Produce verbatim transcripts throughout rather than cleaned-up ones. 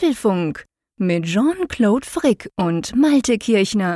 Apfelfunk mit Jean-Claude Frick und Malte Kirchner.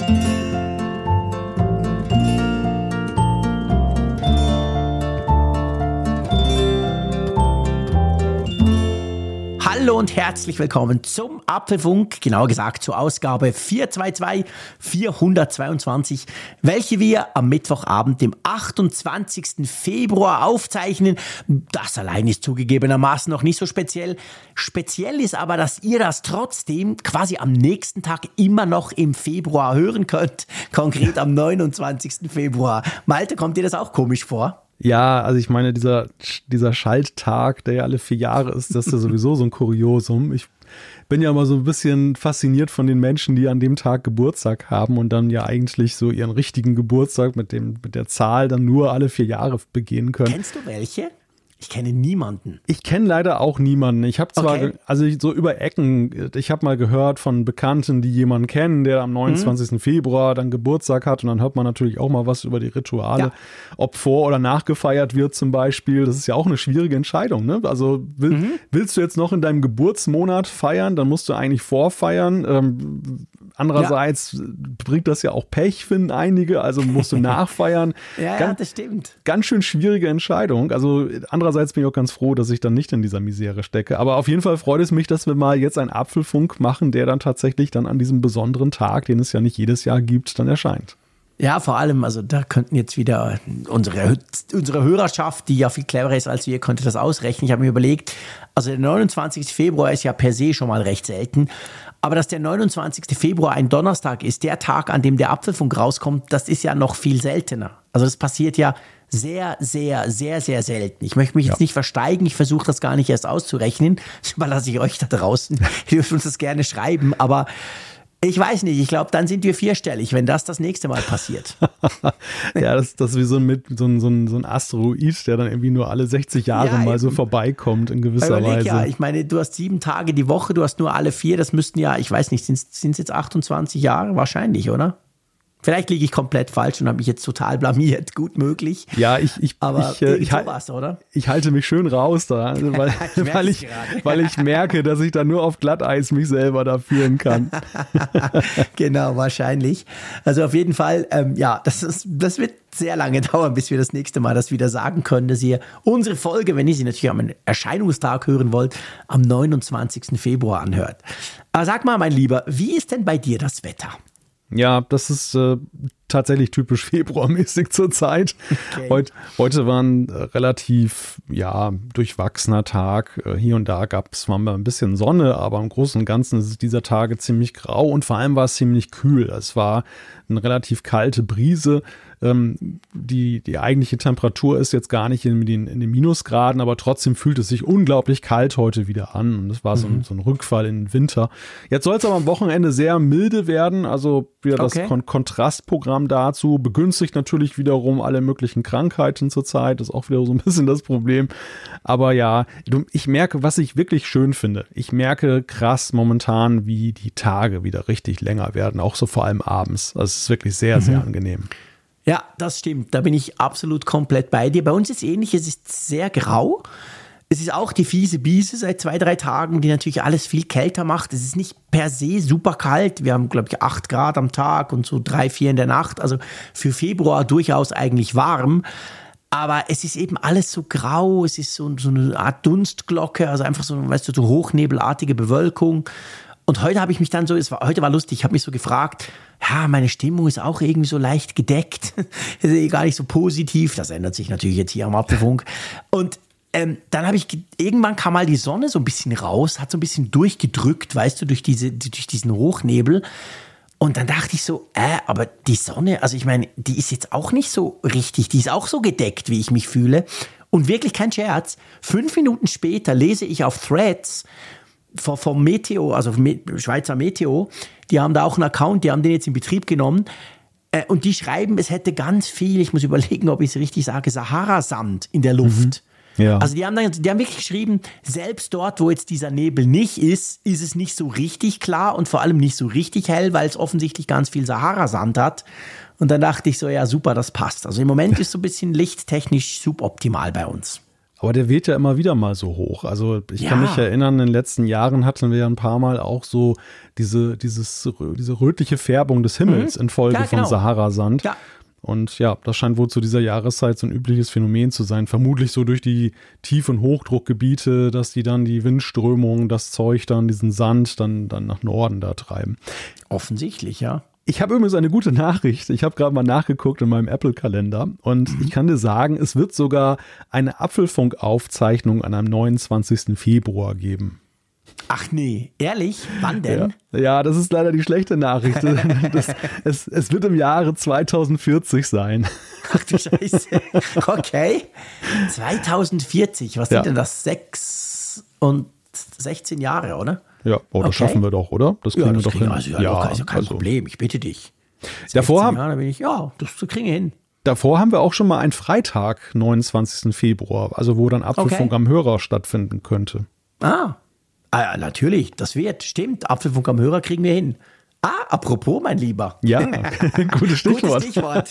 Hallo und herzlich willkommen zum Apfelfunk, genauer gesagt zur Ausgabe vierhundertzweiundzwanzig, vierhundertzweiundzwanzig, welche wir am Mittwochabend, dem achtundzwanzigsten Februar aufzeichnen. Das allein ist zugegebenermaßen noch nicht so speziell. Speziell ist aber, dass ihr das trotzdem quasi am nächsten Tag immer noch im Februar hören könnt, konkret am neunundzwanzigsten Februar. Malte, kommt dir das auch komisch vor? Ja, also ich meine, dieser, dieser Schalttag, der ja alle vier Jahre ist, das ist ja sowieso so ein Kuriosum. Ich bin ja immer so ein bisschen fasziniert von den Menschen, die an dem Tag Geburtstag haben und dann ja eigentlich so ihren richtigen Geburtstag mit dem, mit der Zahl dann nur alle vier Jahre begehen können. Kennst du welche? Ich kenne niemanden. Ich kenne leider auch niemanden. Ich habe zwar, Okay. also so über Ecken, ich habe mal gehört von Bekannten, die jemanden kennen, der am neunundzwanzigsten Februar dann Geburtstag hat und dann hört man natürlich auch mal was über die Rituale, Ja. ob vor- oder nachgefeiert wird zum Beispiel. Das ist ja auch eine schwierige Entscheidung, ne? Also will, Mhm. willst du jetzt noch in deinem Geburtsmonat feiern, dann musst du eigentlich vorfeiern. Ähm, andererseits bringt das ja auch Pech, finden einige, also musst du nachfeiern. Ja, ja, Ganz- das stimmt. Ganz schön schwierige Entscheidung. Also andererseits bin ich auch ganz froh, dass ich dann nicht in dieser Misere stecke. Aber auf jeden Fall freut es mich, dass wir mal jetzt einen Apfelfunk machen, der dann tatsächlich dann an diesem besonderen Tag, den es ja nicht jedes Jahr gibt, dann erscheint. Ja, vor allem, also da könnten jetzt wieder unsere, unsere Hörerschaft, die ja viel cleverer ist als wir, könnte das ausrechnen. Ich habe mir überlegt, also der neunundzwanzigste Februar ist ja per se schon mal recht selten. Aber dass der neunundzwanzigste Februar ein Donnerstag ist, der Tag, an dem der Apfelfunk rauskommt, das ist ja noch viel seltener. Also das passiert ja sehr, sehr, sehr, sehr selten. Ich möchte mich jetzt Ja. nicht versteigen, ich versuche das gar nicht erst auszurechnen. Das überlasse ich euch da draußen. Ihr dürft uns das gerne schreiben, aber ich weiß nicht, ich glaube, dann sind wir vierstellig, wenn das das nächste Mal passiert. Ja, das, das ist wie so ein, Mit- so, ein, so, ein, so ein Asteroid, der dann irgendwie nur alle sechzig Jahre Ja, mal so eben. vorbeikommt in gewisser Überleg Weise. ja, ich meine, du hast sieben Tage die Woche, du hast nur alle vier, das müssten ja, ich weiß nicht, sind es jetzt achtundzwanzig Jahre? Wahrscheinlich, oder? Vielleicht liege ich komplett falsch und habe mich jetzt total blamiert, gut möglich. Ja, ich, ich, Aber ich, äh, ich, ich, halt- sowas, oder? ich halte mich schön raus da, also weil, Ich merk's weil, ich, gerade. weil ich merke, dass ich da nur auf Glatteis mich selber da führen kann. Genau, wahrscheinlich. Also auf jeden Fall, ähm, ja, das, ist, das wird sehr lange dauern, bis wir das nächste Mal das wieder sagen können, dass ihr unsere Folge, wenn ihr sie natürlich am Erscheinungstag hören wollt, am neunundzwanzigsten Februar anhört. Aber sag mal, mein Lieber, wie ist denn bei dir das Wetter? Ja, das ist äh, tatsächlich typisch februarmäßig zur Zeit. Okay. Heut, heute war ein äh, relativ ja, durchwachsener Tag. Äh, hier und da gab es mal ein bisschen Sonne, aber im Großen und Ganzen ist es dieser Tage ziemlich grau und vor allem war es ziemlich kühl. Es war eine relativ kalte Brise. Ähm, die, die eigentliche Temperatur ist jetzt gar nicht in den, in den Minusgraden, aber trotzdem fühlt es sich unglaublich kalt heute wieder an. Und es war so ein, so ein Rückfall in den Winter. Jetzt soll es aber am Wochenende sehr milde werden. Also wieder das Okay. Kon- Kontrastprogramm dazu begünstigt natürlich wiederum alle möglichen Krankheiten zurzeit. Das ist auch wieder so ein bisschen das Problem. Aber ja, du- ich merke, was ich wirklich schön finde. Ich merke krass momentan, wie die Tage wieder richtig länger werden. Auch so vor allem abends. Also es ist wirklich sehr, sehr angenehm. Ja, das stimmt. Da bin ich absolut komplett bei dir. Bei uns ist ähnlich. Es ist sehr grau. Es ist auch die fiese Biese seit zwei, drei Tagen, die natürlich alles viel kälter macht. Es ist nicht per se super kalt. Wir haben, glaube ich, acht Grad am Tag und so drei, vier in der Nacht. Also für Februar durchaus eigentlich warm. Aber es ist eben alles so grau. Es ist so, so eine Art Dunstglocke. Also einfach so, weißt du, so hochnebelartige Bewölkung. Und heute habe ich mich dann so, es war, heute war lustig, ich habe mich so gefragt, ja, meine Stimmung ist auch irgendwie so leicht gedeckt, ist gar nicht so positiv, das ändert sich natürlich jetzt hier am Apfelfunk. Und ähm, dann habe ich, ge- irgendwann kam mal die Sonne so ein bisschen raus, hat so ein bisschen durchgedrückt, weißt du, durch, diese, durch diesen Hochnebel. Und dann dachte ich so, äh, aber die Sonne, also ich meine, die ist jetzt auch nicht so richtig, die ist auch so gedeckt, wie ich mich fühle. Und wirklich kein Scherz, fünf Minuten später lese ich auf Threads, vom Meteo, also Schweizer Meteo, die haben da auch einen Account, die haben den jetzt in Betrieb genommen äh, und die schreiben, es hätte ganz viel, ich muss überlegen, ob ich es richtig sage, Sahara-Sand in der Luft. Mhm. Ja. Also die haben, dann, die haben wirklich geschrieben, selbst dort, wo jetzt dieser Nebel nicht ist, ist es nicht so richtig klar und vor allem nicht so richtig hell, weil es offensichtlich ganz viel Sahara-Sand hat. Und dann dachte ich so, ja super, das passt. Also im Moment ist so ein bisschen lichttechnisch suboptimal bei uns. Aber der wird ja immer wieder mal so hoch. Also ich Ja. kann mich erinnern, in den letzten Jahren hatten wir ja ein paar Mal auch so diese, dieses, diese rötliche Färbung des Himmels Mhm. infolge Ja, genau. von Sahara-Sand. Ja. Und ja, das scheint wohl zu dieser Jahreszeit so ein übliches Phänomen zu sein. Vermutlich so durch die Tief- und Hochdruckgebiete, dass die dann die Windströmung, das Zeug dann, diesen Sand dann, dann nach Norden da treiben. Offensichtlich, ja. Ich habe übrigens eine gute Nachricht. Ich habe gerade mal nachgeguckt in meinem Apple-Kalender und ich kann dir sagen, es wird sogar eine Apfelfunk-Aufzeichnung an einem neunundzwanzigsten Februar geben. Ach nee, ehrlich? Wann denn? Ja, ja, das ist leider die schlechte Nachricht. Das, es, es wird im Jahre zweitausendvierzig sein. Ach du Scheiße. Okay. zweitausendvierzig, was Ja. sind denn das? Sechs und sechzehn Jahre, oder? Ja, oh, das Okay. schaffen wir doch, oder? Das kriegen Ja, wir das doch kriegen hin. wir. Also, ja, locker, ist ja kein also, Problem, ich bitte dich. Davor sechzehn haben- Jahre bin ich, ja, das kriegen wir hin. Davor haben wir auch schon mal einen Freitag, neunundzwanzigsten Februar, also wo dann Apfelfunk Okay. am Hörer stattfinden könnte. Ah. ah, ja, natürlich, das wird, stimmt. Apfelfunk am Hörer kriegen wir hin. Ah, apropos, mein Lieber. Ja, gutes Stichwort. Gutes Stichwort.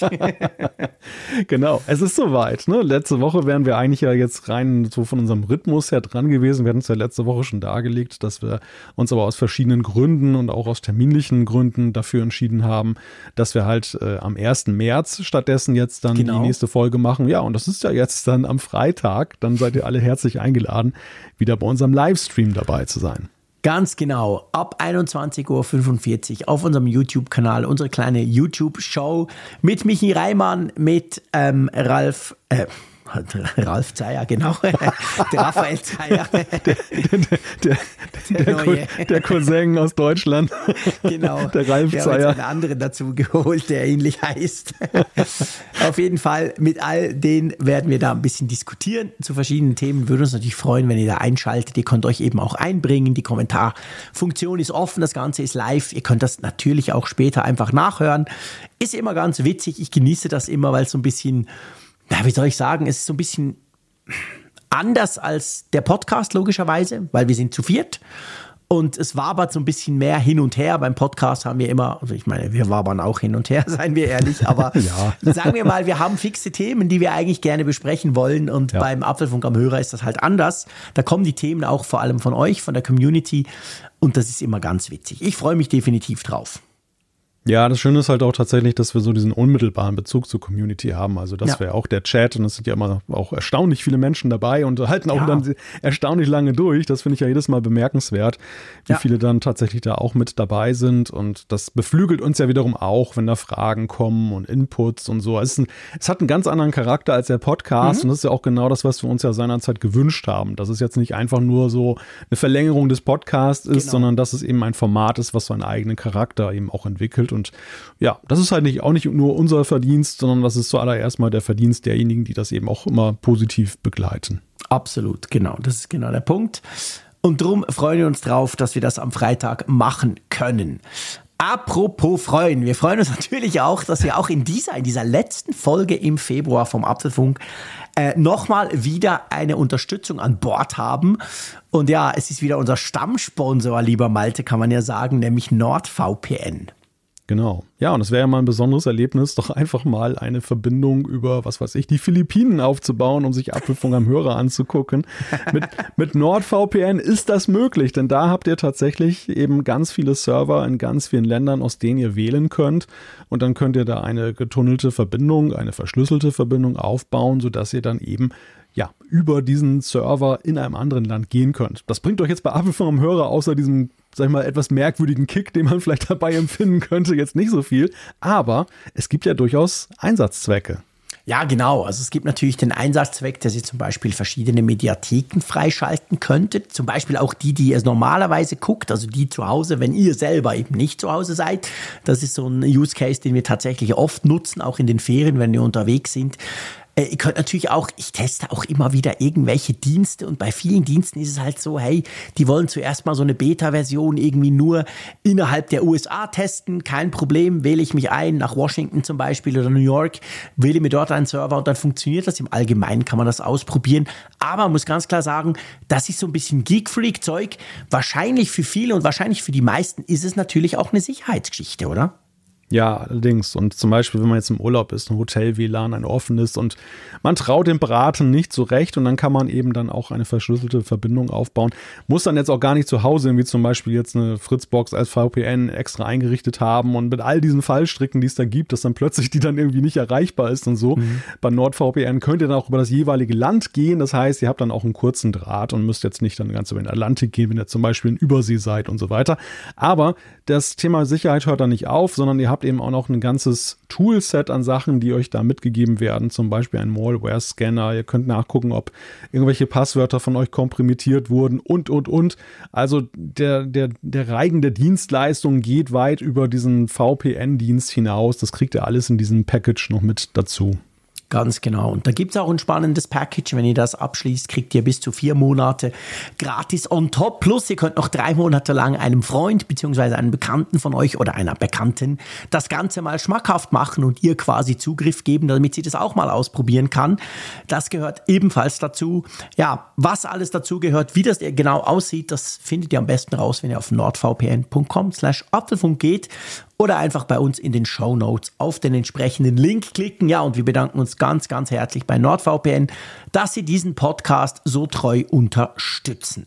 Genau, es ist soweit. Ne? Letzte Woche wären wir eigentlich ja jetzt rein so von unserem Rhythmus her dran gewesen. Wir hatten es ja letzte Woche schon dargelegt, dass wir uns aber aus verschiedenen Gründen und auch aus terminlichen Gründen dafür entschieden haben, dass wir halt äh, am ersten März stattdessen jetzt dann Genau. die nächste Folge machen. Ja, und das ist ja jetzt dann am Freitag. Dann seid ihr alle herzlich eingeladen, wieder bei unserem Livestream dabei zu sein. Ganz genau, ab einundzwanzig Uhr fünfundvierzig auf unserem YouTube-Kanal, unsere kleine YouTube-Show mit Michi Reimann, mit ähm, Ralf, äh, Ralf Zeyer, genau, der Raphael Zeyer, Der, der, Der der, neue. Co- der Cousin aus Deutschland. genau. Der Ralf Wir haben Zeyer. jetzt einen anderen dazu geholt, der ähnlich heißt. Auf jeden Fall, mit all denen werden wir da ein bisschen diskutieren zu verschiedenen Themen. Würde uns natürlich freuen, wenn ihr da einschaltet. Ihr könnt euch eben auch einbringen. Die Kommentarfunktion ist offen, das Ganze ist live. Ihr könnt das natürlich auch später einfach nachhören. Ist immer ganz witzig. Ich genieße das immer, weil es so ein bisschen, ja, wie soll ich sagen, es ist so ein bisschen anders als der Podcast logischerweise, weil wir sind zu viert. Und es wabert so ein bisschen mehr hin und her. Beim Podcast haben wir immer, also ich meine, wir wabern auch hin und her, seien wir ehrlich. Aber Ja. sagen wir mal, wir haben fixe Themen, die wir eigentlich gerne besprechen wollen. Und Ja. beim Apfelfunk am Hörer ist das halt anders. Da kommen die Themen auch vor allem von euch, von der Community. Und das ist immer ganz witzig. Ich freue mich definitiv drauf. Ja, das Schöne ist halt auch tatsächlich, dass wir so diesen unmittelbaren Bezug zur Community haben. Also das Ja. wäre auch der Chat und es sind ja immer auch erstaunlich viele Menschen dabei und halten auch Ja. dann erstaunlich lange durch. Das finde ich ja jedes Mal bemerkenswert, wie Ja. viele dann tatsächlich da auch mit dabei sind. Und das beflügelt uns ja wiederum auch, wenn da Fragen kommen und Inputs und so. Es, ist ein, es hat einen ganz anderen Charakter als der Podcast Mhm. und das ist ja auch genau das, was wir uns ja seinerzeit gewünscht haben. Dass es jetzt nicht einfach nur so eine Verlängerung des Podcasts ist, Genau. sondern dass es eben ein Format ist, was seinen eigenen Charakter eben auch entwickelt. Und ja, das ist halt nicht, auch nicht nur unser Verdienst, sondern das ist zuallererst mal der Verdienst derjenigen, die das eben auch immer positiv begleiten. Absolut, genau. Das ist genau der Punkt. Und darum freuen wir uns drauf, dass wir das am Freitag machen können. Apropos freuen, wir freuen uns natürlich auch, dass wir auch in dieser, in dieser letzten Folge im Februar vom Apfelfunk äh, nochmal wieder eine Unterstützung an Bord haben. Und ja, es ist wieder unser Stammsponsor, lieber Malte, kann man ja sagen, nämlich NordVPN. Genau. Ja, und es wäre ja mal ein besonderes Erlebnis, doch einfach mal eine Verbindung über, was weiß ich, die Philippinen aufzubauen, um sich Apfelfunk am Hörer anzugucken. Mit, mit NordVPN ist das möglich, denn da habt ihr tatsächlich eben ganz viele Server in ganz vielen Ländern, aus denen ihr wählen könnt. Und dann könnt ihr da eine getunnelte Verbindung, eine verschlüsselte Verbindung aufbauen, sodass ihr dann eben ja, über diesen Server in einem anderen Land gehen könnt. Das bringt euch jetzt bei Apfelfunk am Hörer außer diesem, sag ich mal, etwas merkwürdigen Kick, den man vielleicht dabei empfinden könnte, jetzt nicht so viel. Aber es gibt ja durchaus Einsatzzwecke. Ja, genau. Also es gibt natürlich den Einsatzzweck, dass ihr zum Beispiel verschiedene Mediatheken freischalten könntet. Zum Beispiel auch die, die ihr normalerweise guckt, also die zu Hause, wenn ihr selber eben nicht zu Hause seid. Das ist so ein Use Case, den wir tatsächlich oft nutzen, auch in den Ferien, wenn wir unterwegs sind. Äh, ihr könnt natürlich auch, ich teste auch immer wieder irgendwelche Dienste und bei vielen Diensten ist es halt so, hey, die wollen zuerst mal so eine Beta-Version irgendwie nur innerhalb der U S A testen, kein Problem, wähle ich mich ein, nach Washington zum Beispiel oder New York, wähle mir dort einen Server und dann funktioniert das. Im Allgemeinen kann man das ausprobieren, aber man muss ganz klar sagen, das ist so ein bisschen Geek-Freak-Zeug. Wahrscheinlich für viele und wahrscheinlich für die meisten ist es natürlich auch eine Sicherheitsgeschichte, oder? Ja, allerdings. Und zum Beispiel, wenn man jetzt im Urlaub ist, ein Hotel-W L A N, ein offenes und man traut dem Braten nicht so recht und dann kann man eben dann auch eine verschlüsselte Verbindung aufbauen. Muss dann jetzt auch gar nicht zu Hause irgendwie zum Beispiel jetzt eine Fritzbox als V P N extra eingerichtet haben und mit all diesen Fallstricken, die es da gibt, dass dann plötzlich die dann irgendwie nicht erreichbar ist und so. Mhm. Bei NordVPN könnt ihr dann auch über das jeweilige Land gehen. Das heißt, ihr habt dann auch einen kurzen Draht und müsst jetzt nicht dann ganz über den Atlantik gehen, wenn ihr zum Beispiel in Übersee seid und so weiter. Aber das Thema Sicherheit hört da nicht auf, sondern ihr habt eben auch noch ein ganzes Toolset an Sachen, die euch da mitgegeben werden, zum Beispiel ein Malware-Scanner. Ihr könnt nachgucken, ob irgendwelche Passwörter von euch kompromittiert wurden und, und, und. Also der, der, der Reigen der Dienstleistungen geht weit über diesen V P N-Dienst hinaus. Das kriegt ihr alles in diesem Package noch mit dazu. Ganz genau. Und da gibt es auch ein spannendes Package. Wenn ihr das abschließt, kriegt ihr bis zu vier Monate gratis on top. Plus ihr könnt noch drei Monate lang einem Freund bzw. einem Bekannten von euch oder einer Bekannten das Ganze mal schmackhaft machen und ihr quasi Zugriff geben, damit sie das auch mal ausprobieren kann. Das gehört ebenfalls dazu. Ja, was alles dazu gehört, wie das genau aussieht, das findet ihr am besten raus, wenn ihr auf nordvpn punkt com slash apfelfunk geht. Oder einfach bei uns in den Shownotes auf den entsprechenden Link klicken. Ja, und wir bedanken uns ganz, ganz herzlich bei NordVPN, dass sie diesen Podcast so treu unterstützen.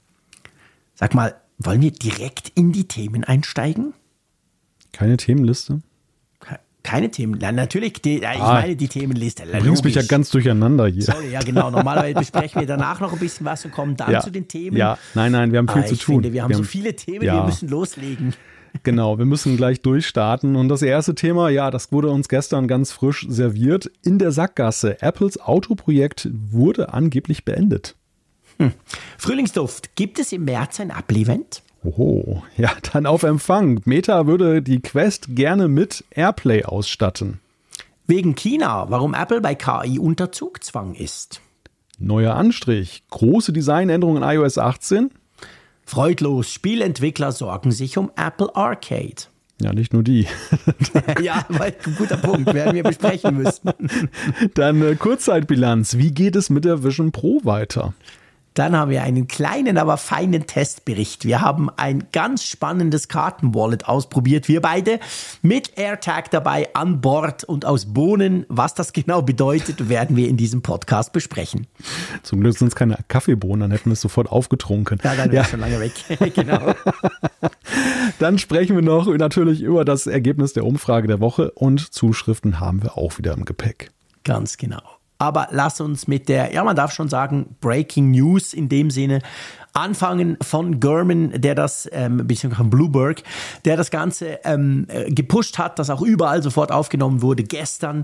Sag mal, wollen wir direkt in die Themen einsteigen? Keine Themenliste? Keine Themen. Ja, natürlich, die, ich ah, meine die Themenliste. Du bringst mich ja ganz durcheinander hier. Sorry, ja genau. Normalerweise besprechen wir danach noch ein bisschen was und kommen dann ja, zu den Themen. Ja, nein, nein, wir haben viel Aber zu ich tun. Finde, wir haben wir so haben, viele Themen, ja. Wir müssen loslegen. Genau, wir müssen gleich durchstarten. Und das erste Thema, ja, das wurde uns gestern ganz frisch serviert. In der Sackgasse. Apples Autoprojekt wurde angeblich beendet. Hm. Frühlingsduft. Gibt es im März ein Apple-Event? Oho, ja, dann auf Empfang. Meta würde die Quest gerne mit AirPlay ausstatten. Wegen China, warum Apple bei K I unter Zugzwang ist. Neuer Anstrich. Große Designänderungen in i O S achtzehn. Freudlos, Spielentwickler sorgen sich um Apple Arcade. Ja, nicht nur die. Ja, ein guter Punkt, werden wir besprechen müssen. Dann äh, Kurzzeitbilanz. Wie geht es mit der Vision Pro weiter? Dann haben wir einen kleinen, aber feinen Testbericht. Wir haben ein ganz spannendes Kartenwallet ausprobiert. Wir beide mit AirTag dabei an Bord und aus Bohnen. Was das genau bedeutet, werden wir in diesem Podcast besprechen. Zum Glück sind es keine Kaffeebohnen, dann hätten wir es sofort aufgetrunken. Ja, dann wäre es schon lange weg. Genau. Dann sprechen wir noch natürlich über das Ergebnis der Umfrage der Woche und Zuschriften haben wir auch wieder im Gepäck. Ganz genau. Aber lass uns mit der, ja man darf schon sagen, Breaking News in dem Sinne anfangen von Gurman, der das, ähm, beziehungsweise von Bloomberg, der das Ganze ähm, gepusht hat, das auch überall sofort aufgenommen wurde gestern.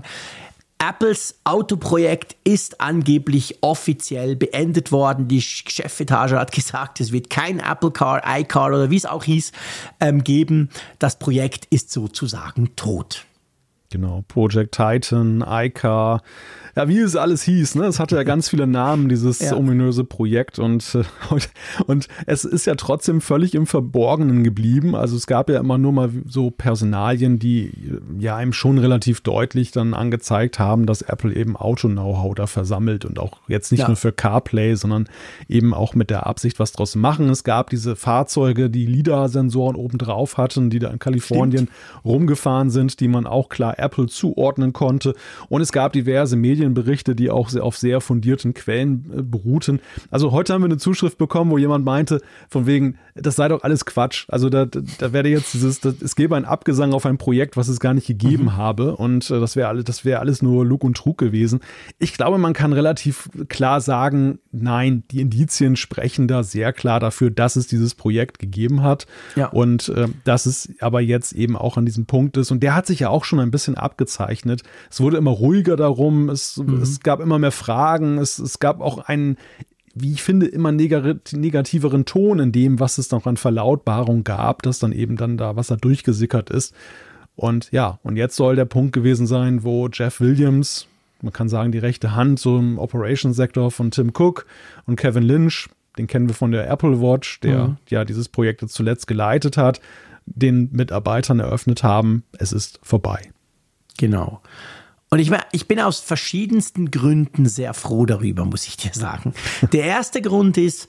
Apples Autoprojekt ist angeblich offiziell beendet worden. Die Chefetage hat gesagt, es wird kein Apple Car, iCar oder wie es auch hieß, ähm, geben. Das Projekt ist sozusagen tot. Genau, Project Titan, iCar, ja, wie es alles hieß, ne? Es hatte ja ganz viele Namen, dieses ja. ominöse Projekt und, und, und es ist ja trotzdem völlig im Verborgenen geblieben. Also es gab ja immer nur mal so Personalien, die ja einem schon relativ deutlich dann angezeigt haben, dass Apple eben Auto-Know-how da versammelt und auch jetzt nicht ja. nur für CarPlay, sondern eben auch mit der Absicht, was draus zu machen. Es gab diese Fahrzeuge, die LiDAR-Sensoren obendrauf hatten, die da in Kalifornien Stimmt. rumgefahren sind, die man auch klar Apple zuordnen konnte. Und es gab diverse Medienberichte, die auch sehr, auf sehr fundierten Quellen äh, beruhten. Also heute haben wir eine Zuschrift bekommen, wo jemand meinte, von wegen, das sei doch alles Quatsch. Also da, da werde jetzt dieses, das, es gäbe einen Abgesang auf ein Projekt, was es gar nicht gegeben mhm. habe. Und äh, das wäre alles, das wäre alles nur Lug und Trug gewesen. Ich glaube, man kann relativ klar sagen, nein, die Indizien sprechen da sehr klar dafür, dass es dieses Projekt gegeben hat. Ja. Und äh, dass es aber jetzt eben auch an diesem Punkt ist. Und der hat sich ja auch schon ein bisschen abgezeichnet. Es wurde immer ruhiger darum, es, mhm. es gab immer mehr Fragen, es, es gab auch einen, wie ich finde, immer negativeren Ton in dem, was es noch an Verlautbarung gab, dass dann eben dann da, was da durchgesickert ist. Und ja, und jetzt soll der Punkt gewesen sein, wo Jeff Williams, man kann sagen, die rechte Hand so im Operations-Sektor von Tim Cook und Kevin Lynch, den kennen wir von der Apple Watch, der mhm. ja dieses Projekt jetzt zuletzt geleitet hat, den Mitarbeitern eröffnet haben, es ist vorbei. Genau. Und ich, ich bin aus verschiedensten Gründen sehr froh darüber, muss ich dir sagen. Der erste Grund ist,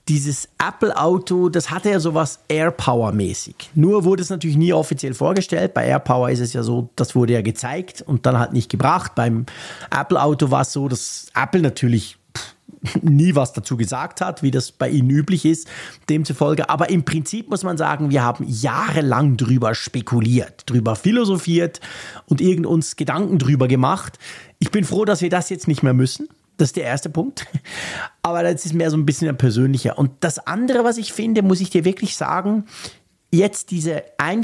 dieses Apple-Auto, das hatte ja sowas AirPower-mäßig. Nur wurde es natürlich nie offiziell vorgestellt. Bei AirPower ist es ja so, das wurde ja gezeigt und dann halt nicht gebracht. Beim Apple-Auto war es so, dass Apple natürlich nie was dazu gesagt hat, wie das bei ihnen üblich ist, demzufolge. Aber im Prinzip muss man sagen, wir haben jahrelang drüber spekuliert, drüber philosophiert und irgend uns Gedanken drüber gemacht. Ich bin froh, dass wir das jetzt nicht mehr müssen. Das ist der erste Punkt. Aber das ist mehr so ein bisschen ein persönlicher. Und das andere, was ich finde, muss ich dir wirklich sagen, jetzt diese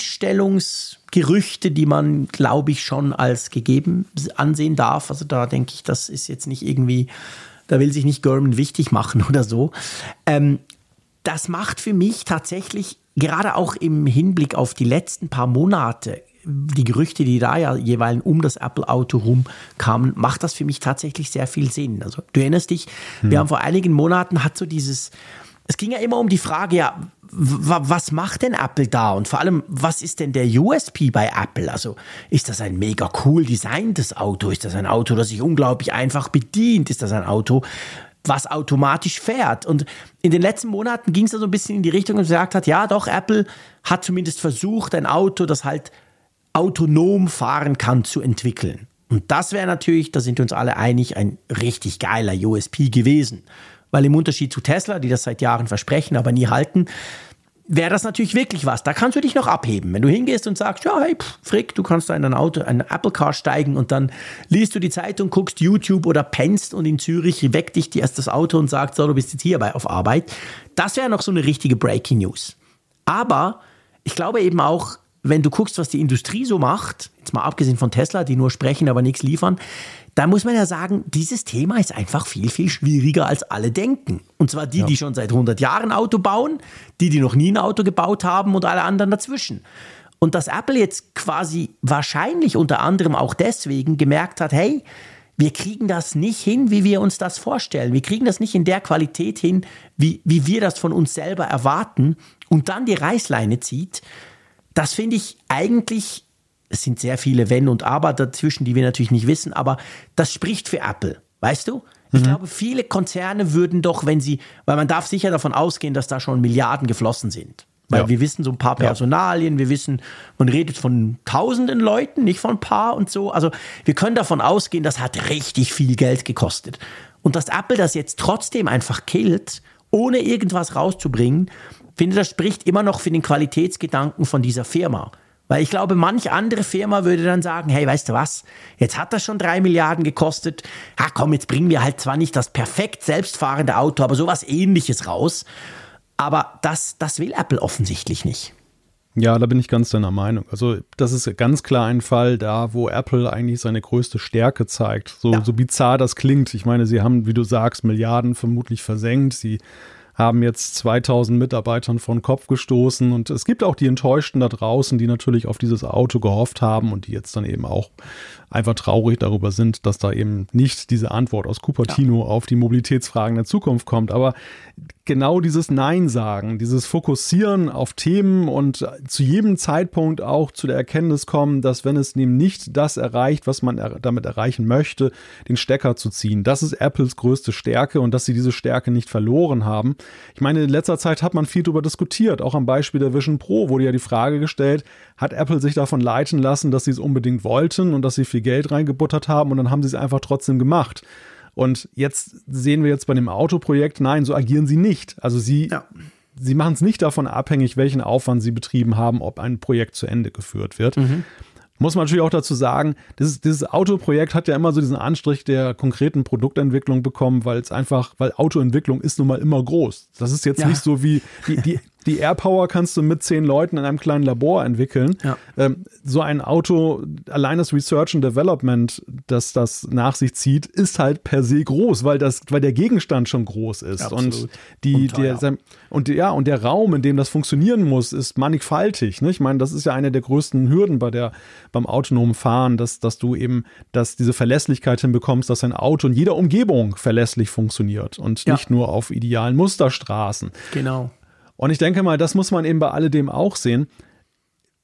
Einstellungsgerüchte, die man, glaube ich, schon als gegeben ansehen darf. Also da denke ich, das ist jetzt nicht irgendwie, da will sich nicht Gurman wichtig machen oder so. Ähm, das macht für mich tatsächlich, gerade auch im Hinblick auf die letzten paar Monate, die Gerüchte, die da ja jeweils um das Apple-Auto rumkamen, macht das für mich tatsächlich sehr viel Sinn. Also du erinnerst dich, hm. wir haben vor einigen Monaten hat so dieses, es ging ja immer um die Frage, ja, w- was macht denn Apple da? Und vor allem, was ist denn der U S P bei Apple? Also ist das ein mega cool designtes Auto? Ist das ein Auto, das sich unglaublich einfach bedient? Ist das ein Auto, was automatisch fährt? Und in den letzten Monaten ging es da so ein bisschen in die Richtung und gesagt hat, ja doch, Apple hat zumindest versucht, ein Auto, das halt autonom fahren kann, zu entwickeln. Und das wäre natürlich, da sind wir uns alle einig, ein richtig geiler U S P gewesen. Weil im Unterschied zu Tesla, die das seit Jahren versprechen, aber nie halten, wäre das natürlich wirklich was. Da kannst du dich noch abheben. Wenn du hingehst und sagst, ja, hey, pff, Frick, du kannst da in ein Auto, ein Apple Car steigen und dann liest du die Zeitung, guckst YouTube oder pennst und in Zürich weckt dich erst das Auto und sagt, so, du bist jetzt hier auf Arbeit. Das wäre noch so eine richtige Breaking News. Aber ich glaube eben auch, wenn du guckst, was die Industrie so macht, jetzt mal abgesehen von Tesla, die nur sprechen, aber nichts liefern, da muss man ja sagen, dieses Thema ist einfach viel, viel schwieriger, als alle denken. Und zwar die, ja. die schon seit hundert Jahren Auto bauen, die, die noch nie ein Auto gebaut haben und alle anderen dazwischen. Und dass Apple jetzt quasi wahrscheinlich unter anderem auch deswegen gemerkt hat, hey, wir kriegen das nicht hin, wie wir uns das vorstellen. Wir kriegen das nicht in der Qualität hin, wie, wie wir das von uns selber erwarten und dann die Reißleine zieht. Das finde ich eigentlich, es sind sehr viele Wenn und Aber dazwischen, die wir natürlich nicht wissen, aber das spricht für Apple, weißt du? Ich mhm. glaube, viele Konzerne würden doch, wenn sie, weil man darf sicher davon ausgehen, dass da schon Milliarden geflossen sind. Weil ja. wir wissen so ein paar Personalien, ja. wir wissen, man redet von tausenden Leuten, nicht von ein paar und so. Also wir können davon ausgehen, das hat richtig viel Geld gekostet. Und dass Apple das jetzt trotzdem einfach killt, ohne irgendwas rauszubringen, finde, das spricht immer noch für den Qualitätsgedanken von dieser Firma. Weil ich glaube, manch andere Firma würde dann sagen, hey, weißt du was, jetzt hat das schon drei Milliarden gekostet. Ha, komm, jetzt bringen wir halt zwar nicht das perfekt selbstfahrende Auto, aber sowas Ähnliches raus. Aber das, das will Apple offensichtlich nicht. Ja, da bin ich ganz deiner Meinung. Also das ist ganz klar ein Fall da, wo Apple eigentlich seine größte Stärke zeigt. So, ja. so bizarr das klingt. Ich meine, sie haben, wie du sagst, Milliarden vermutlich versenkt. Sie haben jetzt zweitausend Mitarbeitern vor den Kopf gestoßen und es gibt auch die Enttäuschten da draußen, die natürlich auf dieses Auto gehofft haben und die jetzt dann eben auch einfach traurig darüber sind, dass da eben nicht diese Antwort aus Cupertino ja. auf die Mobilitätsfragen der Zukunft kommt. Aber genau dieses Nein sagen, dieses Fokussieren auf Themen und zu jedem Zeitpunkt auch zu der Erkenntnis kommen, dass wenn es eben nicht das erreicht, was man er- damit erreichen möchte, den Stecker zu ziehen. Das ist Apples größte Stärke und dass sie diese Stärke nicht verloren haben. Ich meine, in letzter Zeit hat man viel darüber diskutiert, auch am Beispiel der Vision Pro wurde ja die Frage gestellt, hat Apple sich davon leiten lassen, dass sie es unbedingt wollten und dass sie viel Geld reingebuttert haben und dann haben sie es einfach trotzdem gemacht. Und jetzt sehen wir jetzt bei dem Autoprojekt, nein, so agieren sie nicht. Also sie, ja. sie machen es nicht davon abhängig, welchen Aufwand sie betrieben haben, ob ein Projekt zu Ende geführt wird. Mhm. Muss man natürlich auch dazu sagen, dieses, dieses Autoprojekt hat ja immer so diesen Anstrich der konkreten Produktentwicklung bekommen, weil es einfach, weil Autoentwicklung ist nun mal immer groß. Das ist jetzt ja. nicht so wie die, die Die AirPower kannst du mit zehn Leuten in einem kleinen Labor entwickeln. Ja. Ähm, so ein Auto, allein das Research and Development, das das nach sich zieht, ist halt per se groß, weil das, weil der Gegenstand schon groß ist. Absolut. Und die, und der, und ja, und der Raum, in dem das funktionieren muss, ist mannigfaltig. Ne? Ich meine, das ist ja eine der größten Hürden bei der, beim autonomen Fahren, dass, dass du eben, dass diese Verlässlichkeit hinbekommst, dass ein Auto in jeder Umgebung verlässlich funktioniert und ja. nicht nur auf idealen Musterstraßen. Genau. Und ich denke mal, das muss man eben bei alledem auch sehen.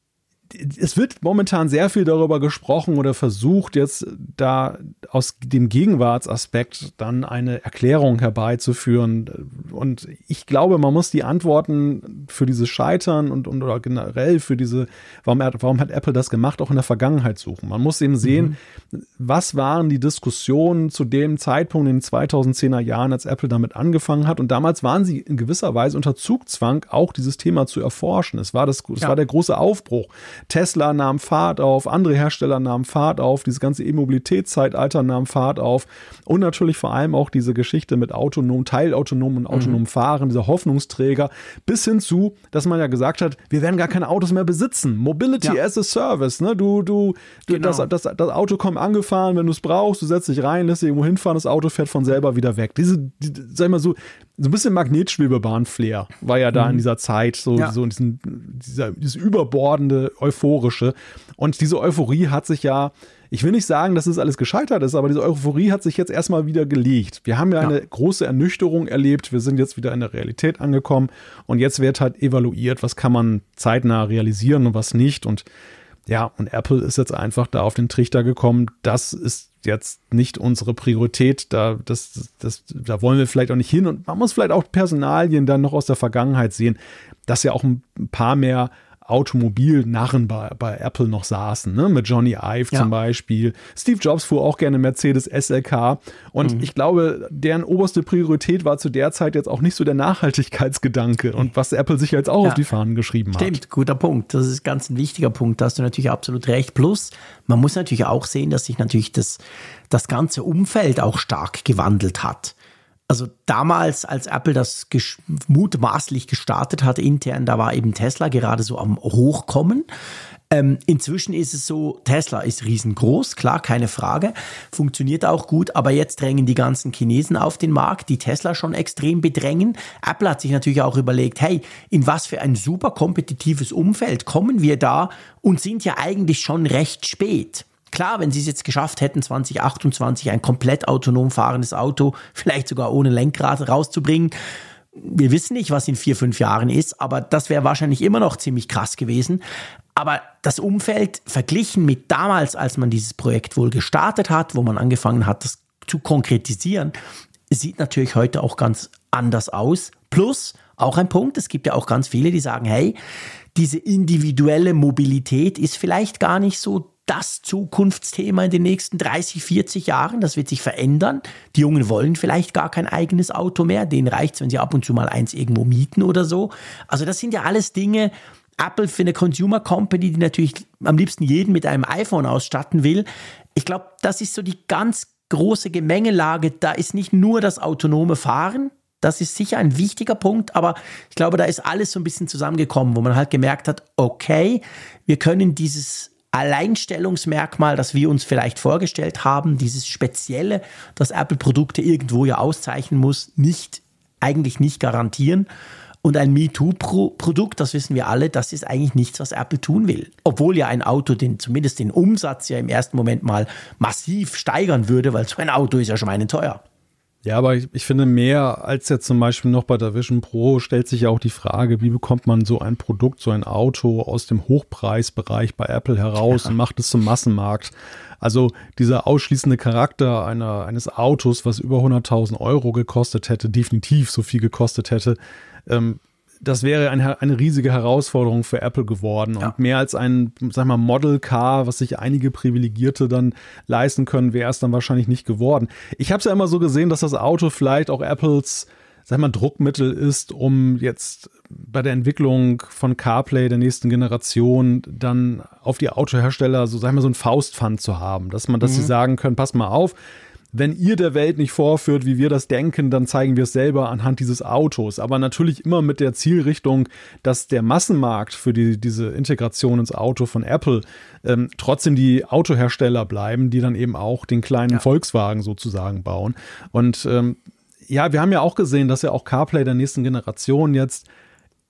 es wird momentan sehr viel darüber gesprochen oder versucht jetzt da aus dem Gegenwartsaspekt dann eine Erklärung herbeizuführen. Und ich glaube, man muss die Antworten für dieses Scheitern und, und oder generell für diese, warum, warum hat Apple das gemacht, auch in der Vergangenheit suchen. Man muss eben sehen, mhm. was waren die Diskussionen zu dem Zeitpunkt in den zweitausendzehner Jahren, als Apple damit angefangen hat. Und damals waren sie in gewisser Weise unter Zugzwang, auch dieses Thema zu erforschen. Es war, das, es ja. war der große Aufbruch. Tesla nahm Fahrt auf, andere Hersteller nahmen Fahrt auf, dieses ganze E-Mobilitätszeitalter nahm Fahrt auf und natürlich vor allem auch diese Geschichte mit autonom, teilautonom und autonom mhm. Fahren, dieser Hoffnungsträger, bis hin zu, dass man ja gesagt hat, wir werden gar keine Autos mehr besitzen. Mobility ja. as a Service, ne? Du, du, du genau. das, das, das Auto kommt angefahren, wenn du es brauchst, du setzt dich rein, lässt dich irgendwo hinfahren, das Auto fährt von selber wieder weg. Diese, die, sag ich mal so, so ein bisschen Magnetschwebebahn-Flair war ja da mhm. in dieser Zeit, so, ja. so in diesen, dieser, dieses überbordende, euphorische. Und diese Euphorie hat sich ja, ich will nicht sagen, dass es alles gescheitert ist, aber diese Euphorie hat sich jetzt erstmal wieder gelegt. Wir haben ja, ja eine große Ernüchterung erlebt, wir sind jetzt wieder in der Realität angekommen und jetzt wird halt evaluiert, was kann man zeitnah realisieren und was nicht. Und ja, und Apple ist jetzt einfach da auf den Trichter gekommen, das ist jetzt nicht unsere Priorität, da, das, das, da wollen wir vielleicht auch nicht hin und man muss vielleicht auch Personalien dann noch aus der Vergangenheit sehen, dass ja auch ein paar mehr Automobilnarren bei, bei Apple noch saßen, ne? Mit Johnny Ive ja. zum Beispiel. Steve Jobs fuhr auch gerne Mercedes S L K und mhm. ich glaube, deren oberste Priorität war zu der Zeit jetzt auch nicht so der Nachhaltigkeitsgedanke und was Apple sich jetzt auch ja. auf die Fahnen geschrieben hat. Stimmt, guter Punkt. Das ist ganz ein wichtiger Punkt. Da hast du natürlich absolut recht. Plus, man muss natürlich auch sehen, dass sich natürlich das, das ganze Umfeld auch stark gewandelt hat. Also damals, als Apple das ges- mutmaßlich gestartet hat intern, da war eben Tesla gerade so am Hochkommen. Ähm, inzwischen ist es so, Tesla ist riesengroß, klar, keine Frage, funktioniert auch gut, aber jetzt drängen die ganzen Chinesen auf den Markt, die Tesla schon extrem bedrängen. Apple hat sich natürlich auch überlegt, hey, in was für ein super kompetitives Umfeld kommen wir da und sind ja eigentlich schon recht spät. Klar, wenn sie es jetzt geschafft hätten, zwanzig achtundzwanzig ein komplett autonom fahrendes Auto, vielleicht sogar ohne Lenkrad rauszubringen. Wir wissen nicht, was in vier, fünf Jahren ist, aber das wäre wahrscheinlich immer noch ziemlich krass gewesen. Aber das Umfeld verglichen mit damals, als man dieses Projekt wohl gestartet hat, wo man angefangen hat, das zu konkretisieren, sieht natürlich heute auch ganz anders aus. Plus, auch ein Punkt, es gibt ja auch ganz viele, die sagen, hey, diese individuelle Mobilität ist vielleicht gar nicht so das Zukunftsthema in den nächsten dreißig, vierzig Jahren. Das wird sich verändern. Die Jungen wollen vielleicht gar kein eigenes Auto mehr. Denen reicht es, wenn sie ab und zu mal eins irgendwo mieten oder so. Also das sind ja alles Dinge, Apple für eine Consumer Company, die natürlich am liebsten jeden mit einem iPhone ausstatten will. Ich glaube, das ist so die ganz große Gemengelage. Da ist nicht nur das autonome Fahren. Das ist sicher ein wichtiger Punkt, aber ich glaube, da ist alles so ein bisschen zusammengekommen, wo man halt gemerkt hat, okay, wir können dieses Alleinstellungsmerkmal, das wir uns vielleicht vorgestellt haben, dieses Spezielle, das Apple-Produkte irgendwo ja auszeichnen muss, nicht, eigentlich nicht garantieren. Und ein MeToo-Produkt, das wissen wir alle, das ist eigentlich nichts, was Apple tun will. Obwohl ja ein Auto den, zumindest den Umsatz ja im ersten Moment mal massiv steigern würde, weil so ein Auto ist ja schweineteuer. Ja, aber ich, ich finde, mehr als jetzt zum Beispiel noch bei der Vision Pro stellt sich ja auch die Frage, wie bekommt man so ein Produkt, so ein Auto aus dem Hochpreisbereich bei Apple heraus ja. und macht es zum Massenmarkt. Also dieser ausschließende Charakter einer, eines Autos, was über hunderttausend Euro gekostet hätte, definitiv so viel gekostet hätte, ähm, das wäre eine, eine riesige Herausforderung für Apple geworden. Ja. Und mehr als ein, sag mal, Model Car, was sich einige Privilegierte dann leisten können, wäre es dann wahrscheinlich nicht geworden. Ich habe es ja immer so gesehen, dass das Auto vielleicht auch Apples, sag mal, Druckmittel ist, um jetzt bei der Entwicklung von CarPlay der nächsten Generation dann auf die Autohersteller so, sag mal, so ein Faustpfand zu haben. Dass man, dass mhm. sie sagen können, pass mal auf, wenn ihr der Welt nicht vorführt, wie wir das denken, dann zeigen wir es selber anhand dieses Autos. Aber natürlich immer mit der Zielrichtung, dass der Massenmarkt für die, diese Integration ins Auto von Apple ähm, trotzdem die Autohersteller bleiben, die dann eben auch den kleinen ja. Volkswagen sozusagen bauen. Und ähm, ja, wir haben ja auch gesehen, dass ja auch CarPlay der nächsten Generation jetzt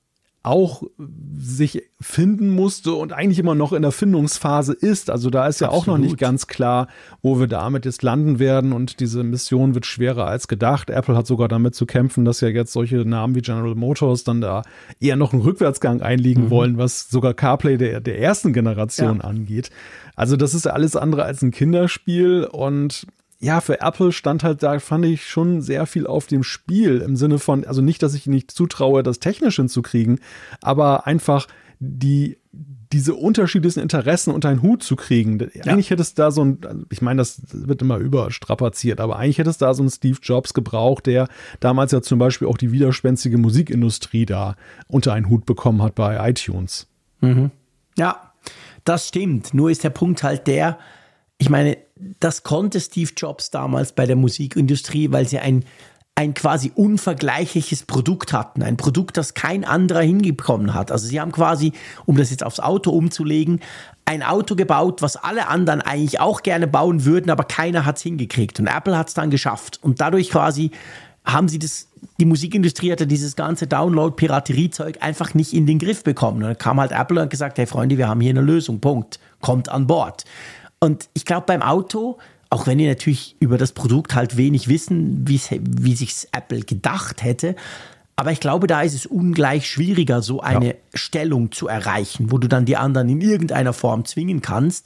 auch sich finden musste und eigentlich immer noch in der Findungsphase ist. Also da ist ja Absolut. Auch noch nicht ganz klar, wo wir damit jetzt landen werden und diese Mission wird schwerer als gedacht. Apple hat sogar damit zu kämpfen, dass ja jetzt solche Namen wie General Motors dann da eher noch einen Rückwärtsgang einlegen mhm. wollen, was sogar CarPlay der, der ersten Generation ja. angeht. Also das ist alles andere als ein Kinderspiel und ja, für Apple stand halt da, fand ich, schon sehr viel auf dem Spiel im Sinne von, also nicht, dass ich nicht zutraue, das technisch hinzukriegen, aber einfach die, diese unterschiedlichen Interessen unter einen Hut zu kriegen. Ja. Eigentlich hätte es da so ein, ich meine, das wird immer überstrapaziert, aber eigentlich hätte es da so einen Steve Jobs gebraucht, der damals ja zum Beispiel auch die widerspenstige Musikindustrie da unter einen Hut bekommen hat bei iTunes. Mhm. Ja, das stimmt. Nur ist der Punkt halt der, ich meine, das konnte Steve Jobs damals bei der Musikindustrie, weil sie ein, ein quasi unvergleichliches Produkt hatten. Ein Produkt, das kein anderer hingekommen hat. Also sie haben quasi, um das jetzt aufs Auto umzulegen, ein Auto gebaut, was alle anderen eigentlich auch gerne bauen würden, aber keiner hat es hingekriegt. Und Apple hat es dann geschafft. Und dadurch quasi haben sie das, die Musikindustrie hatte dieses ganze Download-Piraterie-Zeug einfach nicht in den Griff bekommen. Und dann kam halt Apple und hat gesagt, hey Freunde, wir haben hier eine Lösung, Punkt. Kommt an Bord. Und ich glaube, beim Auto, auch wenn wir natürlich über das Produkt halt wenig wissen, wie sich Apple gedacht hätte, aber ich glaube, da ist es ungleich schwieriger, so eine ja. Stellung zu erreichen, wo du dann die anderen in irgendeiner Form zwingen kannst.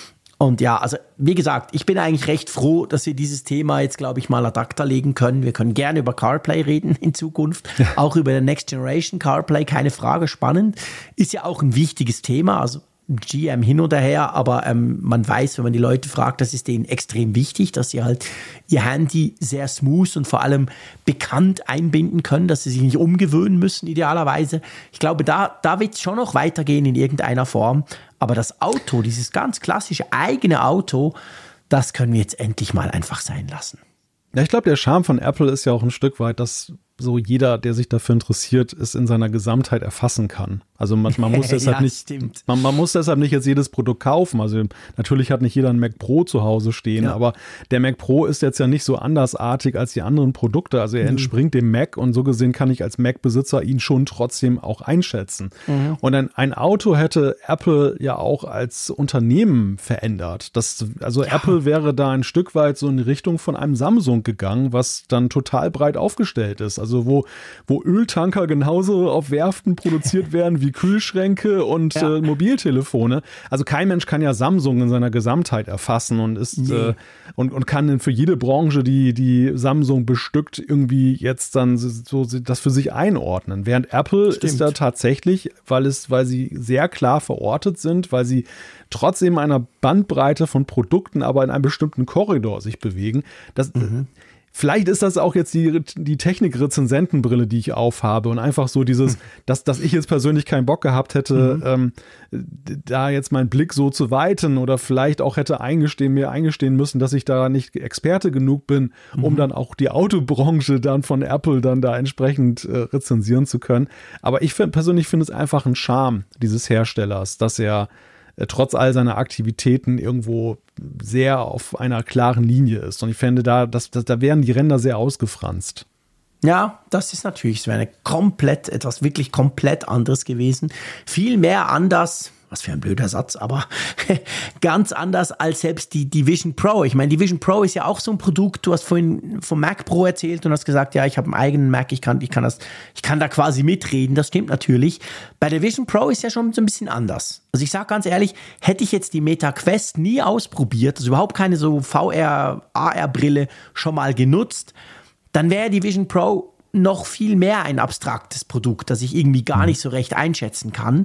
Und ja, also wie gesagt, ich bin eigentlich recht froh, dass wir dieses Thema jetzt, glaube ich, mal ad acta legen können. Wir können gerne über CarPlay reden in Zukunft, ja. auch über den Next Generation CarPlay, keine Frage, spannend. Ist ja auch ein wichtiges Thema, also G M hin oder her, aber ähm, man weiß, wenn man die Leute fragt, das ist denen extrem wichtig, dass sie halt ihr Handy sehr smooth und vor allem bekannt einbinden können, dass sie sich nicht umgewöhnen müssen, idealerweise. Ich glaube, da, da wird es schon noch weitergehen in irgendeiner Form, aber das Auto, dieses ganz klassische eigene Auto, das können wir jetzt endlich mal einfach sein lassen. Ja, ich glaube, der Charme von Apple ist ja auch ein Stück weit, dass so jeder, der sich dafür interessiert, es in seiner Gesamtheit erfassen kann. Also man, man muss deshalb ja, nicht, man, man muss deshalb nicht jetzt jedes Produkt kaufen. Also natürlich hat nicht jeder ein Mac Pro zu Hause stehen, ja. aber der Mac Pro ist jetzt ja nicht so andersartig als die anderen Produkte. Also er mhm. entspringt dem Mac und so gesehen kann ich als Mac-Besitzer ihn schon trotzdem auch einschätzen. Mhm. Und ein, ein Auto hätte Apple ja auch als Unternehmen verändert. Das, also ja. Apple wäre da ein Stück weit so in die Richtung von einem Samsung gegangen, was dann total breit aufgestellt ist. Also wo, wo Öltanker genauso auf Werften produziert werden wie Kühlschränke und ja. äh, Mobiltelefone. Also kein Mensch kann ja Samsung in seiner Gesamtheit erfassen und ist nee. äh, und, und kann für jede Branche, die, die Samsung bestückt, irgendwie jetzt dann so das für sich einordnen. Während Apple Stimmt. ist da tatsächlich, weil es, weil sie sehr klar verortet sind, weil sie trotzdem einer Bandbreite von Produkten, aber in einem bestimmten Korridor sich bewegen. Das mhm. Vielleicht ist das auch jetzt die, die Technik-Rezensentenbrille, die ich aufhabe und einfach so dieses, hm. dass, dass ich jetzt persönlich keinen Bock gehabt hätte, mhm. ähm, da jetzt meinen Blick so zu weiten oder vielleicht auch hätte eingestehen, mir eingestehen müssen, dass ich da nicht Experte genug bin, mhm. um dann auch die Autobranche dann von Apple dann da entsprechend äh, rezensieren zu können. Aber ich find, persönlich finde es einfach ein Charme dieses Herstellers, dass er äh, trotz all seiner Aktivitäten irgendwo sehr auf einer klaren Linie ist. Und ich fände, da, das, das, da wären die Ränder sehr ausgefranst. Ja, das ist natürlich, es wäre eine komplett, etwas wirklich komplett anderes gewesen. Viel mehr anders, was für ein blöder Satz, aber ganz anders als selbst die, die Vision Pro. Ich meine, die Vision Pro ist ja auch so ein Produkt, du hast vorhin vom Mac Pro erzählt und hast gesagt, ja, ich habe einen eigenen Mac, ich kann, ich kann das, ich kann da quasi mitreden, das stimmt natürlich. Bei der Vision Pro ist ja schon so ein bisschen anders. Also ich sage ganz ehrlich, hätte ich jetzt die Meta Quest nie ausprobiert, also überhaupt keine so V R, A R-Brille schon mal genutzt, dann wäre die Vision Pro noch viel mehr ein abstraktes Produkt, das ich irgendwie gar nicht so recht einschätzen kann.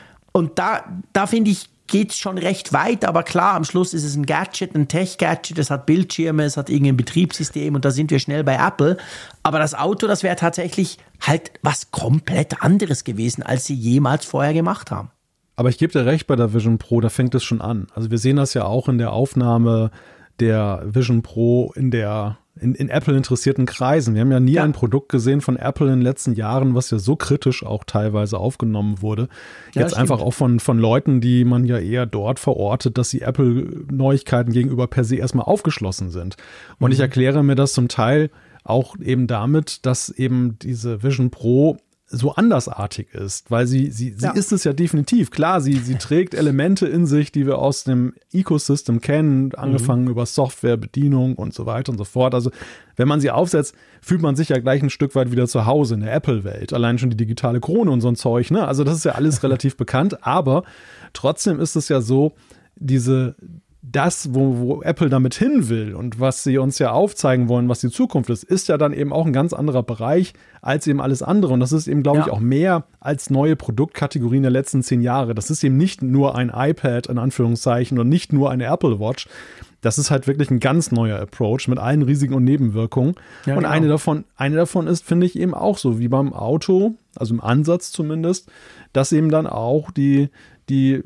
Und da, da finde ich, geht es schon recht weit, aber klar, am Schluss ist es ein Gadget, ein Tech-Gadget, es hat Bildschirme, es hat irgendein Betriebssystem und da sind wir schnell bei Apple. Aber das Auto, das wäre tatsächlich halt was komplett anderes gewesen, als sie jemals vorher gemacht haben. Aber ich gebe dir recht bei der Vision Pro, da fängt es schon an. Also wir sehen das ja auch in der Aufnahme der Vision Pro in der in, in Apple interessierten Kreisen. Wir haben ja nie ja. ein Produkt gesehen von Apple in den letzten Jahren, was ja so kritisch auch teilweise aufgenommen wurde. Ja, Jetzt einfach auch von, von Leuten, die man ja eher dort verortet, dass die Apple-Neuigkeiten gegenüber per se erstmal aufgeschlossen sind. Und mhm. ich erkläre mir das zum Teil auch eben damit, dass eben diese Vision Pro so andersartig ist, weil sie, sie, sie ja. ist es ja definitiv. Klar, sie, sie trägt Elemente in sich, die wir aus dem Ecosystem kennen, angefangen mhm. über Software, Bedienung und so weiter und so fort. Also wenn man sie aufsetzt, fühlt man sich ja gleich ein Stück weit wieder zu Hause in der Apple-Welt. Allein schon die digitale Krone und so ein Zeug, ne? Also das ist ja alles relativ bekannt, aber trotzdem ist es ja so, diese das, wo, wo Apple damit hin will und was sie uns ja aufzeigen wollen, was die Zukunft ist, ist ja dann eben auch ein ganz anderer Bereich als eben alles andere. Und das ist eben, glaube ja. ich, auch mehr als neue Produktkategorien der letzten zehn Jahre. Das ist eben nicht nur ein iPad, in Anführungszeichen, und nicht nur eine Apple Watch. Das ist halt wirklich ein ganz neuer Approach mit allen Risiken und Nebenwirkungen. Ja, und genau. eine davon, eine davon ist, finde ich, eben auch so, wie beim Auto, also im Ansatz zumindest, dass eben dann auch die, die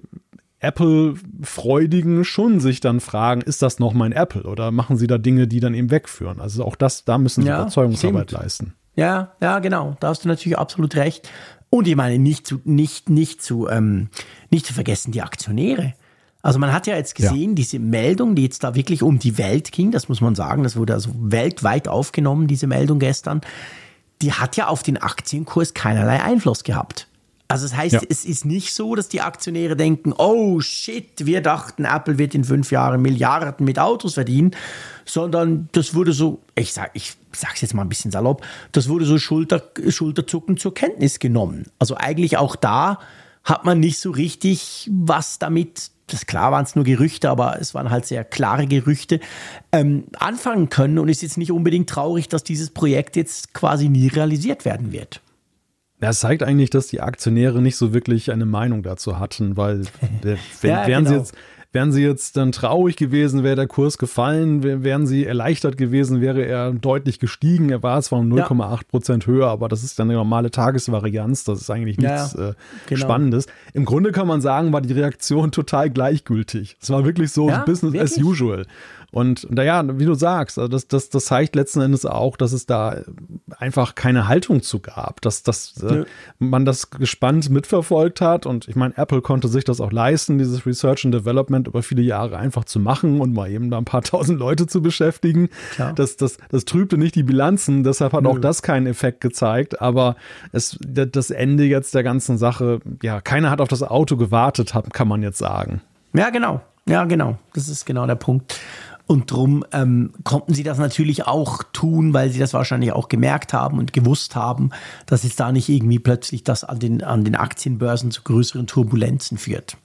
Apple-Freudigen schon sich dann fragen, ist das noch mein Apple? Oder machen sie da Dinge, die dann eben wegführen? Also auch das, da müssen sie ja, Überzeugungsarbeit stimmt. leisten. Ja, ja, genau. Da hast du natürlich absolut recht. Und ich meine, nicht zu, nicht, nicht zu, ähm, nicht zu vergessen, die Aktionäre. Also man hat ja jetzt gesehen, ja. diese Meldung, die jetzt da wirklich um die Welt ging, das muss man sagen, das wurde also weltweit aufgenommen, diese Meldung gestern, die hat ja auf den Aktienkurs keinerlei Einfluss gehabt. Also das heißt, ja. es ist nicht so, dass die Aktionäre denken, oh shit, wir dachten, Apple wird in fünf Jahren Milliarden mit Autos verdienen, sondern das wurde so, ich sag, ich sag's jetzt mal ein bisschen salopp, das wurde so Schulter, Schulterzucken zur Kenntnis genommen. Also eigentlich auch da hat man nicht so richtig was damit, das klar waren es nur Gerüchte, aber es waren halt sehr klare Gerüchte, ähm, anfangen können, und es ist jetzt nicht unbedingt traurig, dass dieses Projekt jetzt quasi nie realisiert werden wird. Das zeigt eigentlich, dass die Aktionäre nicht so wirklich eine Meinung dazu hatten, weil wenn, ja, wären, genau. sie jetzt, wären sie jetzt dann traurig gewesen, wäre der Kurs gefallen, wären sie erleichtert gewesen, wäre er deutlich gestiegen. Er war zwar um null Komma acht Prozent höher, aber das ist dann eine normale Tagesvarianz, das ist eigentlich nichts ja, äh, genau. Spannendes. Im Grunde kann man sagen, war die Reaktion total gleichgültig. Es war wirklich so ja, Business wirklich? as usual. Und naja, wie du sagst, also das, das, das zeigt letzten Endes auch, dass es da einfach keine Haltung zu gab, dass, dass ja. äh, man das gespannt mitverfolgt hat. Und ich meine, Apple konnte sich das auch leisten, dieses Research and Development über viele Jahre einfach zu machen und mal eben da ein paar tausend Leute zu beschäftigen. Das, das, das trübte nicht die Bilanzen, deshalb hat Nö. auch das keinen Effekt gezeigt. Aber es, das Ende jetzt der ganzen Sache, ja, keiner hat auf das Auto gewartet, kann man jetzt sagen. Ja, genau. Ja, genau. Das ist genau der Punkt. Und drum ähm, konnten sie das natürlich auch tun, weil sie das wahrscheinlich auch gemerkt haben und gewusst haben, dass es da nicht irgendwie plötzlich das an den, an den Aktienbörsen zu größeren Turbulenzen führt.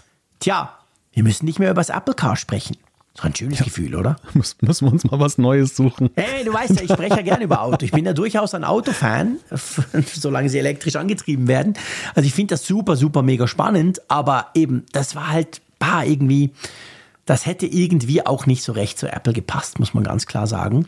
Tja, wir müssen nicht mehr über das Apple Car sprechen. Das ist ein schönes ja. Gefühl, oder? Muss, müssen wir uns mal was Neues suchen. Hey, du weißt ja, ich spreche ja gerne über Auto. Ich bin ja durchaus ein Autofan, solange sie elektrisch angetrieben werden. Also ich finde das super, super mega spannend, aber eben, das war halt, bah, irgendwie... Das hätte irgendwie auch nicht so recht zu Apple gepasst, muss man ganz klar sagen.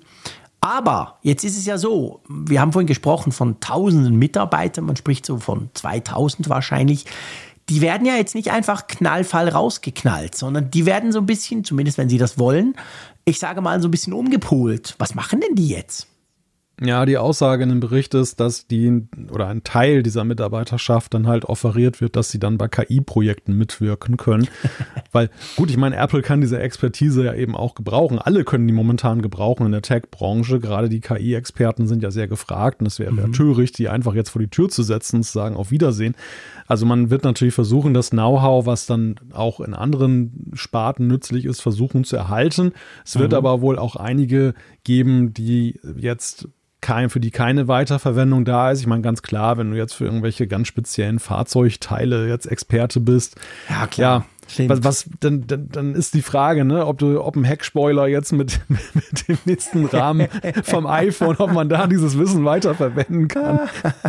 Aber jetzt ist es ja so, wir haben vorhin gesprochen von tausenden Mitarbeitern, man spricht so von zweitausend wahrscheinlich. Die werden ja jetzt nicht einfach knallfall rausgeknallt, sondern die werden so ein bisschen, zumindest wenn sie das wollen, ich sage mal so ein bisschen umgepolt. Was machen denn die jetzt? Ja, die Aussage in dem Bericht ist, dass die oder ein Teil dieser Mitarbeiterschaft dann halt offeriert wird, dass sie dann bei K I-Projekten mitwirken können. Weil, gut, ich meine, Apple kann diese Expertise ja eben auch gebrauchen. Alle können die momentan gebrauchen in der Tech-Branche. Gerade die K I-Experten sind ja sehr gefragt und es wäre mhm. töricht, die einfach jetzt vor die Tür zu setzen und zu sagen, auf Wiedersehen. Also man wird natürlich versuchen, das Know-how, was dann auch in anderen Sparten nützlich ist, versuchen zu erhalten. Es wird mhm. aber wohl auch einige geben, die jetzt kein, für die keine Weiterverwendung da ist. Ich meine, ganz klar, wenn du jetzt für irgendwelche ganz speziellen Fahrzeugteile jetzt Experte bist. Ja, klar. Ja, was, was dann, dann, dann ist die Frage, ne, ob du, ob ein Heckspoiler jetzt mit, mit dem nächsten Rahmen vom iPhone, ob man da dieses Wissen weiterverwenden kann.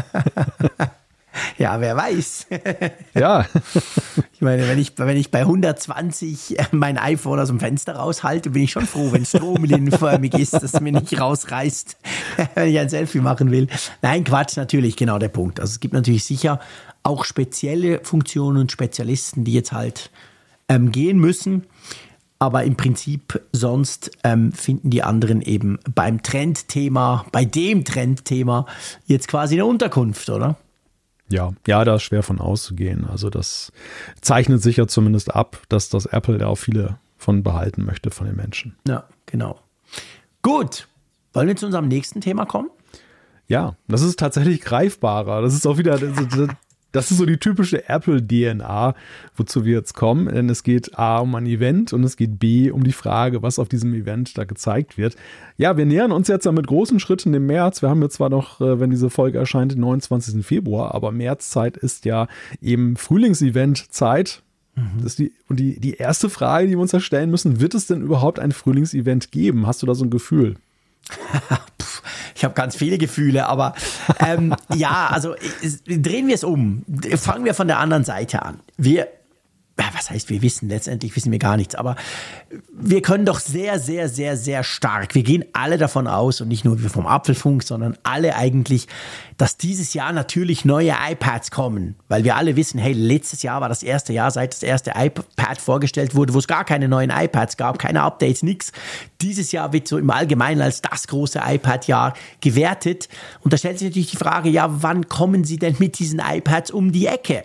Ja, wer weiß. Ja. Ich meine, wenn ich, wenn ich bei hundertzwanzig mein iPhone aus dem Fenster raushalte, bin ich schon froh, wenn es stromlinienförmig ist, dass es mir nicht rausreißt, wenn ich ein Selfie machen will. Nein, Quatsch, natürlich, genau der Punkt. Also es gibt natürlich sicher auch spezielle Funktionen und Spezialisten, die jetzt halt ähm, gehen müssen. Aber im Prinzip sonst ähm, finden die anderen eben beim Trendthema, bei dem Trendthema jetzt quasi eine Unterkunft, oder? Ja, ja, da ist schwer von auszugehen. Also das zeichnet sich ja zumindest ab, dass das Apple da auch viele von behalten möchte, von den Menschen. Ja, genau. Gut, wollen wir zu unserem nächsten Thema kommen? Ja, das ist tatsächlich greifbarer. Das ist auch wieder, das ist so die typische Apple-D N A, wozu wir jetzt kommen. Denn es geht A um ein Event und es geht B um die Frage, was auf diesem Event da gezeigt wird. Ja, wir nähern uns jetzt mit großen Schritten dem März. Wir haben jetzt zwar noch, wenn diese Folge erscheint, den neunundzwanzigsten Februar, aber Märzzeit ist ja eben Frühlingsevent-Zeit. Das ist die, und die, die erste Frage, die wir uns da stellen müssen, wird es denn überhaupt ein Frühlingsevent geben? Hast du da so ein Gefühl? Ich habe ganz viele Gefühle, aber ähm, ja, also drehen wir es um. Fangen wir von der anderen Seite an. Wir, was heißt wir wissen, letztendlich wissen wir gar nichts, aber wir können doch sehr, sehr, sehr, sehr stark, wir gehen alle davon aus und nicht nur wir vom Apfelfunk, sondern alle eigentlich, dass dieses Jahr natürlich neue iPads kommen, weil wir alle wissen, hey, letztes Jahr war das erste Jahr, seit das erste iPad vorgestellt wurde, wo es gar keine neuen iPads gab, keine Updates, nichts. Dieses Jahr wird so im Allgemeinen als das große iPad-Jahr gewertet und da stellt sich natürlich die Frage, ja, wann kommen sie denn mit diesen iPads um die Ecke?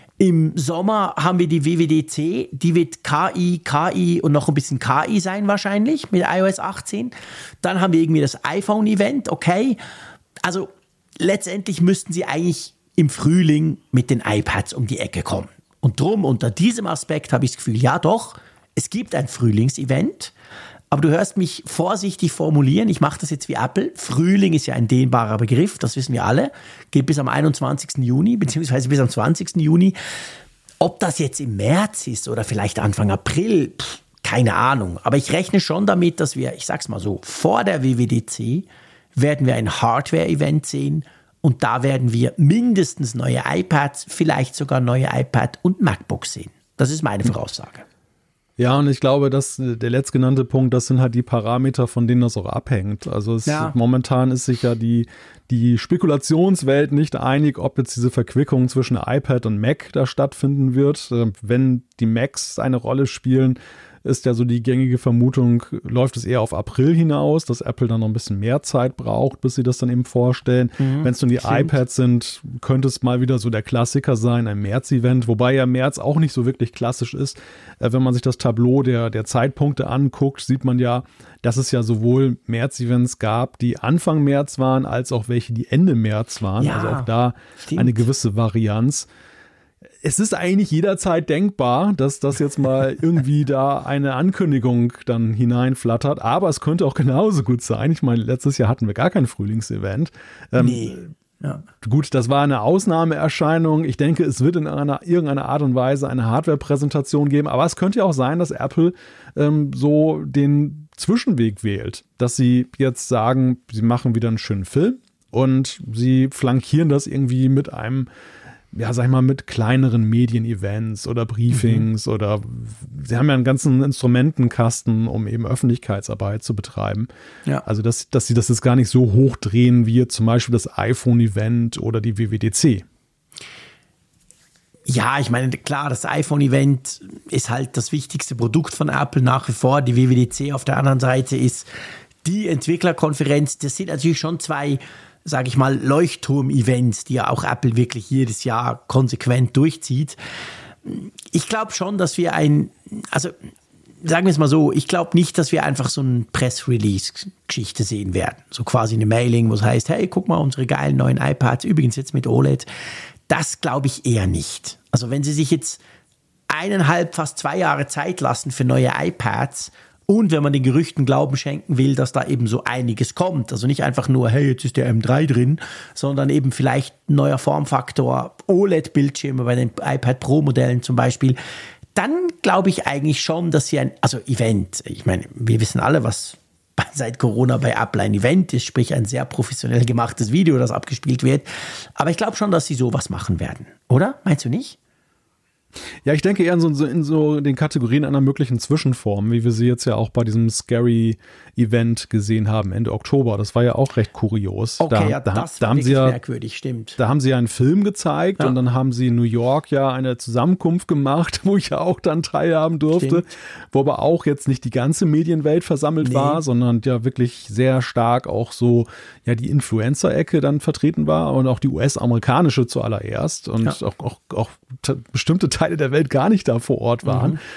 Im Sommer haben wir die W W D C, die wird K I, K I und noch ein bisschen K I sein wahrscheinlich mit i O S achtzehn. Dann haben wir irgendwie das iPhone-Event, okay. Also letztendlich müssten sie eigentlich im Frühling mit den iPads um die Ecke kommen. Und drum, unter diesem Aspekt habe ich das Gefühl, ja doch, es gibt ein Frühlingsevent. Aber du hörst mich vorsichtig formulieren, ich mache das jetzt wie Apple. Frühling ist ja ein dehnbarer Begriff, das wissen wir alle. Geht bis am einundzwanzigsten Juni, beziehungsweise bis am zwanzigsten Juni. Ob das jetzt im März ist oder vielleicht Anfang April, pff, keine Ahnung. Aber ich rechne schon damit, dass wir, ich sag's mal so, vor der W W D C werden wir ein Hardware-Event sehen. Und da werden wir mindestens neue iPads, vielleicht sogar neue iPad und MacBooks sehen. Das ist meine Voraussage. Ja, und ich glaube, dass der letztgenannte Punkt, das sind halt die Parameter, von denen das auch abhängt. Also es, ja. Momentan ist sich ja die, die Spekulationswelt nicht einig, ob jetzt diese Verquickung zwischen iPad und Mac da stattfinden wird. Wenn die Macs eine Rolle spielen, ist ja so die gängige Vermutung, läuft es eher auf April hinaus, dass Apple dann noch ein bisschen mehr Zeit braucht, bis sie das dann eben vorstellen. Mhm, wenn es nun die stimmt. iPads sind, könnte es mal wieder so der Klassiker sein, ein März-Event, wobei ja März auch nicht so wirklich klassisch ist. Äh, wenn man sich das Tableau der, der Zeitpunkte anguckt, sieht man ja, dass es ja sowohl März-Events gab, die Anfang März waren, als auch welche, die Ende März waren. Ja, also auch da stimmt. Eine gewisse Varianz. Es ist eigentlich jederzeit denkbar, dass das jetzt mal irgendwie da eine Ankündigung dann hineinflattert, aber es könnte auch genauso gut sein. Ich meine, letztes Jahr hatten wir gar kein Frühlingsevent. Ähm, nee. Ja. Gut, das war eine Ausnahmeerscheinung. Ich denke, es wird in einer, irgendeiner Art und Weise eine Hardware-Präsentation geben, aber es könnte ja auch sein, dass Apple ähm, so den Zwischenweg wählt, dass sie jetzt sagen, sie machen wieder einen schönen Film und sie flankieren das irgendwie mit einem, ja, sag ich mal, mit kleineren Medien-Events oder Briefings mhm. oder sie haben ja einen ganzen Instrumentenkasten, um eben Öffentlichkeitsarbeit zu betreiben. Ja. Also, dass, dass sie das jetzt gar nicht so hochdrehen wie zum Beispiel das iPhone-Event oder die W W D C. Ja, ich meine, klar, das iPhone-Event ist halt das wichtigste Produkt von Apple nach wie vor. Die W W D C auf der anderen Seite ist die Entwicklerkonferenz. Das sind natürlich schon zwei, sage ich mal, Leuchtturm-Events, die ja auch Apple wirklich jedes Jahr konsequent durchzieht. Ich glaube schon, dass wir ein, also sagen wir es mal so, ich glaube nicht, dass wir einfach so eine Press-Release-Geschichte sehen werden. So quasi eine Mailing, wo es heißt, hey, guck mal, unsere geilen neuen iPads, übrigens jetzt mit O L E D. Das glaube ich eher nicht. Also wenn sie sich jetzt eineinhalb, fast zwei Jahre Zeit lassen für neue iPads und wenn man den Gerüchten Glauben schenken will, dass da eben so einiges kommt, also nicht einfach nur, hey, jetzt ist der M drei drin, sondern eben vielleicht ein neuer Formfaktor, O L E D-Bildschirme bei den iPad Pro-Modellen zum Beispiel, dann glaube ich eigentlich schon, dass sie ein, also Event, ich meine, wir wissen alle, was seit Corona bei Apple ein Event ist, sprich ein sehr professionell gemachtes Video, das abgespielt wird, aber ich glaube schon, dass sie sowas machen werden, oder? Meinst du nicht? Ja, ich denke eher in so, in so den Kategorien einer möglichen Zwischenform, wie wir sie jetzt ja auch bei diesem Scary-Event gesehen haben, Ende Oktober. Das war ja auch recht kurios. Okay, da, ja, da, das da war haben sie ja, merkwürdig, stimmt. Da haben sie ja einen Film gezeigt ja. und dann haben sie in New York ja eine Zusammenkunft gemacht, wo ich ja auch dann teilhaben durfte, stimmt. wo aber auch jetzt nicht die ganze Medienwelt versammelt nee. war, sondern ja wirklich sehr stark auch so ja die Influencer-Ecke dann vertreten war und auch die U S-amerikanische zuallererst und ja. auch, auch, auch t- bestimmte Teile der Welt gar nicht da vor Ort waren. Mhm.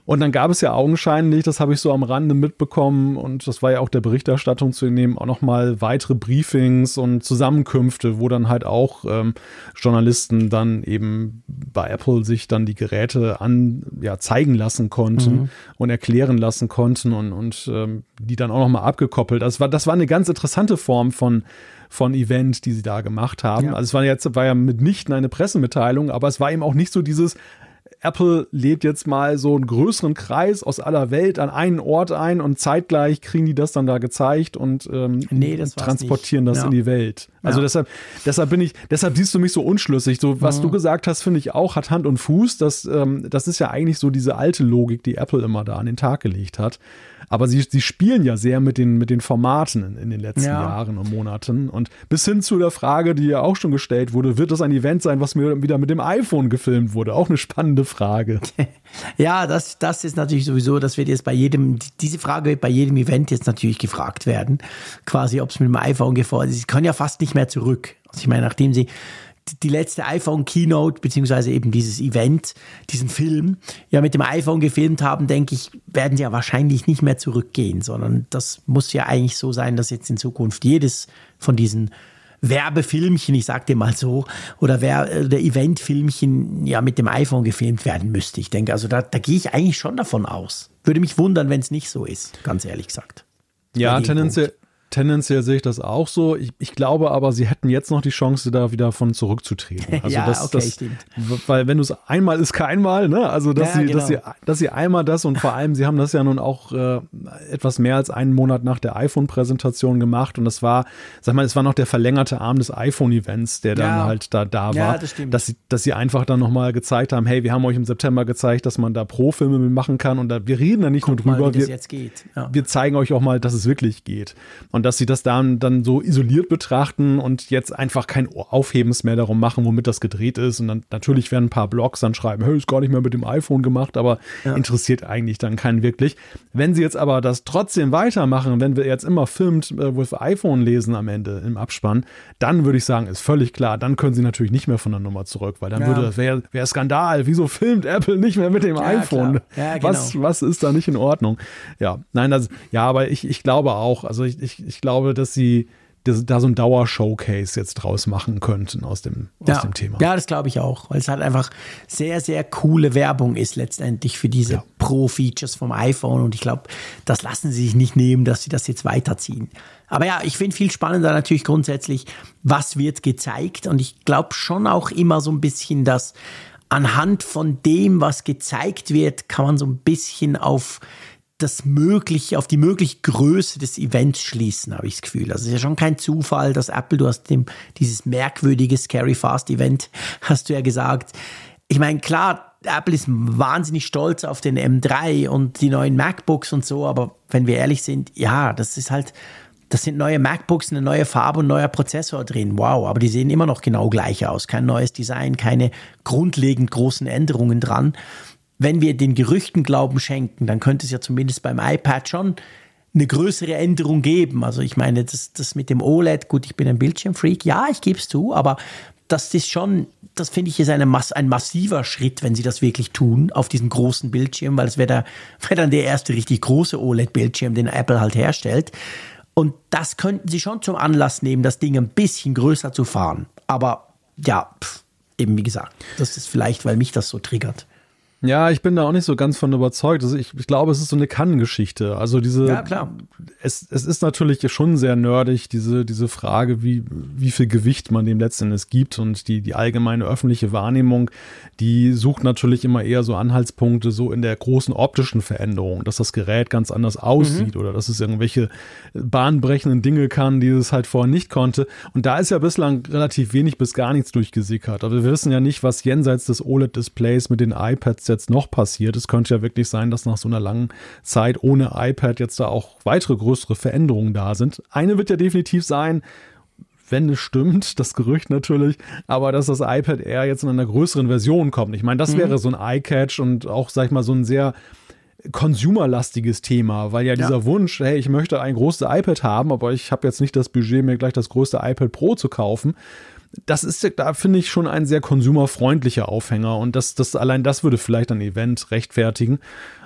Und dann gab es ja augenscheinlich, das habe ich so am Rande mitbekommen und das war ja auch der Berichterstattung zu nehmen, auch nochmal weitere Briefings und Zusammenkünfte, wo dann halt auch ähm, Journalisten dann eben bei Apple sich dann die Geräte an, ja, zeigen lassen konnten mhm. und erklären lassen konnten und, und ähm, die dann auch nochmal abgekoppelt. Das war, das war eine ganz interessante Form von von Event, die sie da gemacht haben. Ja. Also es war jetzt war ja mitnichten eine Pressemitteilung, aber es war eben auch nicht so dieses Apple lädt jetzt mal so einen größeren Kreis aus aller Welt an einen Ort ein und zeitgleich kriegen die das dann da gezeigt und ähm, nee, das transportieren das ja. in die Welt. Also ja. deshalb, deshalb bin ich, deshalb siehst du mich so unschlüssig. So, was mhm. du gesagt hast, finde ich auch, hat Hand und Fuß. Das, ähm, das ist ja eigentlich so diese alte Logik, die Apple immer da an den Tag gelegt hat. Aber sie, sie spielen ja sehr mit den, mit den Formaten in, in den letzten ja. Jahren und Monaten. Und bis hin zu der Frage, die ja auch schon gestellt wurde, wird das ein Event sein, was mir wieder mit dem iPhone gefilmt wurde? Auch eine spannende Frage. Ja, das, das ist natürlich sowieso, das wird jetzt bei jedem, diese Frage wird bei jedem Event jetzt natürlich gefragt werden. Quasi, ob es mit dem iPhone gefordert ist. Sie können ja fast nicht mehr zurück. Also ich meine, nachdem sie die letzte iPhone-Keynote, beziehungsweise eben dieses Event, diesen Film, ja mit dem iPhone gefilmt haben, denke ich, werden sie ja wahrscheinlich nicht mehr zurückgehen, sondern das muss ja eigentlich so sein, dass jetzt in Zukunft jedes von diesen Werbefilmchen, ich sag dir mal so, oder, Wer- oder Eventfilmchen ja mit dem iPhone gefilmt werden müsste. Ich denke, also da, da gehe ich eigentlich schon davon aus. Würde mich wundern, wenn es nicht so ist, ganz ehrlich gesagt. Ja, tendenziell. Tendenziell sehe ich das auch so. Ich, ich glaube aber, sie hätten jetzt noch die Chance, da wieder von zurückzutreten. Also ja, das, okay, das, stimmt. Weil wenn du es einmal ist, kein Mal, ne? Also dass, ja, sie, genau. dass, sie, dass sie einmal das und vor allem, sie haben das ja nun auch äh, etwas mehr als einen Monat nach der iPhone-Präsentation gemacht und das war, sag mal, es war noch der verlängerte Arm des iPhone-Events, der dann ja. halt da, da war. Ja, das stimmt. Dass sie, dass sie einfach dann nochmal gezeigt haben, hey, wir haben euch im September gezeigt, dass man da Pro-Filme machen kann und da, wir reden da nicht Guck nur drüber. mal, wie das wir, jetzt geht. Ja. wir zeigen euch auch mal, dass es wirklich geht. Und dass sie das dann dann so isoliert betrachten und jetzt einfach kein Aufhebens mehr darum machen, womit das gedreht ist. Und dann natürlich werden ein paar Blogs dann schreiben, hey, ist gar nicht mehr mit dem iPhone gemacht, aber ja. interessiert eigentlich dann keinen wirklich. Wenn sie jetzt aber das trotzdem weitermachen, wenn wir jetzt immer filmt, wo wir iPhone lesen am Ende im Abspann, dann würde ich sagen, ist völlig klar, dann können sie natürlich nicht mehr von der Nummer zurück, weil dann ja. würde das wäre wär Skandal. Wieso filmt Apple nicht mehr mit dem ja, iPhone? Ja, genau. was, was ist da nicht in Ordnung? Ja, nein, das, ja, aber ich, ich glaube auch, also ich, ich, ich glaube, dass sie da so ein Dauer-Showcase jetzt draus machen könnten aus dem, ja. aus dem Thema. Ja, das glaube ich auch, weil es halt einfach sehr, sehr coole Werbung ist letztendlich für diese ja. Pro-Features vom iPhone und ich glaube, das lassen sie sich nicht nehmen, dass sie das jetzt weiterziehen. Aber ja, ich finde viel spannender natürlich grundsätzlich, was wird gezeigt und ich glaube schon auch immer so ein bisschen, dass anhand von dem, was gezeigt wird, kann man so ein bisschen auf das mögliche, auf die mögliche Größe des Events schließen, habe ich das Gefühl. Also es ist ja schon kein Zufall, dass Apple, du hast dem, dieses merkwürdige Scary Fast Event, hast du ja gesagt. Ich meine, klar, Apple ist wahnsinnig stolz auf den M drei und die neuen MacBooks und so, aber wenn wir ehrlich sind, ja, das ist halt, das sind neue MacBooks, eine neue Farbe und ein neuer Prozessor drin. Wow, aber die sehen immer noch genau gleich aus. Kein neues Design, keine grundlegend großen Änderungen dran. Wenn wir den Gerüchten Glauben schenken, dann könnte es ja zumindest beim iPad schon eine größere Änderung geben. Also ich meine, das, das mit dem O L E D, gut, ich bin ein Bildschirmfreak, ja, ich gebe es zu, aber das ist schon, das finde ich ist eine, ein massiver Schritt, wenn sie das wirklich tun, auf diesem großen Bildschirm, weil es wäre da, wär dann der erste richtig große O L E D-Bildschirm, den Apple halt herstellt. Und das könnten sie schon zum Anlass nehmen, das Ding ein bisschen größer zu fahren. Aber ja, pff, eben wie gesagt, das ist vielleicht, weil mich das so triggert. Ja, ich bin da auch nicht so ganz von überzeugt. Also ich, ich glaube, es ist so eine Kann-Geschichte. Also diese, ja, klar. Es, es ist natürlich schon sehr nerdig, diese, diese Frage, wie, wie viel Gewicht man dem letztendlich gibt und die, die allgemeine öffentliche Wahrnehmung, die sucht natürlich immer eher so Anhaltspunkte so in der großen optischen Veränderung, dass das Gerät ganz anders aussieht mhm. oder dass es irgendwelche bahnbrechenden Dinge kann, die es halt vorher nicht konnte. Und da ist ja bislang relativ wenig bis gar nichts durchgesickert. Aber wir wissen ja nicht, was jenseits des O L E D-Displays mit den iPads jetzt noch passiert. Es könnte ja wirklich sein, dass nach so einer langen Zeit ohne iPad jetzt da auch weitere größere Veränderungen da sind. Eine wird ja definitiv sein, wenn es stimmt, das Gerücht natürlich, aber dass das iPad Air jetzt in einer größeren Version kommt. Ich meine, das mhm. wäre so ein Eye-Catch und auch, sag ich mal, so ein sehr consumerlastiges Thema, weil ja, ja dieser Wunsch, hey, ich möchte ein großes iPad haben, aber ich habe jetzt nicht das Budget, mir gleich das größte iPad Pro zu kaufen. Das ist, da finde ich schon ein sehr konsumerfreundlicher Aufhänger und das, das, allein das würde vielleicht ein Event rechtfertigen.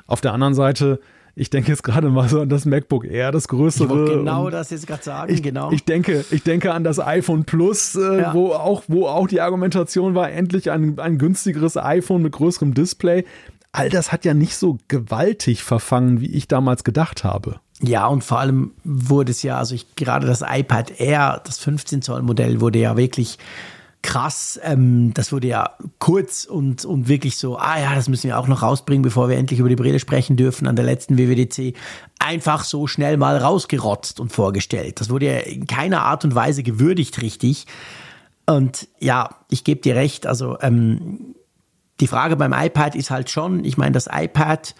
Auf der anderen Seite, ich denke jetzt gerade mal so an das MacBook Air, das größere. Ich wollte genau das jetzt gerade sagen, ich, genau. Ich denke, ich denke an das iPhone Plus, äh, ja. wo, auch, wo auch die Argumentation war, endlich ein, ein günstigeres iPhone mit größerem Display. All das hat ja nicht so gewaltig verfangen, wie ich damals gedacht habe. Ja, und vor allem wurde es ja, also ich, gerade das iPad Air, das fünfzehn Zoll Modell wurde ja wirklich krass, ähm, das wurde ja kurz und, und wirklich so, ah ja, das müssen wir auch noch rausbringen, bevor wir endlich über die Brille sprechen dürfen, an der letzten W W D C, einfach so schnell mal rausgerotzt und vorgestellt. Das wurde ja in keiner Art und Weise gewürdigt richtig. Und ja, ich gebe dir recht, also ähm, die Frage beim iPad ist halt schon, ich meine, das iPad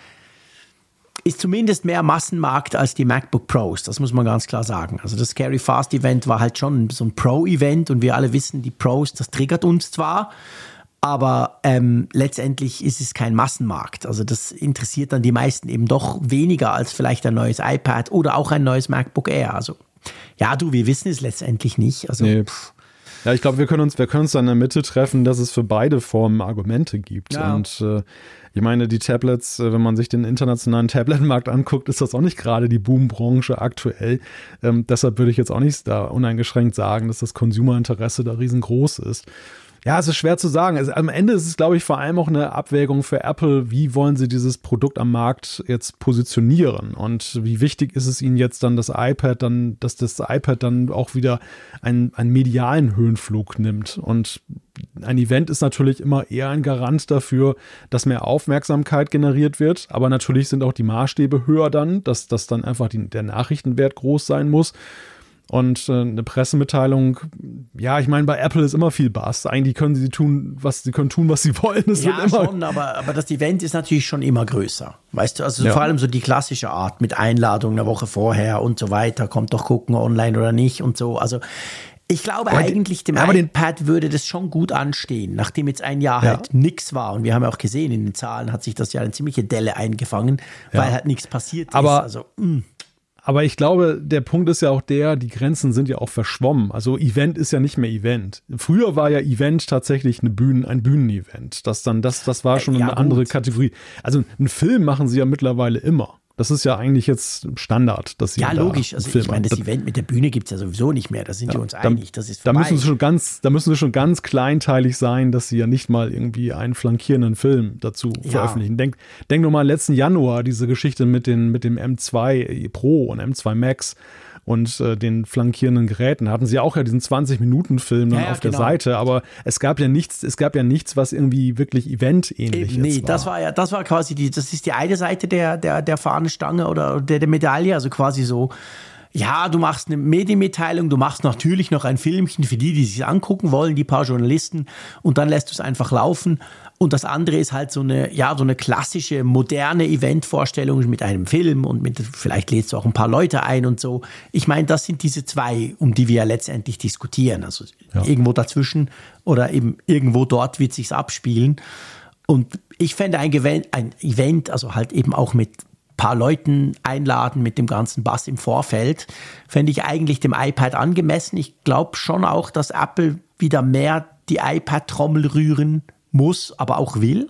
ist zumindest mehr Massenmarkt als die MacBook Pros, das muss man ganz klar sagen. Also das Scary Fast Event war halt schon so ein Pro-Event und wir alle wissen, die Pros, das triggert uns zwar, aber ähm, letztendlich ist es kein Massenmarkt. Also das interessiert dann die meisten eben doch weniger als vielleicht ein neues iPad oder auch ein neues MacBook Air. Also ja, du, wir wissen es letztendlich nicht. Also nee. Ja, ich glaube, wir können uns, wir können uns da in der Mitte treffen, dass es für beide Formen Argumente gibt. Ja. Und äh, ich meine, die Tablets, wenn man sich den internationalen Tabletmarkt anguckt, ist das auch nicht gerade die Boombranche aktuell. Ähm, deshalb würde ich jetzt auch nicht da uneingeschränkt sagen, dass das Consumerinteresse da riesengroß ist. Ja, es ist schwer zu sagen. Also, am Ende ist es, glaube ich, vor allem auch eine Abwägung für Apple. Wie wollen sie dieses Produkt am Markt jetzt positionieren? Und wie wichtig ist es ihnen jetzt dann, das iPad dann, dass das iPad dann auch wieder einen, einen medialen Höhenflug nimmt? Und ein Event ist natürlich immer eher ein Garant dafür, dass mehr Aufmerksamkeit generiert wird. Aber natürlich sind auch die Maßstäbe höher dann, dass, dass dann einfach die, der Nachrichtenwert groß sein muss. Und äh, eine Pressemitteilung, ja, ich meine, bei Apple ist immer viel Bass. Eigentlich können sie tun, was sie können tun, was sie wollen. Es ja, wird immer schon, aber, aber das Event ist natürlich schon immer größer. Weißt du, also ja. vor allem so die klassische Art mit Einladung eine Woche vorher und so weiter. Kommt doch gucken, online oder nicht und so. Also ich glaube aber eigentlich, dem iPad würde das schon gut anstehen, nachdem jetzt ein Jahr halt ja. nichts war. Und wir haben ja auch gesehen, in den Zahlen hat sich das ja eine ziemliche Delle eingefangen, ja. weil halt nichts passiert aber ist. Also, mh. Aber ich glaube, der Punkt ist ja auch der, die Grenzen sind ja auch verschwommen. Also Event ist ja nicht mehr Event. Früher war ja Event tatsächlich eine Bühnen, ein Bühnenevent. Das dann, das, das war schon ja, eine gut. andere Kategorie. Also einen Film machen sie ja mittlerweile immer. Das ist ja eigentlich jetzt Standard, dass sie ja da logisch. Also Film ich meine, das machen. Event mit der Bühne gibt es ja sowieso nicht mehr. Da sind ja, wir uns da, einig. Das ist da vorbei. müssen sie schon ganz, da müssen sie schon ganz kleinteilig sein, dass sie ja nicht mal irgendwie einen flankierenden Film dazu ja. veröffentlichen. Denk, denk nur mal letzten Januar diese Geschichte mit den mit dem M zwei Pro und M zwei Max und äh, den flankierenden Geräten. Da hatten sie auch ja diesen zwanzig-Minuten-Film dann ja, ja, auf der genau. Seite, aber es gab ja nichts, es gab ja nichts, was irgendwie wirklich eventähnlich nee, war. das war ja, das war quasi die, das ist die eine Seite der, der, der Fahnenstange oder der, der Medaille, also quasi so, ja, du machst eine Medienmitteilung, du machst natürlich noch ein Filmchen für die, die sich angucken wollen, die paar Journalisten, und dann lässt du es einfach laufen. Und das andere ist halt so eine, ja, so eine klassische, moderne Eventvorstellung mit einem Film und mit, vielleicht lädst du auch ein paar Leute ein und so. Ich meine, das sind diese zwei, um die wir ja letztendlich diskutieren. Also ja. irgendwo dazwischen oder eben irgendwo dort wird sich's abspielen. Und ich fände ein Event, ein Event, also halt eben auch mit paar Leuten einladen mit dem ganzen Bass im Vorfeld, fände ich eigentlich dem iPad angemessen. Ich glaube schon auch, dass Apple wieder mehr die iPad-Trommel rühren muss, aber auch will.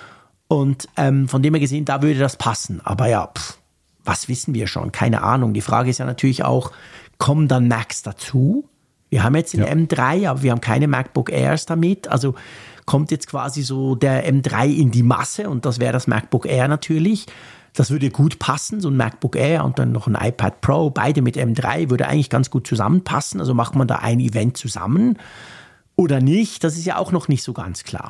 Und ähm, von dem her gesehen, da würde das passen. Aber ja, pff, was wissen wir schon? Keine Ahnung. Die Frage ist ja natürlich auch, kommen dann Macs dazu? Wir haben jetzt den ja. M drei, aber wir haben keine MacBook Airs damit. Also kommt jetzt quasi so der M drei in die Masse und das wäre das MacBook Air natürlich. Das würde gut passen, so ein MacBook Air und dann noch ein iPad Pro, beide mit M drei, würde eigentlich ganz gut zusammenpassen. Also macht man da ein Event zusammen oder nicht? Das ist ja auch noch nicht so ganz klar.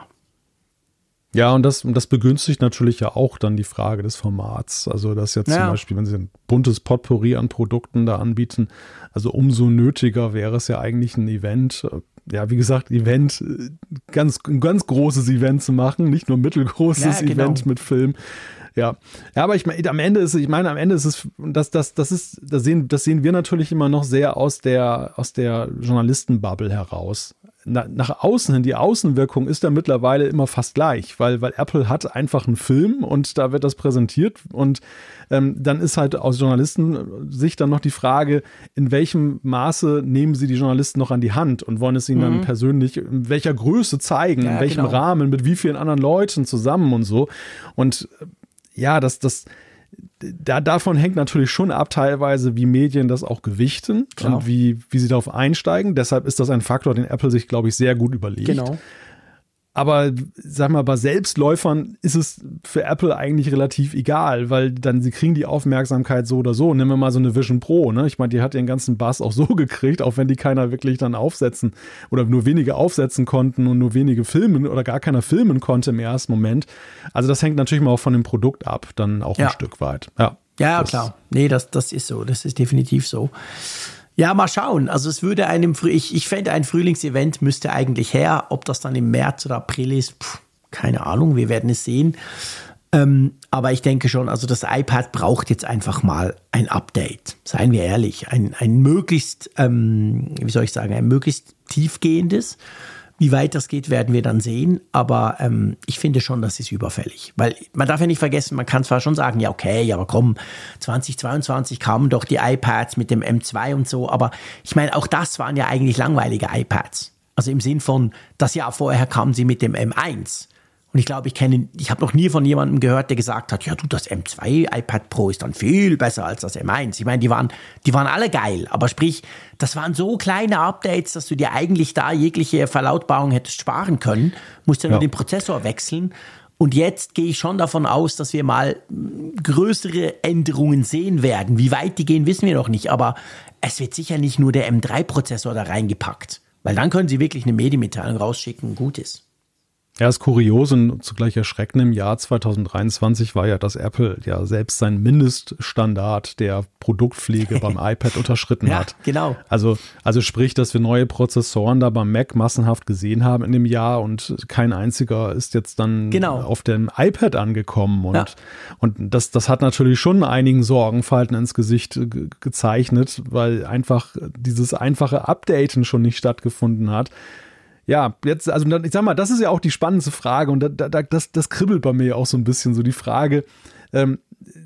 Ja, und das, das begünstigt natürlich ja auch dann die Frage des Formats. Also das jetzt ja. zum Beispiel, wenn sie ein buntes Potpourri an Produkten da anbieten, also umso nötiger wäre es ja eigentlich ein Event, ja, wie gesagt, Event, ganz, ein ganz großes Event zu machen, nicht nur ein mittelgroßes ja, genau. Event mit Film. Ja, ja, aber ich meine, am Ende ist, ich meine, am Ende ist es, das, das, das ist, das sehen, das sehen wir natürlich immer noch sehr aus der, aus der Journalistenbubble heraus. Na, nach außen hin, die Außenwirkung ist da mittlerweile immer fast gleich, weil, weil Apple hat einfach einen Film und da wird das präsentiert und ähm, dann ist halt aus Journalistensicht dann noch die Frage, in welchem Maße nehmen sie die Journalisten noch an die Hand und wollen es ihnen mhm. dann persönlich in welcher Größe zeigen, ja, in welchem genau. Rahmen, mit wie vielen anderen Leuten zusammen und so. Und ja, das, das, da, davon hängt natürlich schon ab teilweise, wie Medien das auch gewichten Klar. und wie, wie sie darauf einsteigen. Deshalb ist das ein Faktor, den Apple sich, glaube ich, sehr gut überlegt. Genau. Aber sag mal, bei Selbstläufern ist es für Apple eigentlich relativ egal, weil dann sie kriegen die Aufmerksamkeit so oder so. Nehmen wir mal so eine Vision Pro, ne? Ich meine, die hat ihren ganzen Bass auch so gekriegt, auch wenn die keiner wirklich dann aufsetzen oder nur wenige aufsetzen konnten und nur wenige filmen oder gar keiner filmen konnte im ersten Moment. Also das hängt natürlich mal auch von dem Produkt ab, dann auch Ja. ein Stück weit. Ja, Ja, das, klar. Nee, das, das ist so. Das ist definitiv so. Ja, mal schauen. Also es würde einem, Früh- ich, ich fände, ein Frühlingsevent müsste eigentlich her. Ob das dann im März oder April ist, pff, keine Ahnung, wir werden es sehen. Ähm, aber ich denke schon, also das iPad braucht jetzt einfach mal ein Update. Seien wir ehrlich, ein, ein möglichst, ähm, wie soll ich sagen, ein möglichst tiefgehendes. Wie weit das geht, werden wir dann sehen. Aber ähm, ich finde schon, das ist überfällig. Weil man darf ja nicht vergessen, man kann zwar schon sagen, ja okay, aber komm, zwanzig zweiundzwanzig kamen doch die iPads mit dem M zwei und so. Aber ich meine, auch das waren ja eigentlich langweilige iPads. Also im Sinn von, das Jahr vorher kamen sie mit dem M eins. Und ich glaube, ich kenne, ich habe noch nie von jemandem gehört, der gesagt hat, ja du, das M zwei iPad Pro ist dann viel besser als das M eins. Ich meine, die waren, die waren alle geil, aber sprich, das waren so kleine Updates, dass du dir eigentlich da jegliche Verlautbarung hättest sparen können, musst ja nur Ja. den Prozessor wechseln. Und jetzt gehe ich schon davon aus, dass wir mal größere Änderungen sehen werden. Wie weit die gehen, wissen wir noch nicht, aber es wird sicher nicht nur der M drei Prozessor da reingepackt, weil dann können sie wirklich eine Medienmitteilung rausschicken, gut ist. Ja, das Kuriose und zugleich erschreckend im Jahr zwanzig dreiundzwanzig war ja, dass Apple ja selbst seinen Mindeststandard der Produktpflege beim iPad unterschritten Ja, hat. genau. Also, also sprich, dass wir neue Prozessoren da beim Mac massenhaft gesehen haben in dem Jahr und kein einziger ist jetzt dann Genau. auf dem iPad angekommen. Und, Ja. und das, das hat natürlich schon einigen Sorgenfalten ins Gesicht ge- gezeichnet, weil einfach dieses einfache Updaten schon nicht stattgefunden hat. Ja, jetzt, also ich sag mal, das ist ja auch die spannendste Frage und da, da, das, das kribbelt bei mir auch so ein bisschen so die Frage, ähm,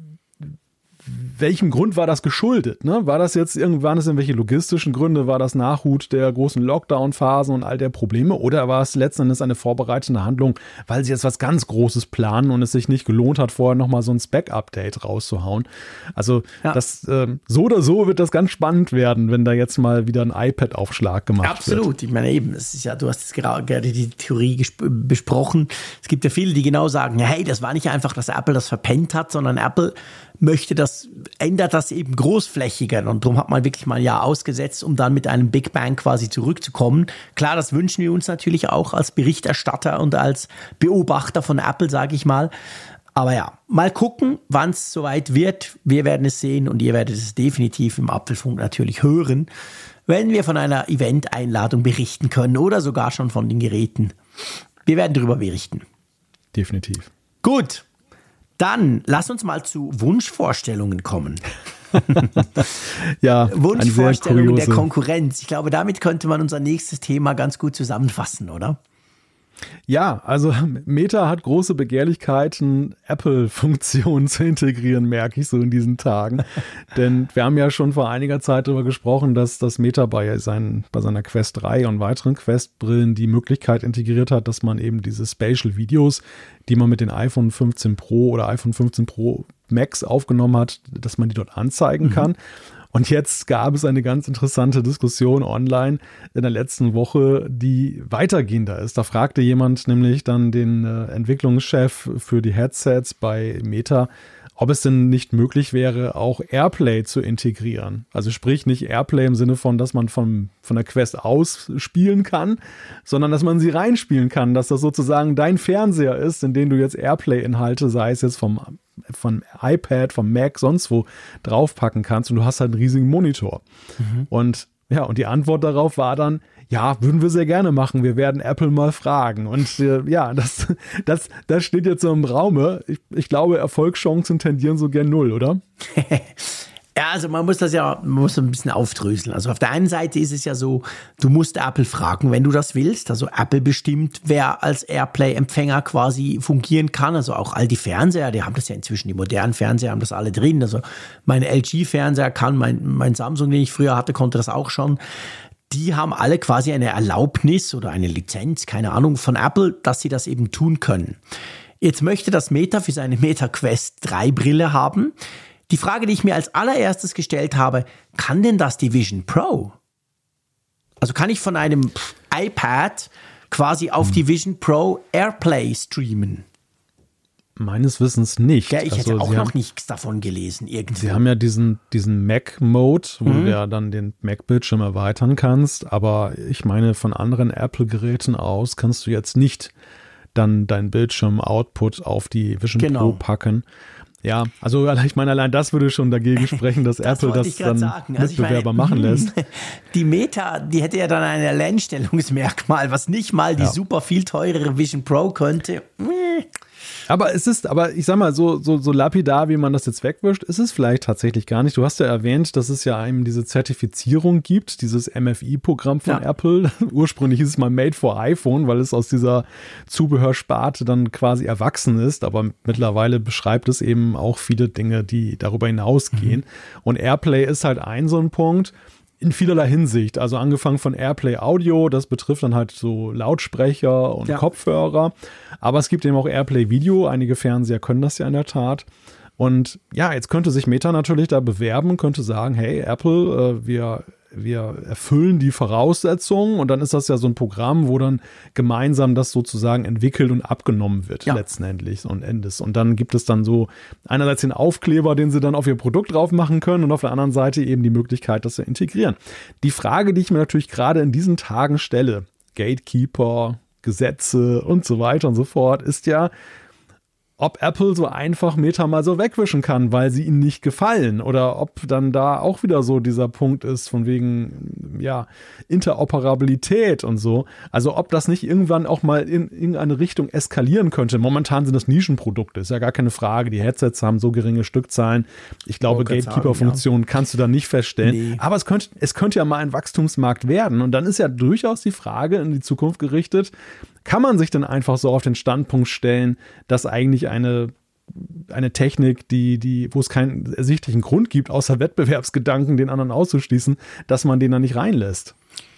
welchem Grund war das geschuldet? Ne? War das jetzt irgendwann es irgendwelche logistischen Gründe? War das Nachhut der großen Lockdown-Phasen und all der Probleme? Oder war es letzten Endes eine vorbereitende Handlung, weil sie jetzt was ganz Großes planen und es sich nicht gelohnt hat, vorher nochmal so ein Spec-Update rauszuhauen? Also Ja. das ähm, so oder so wird das ganz spannend werden, wenn da jetzt mal wieder ein iPad-Aufschlag gemacht Absolut. wird. Ich meine eben, es ist ja, du hast es gerade gerade die Theorie gesp- besprochen. Es gibt ja viele, die genau sagen, ja, hey, das war nicht einfach, dass Apple das verpennt hat, sondern Apple möchte das, ändert das eben großflächiger. Und darum hat man wirklich mal ein Jahr ausgesetzt, um dann mit einem Big Bang quasi zurückzukommen. Klar, das wünschen wir uns natürlich auch als Berichterstatter und als Beobachter von Apple, sage ich mal. Aber ja, mal gucken, wann es soweit wird. Wir werden es sehen und ihr werdet es definitiv im Apfelfunk natürlich hören, wenn wir von einer Event-Einladung berichten können oder sogar schon von den Geräten. Wir werden darüber berichten. Definitiv. Gut, dann lass uns mal zu Wunschvorstellungen kommen. Ja, Wunschvorstellungen der kuriose- Konkurrenz. Ich glaube, damit könnte man unser nächstes Thema ganz gut zusammenfassen, oder? Ja, also Meta hat große Begehrlichkeiten, Apple-Funktionen zu integrieren, merke ich so in diesen Tagen. Denn wir haben ja schon vor einiger Zeit darüber gesprochen, dass das Meta bei, seinen, bei seiner Quest drei und weiteren Quest-Brillen die Möglichkeit integriert hat, dass man eben diese Spatial-Videos, die man mit den iPhone fünfzehn Pro oder iPhone fünfzehn Pro Max aufgenommen hat, dass man die dort anzeigen mhm. kann. Und jetzt gab es eine ganz interessante Diskussion online in der letzten Woche, die weitergehender ist. Da fragte jemand nämlich dann den äh, Entwicklungschef für die Headsets bei Meta, ob es denn nicht möglich wäre, auch AirPlay zu integrieren. Also sprich nicht AirPlay im Sinne von, dass man vom, von der Quest aus spielen kann, sondern dass man sie reinspielen kann, dass das sozusagen dein Fernseher ist, in den du jetzt AirPlay-Inhalte, sei es jetzt vom vom iPad, vom Mac, sonst wo draufpacken kannst und du hast halt einen riesigen Monitor. Mhm. Und ja, und die Antwort darauf war dann, ja, würden wir sehr gerne machen, wir werden Apple mal fragen. Und äh, ja, das, das, das steht jetzt so im Raume. Ich, ich glaube, Erfolgschancen tendieren so gern null, oder? Ja, also man muss das ja, man muss ein bisschen aufdröseln. Also auf der einen Seite ist es ja so, du musst Apple fragen, wenn du das willst. Also Apple bestimmt, wer als AirPlay-Empfänger quasi fungieren kann. Also auch all die Fernseher, die haben das ja inzwischen, die modernen Fernseher haben das alle drin. Also mein L G-Fernseher kann, mein, mein Samsung, den ich früher hatte, konnte das auch schon. Die haben alle quasi eine Erlaubnis oder eine Lizenz, keine Ahnung, von Apple, dass sie das eben tun können. Jetzt möchte das Meta für seine Meta Quest drei Brille haben. Die Frage, die ich mir als allererstes gestellt habe, kann denn das die Vision Pro? Also kann ich von einem iPad quasi auf hm. die Vision Pro AirPlay streamen? Meines Wissens nicht. Ja, ich also, hätte auch Sie noch haben, nichts davon gelesen. Irgendwo. Sie haben ja diesen, diesen Mac-Mode, wo mhm. du ja dann den Mac-Bildschirm erweitern kannst. Aber ich meine, von anderen Apple-Geräten aus kannst du jetzt nicht dann deinen Bildschirm-Output auf die Vision genau. Pro packen. Ja, also ich meine, allein das würde schon dagegen sprechen, dass das Apple das dann sagen. Also Mitbewerber ich meine, machen lässt. Die Meta, die hätte ja dann ein Alleinstellungsmerkmal, was nicht mal die ja. super viel teurere Vision Pro könnte. Aber es ist, aber ich sag mal, so, so, so lapidar, wie man das jetzt wegwischt, ist es vielleicht tatsächlich gar nicht. Du hast ja erwähnt, dass es ja eben diese Zertifizierung gibt, dieses M F I-Programm von ja. Apple. Ursprünglich ist es mal Made for iPhone, weil es aus dieser Zubehörsparte dann quasi erwachsen ist. Aber mittlerweile beschreibt es eben auch viele Dinge, die darüber hinausgehen. Mhm. Und AirPlay ist halt ein so ein Punkt. In vielerlei Hinsicht, also angefangen von AirPlay Audio, das betrifft dann halt so Lautsprecher und ja. Kopfhörer, aber es gibt eben auch AirPlay Video, einige Fernseher können das ja in der Tat und ja, jetzt könnte sich Meta natürlich da bewerben, könnte sagen, hey Apple, äh, wir wir erfüllen die Voraussetzungen und dann ist das ja so ein Programm, wo dann gemeinsam das sozusagen entwickelt und abgenommen wird, ja. letztendlich und Endes. Und dann gibt es dann so einerseits den Aufkleber, den sie dann auf ihr Produkt drauf machen können und auf der anderen Seite eben die Möglichkeit, das zu integrieren. Die Frage, die ich mir natürlich gerade in diesen Tagen stelle, Gatekeeper, Gesetze und so weiter und so fort, ist ja, ob Apple so einfach Meta mal so wegwischen kann, weil sie ihnen nicht gefallen oder ob dann da auch wieder so dieser Punkt ist von wegen, ja, Interoperabilität und so. Also ob das nicht irgendwann auch mal in irgendeine Richtung eskalieren könnte. Momentan sind das Nischenprodukte, ist ja gar keine Frage. Die Headsets haben so geringe Stückzahlen. Ich glaube, Gatekeeper-Funktionen ja. kannst du da nicht feststellen. Nee. Aber es könnte, es könnte ja mal ein Wachstumsmarkt werden. Und dann ist ja durchaus die Frage in die Zukunft gerichtet, kann man sich denn einfach so auf den Standpunkt stellen, dass eigentlich eine, eine Technik, die, die, wo es keinen ersichtlichen Grund gibt, außer Wettbewerbsgedanken, den anderen auszuschließen, dass man den da nicht reinlässt?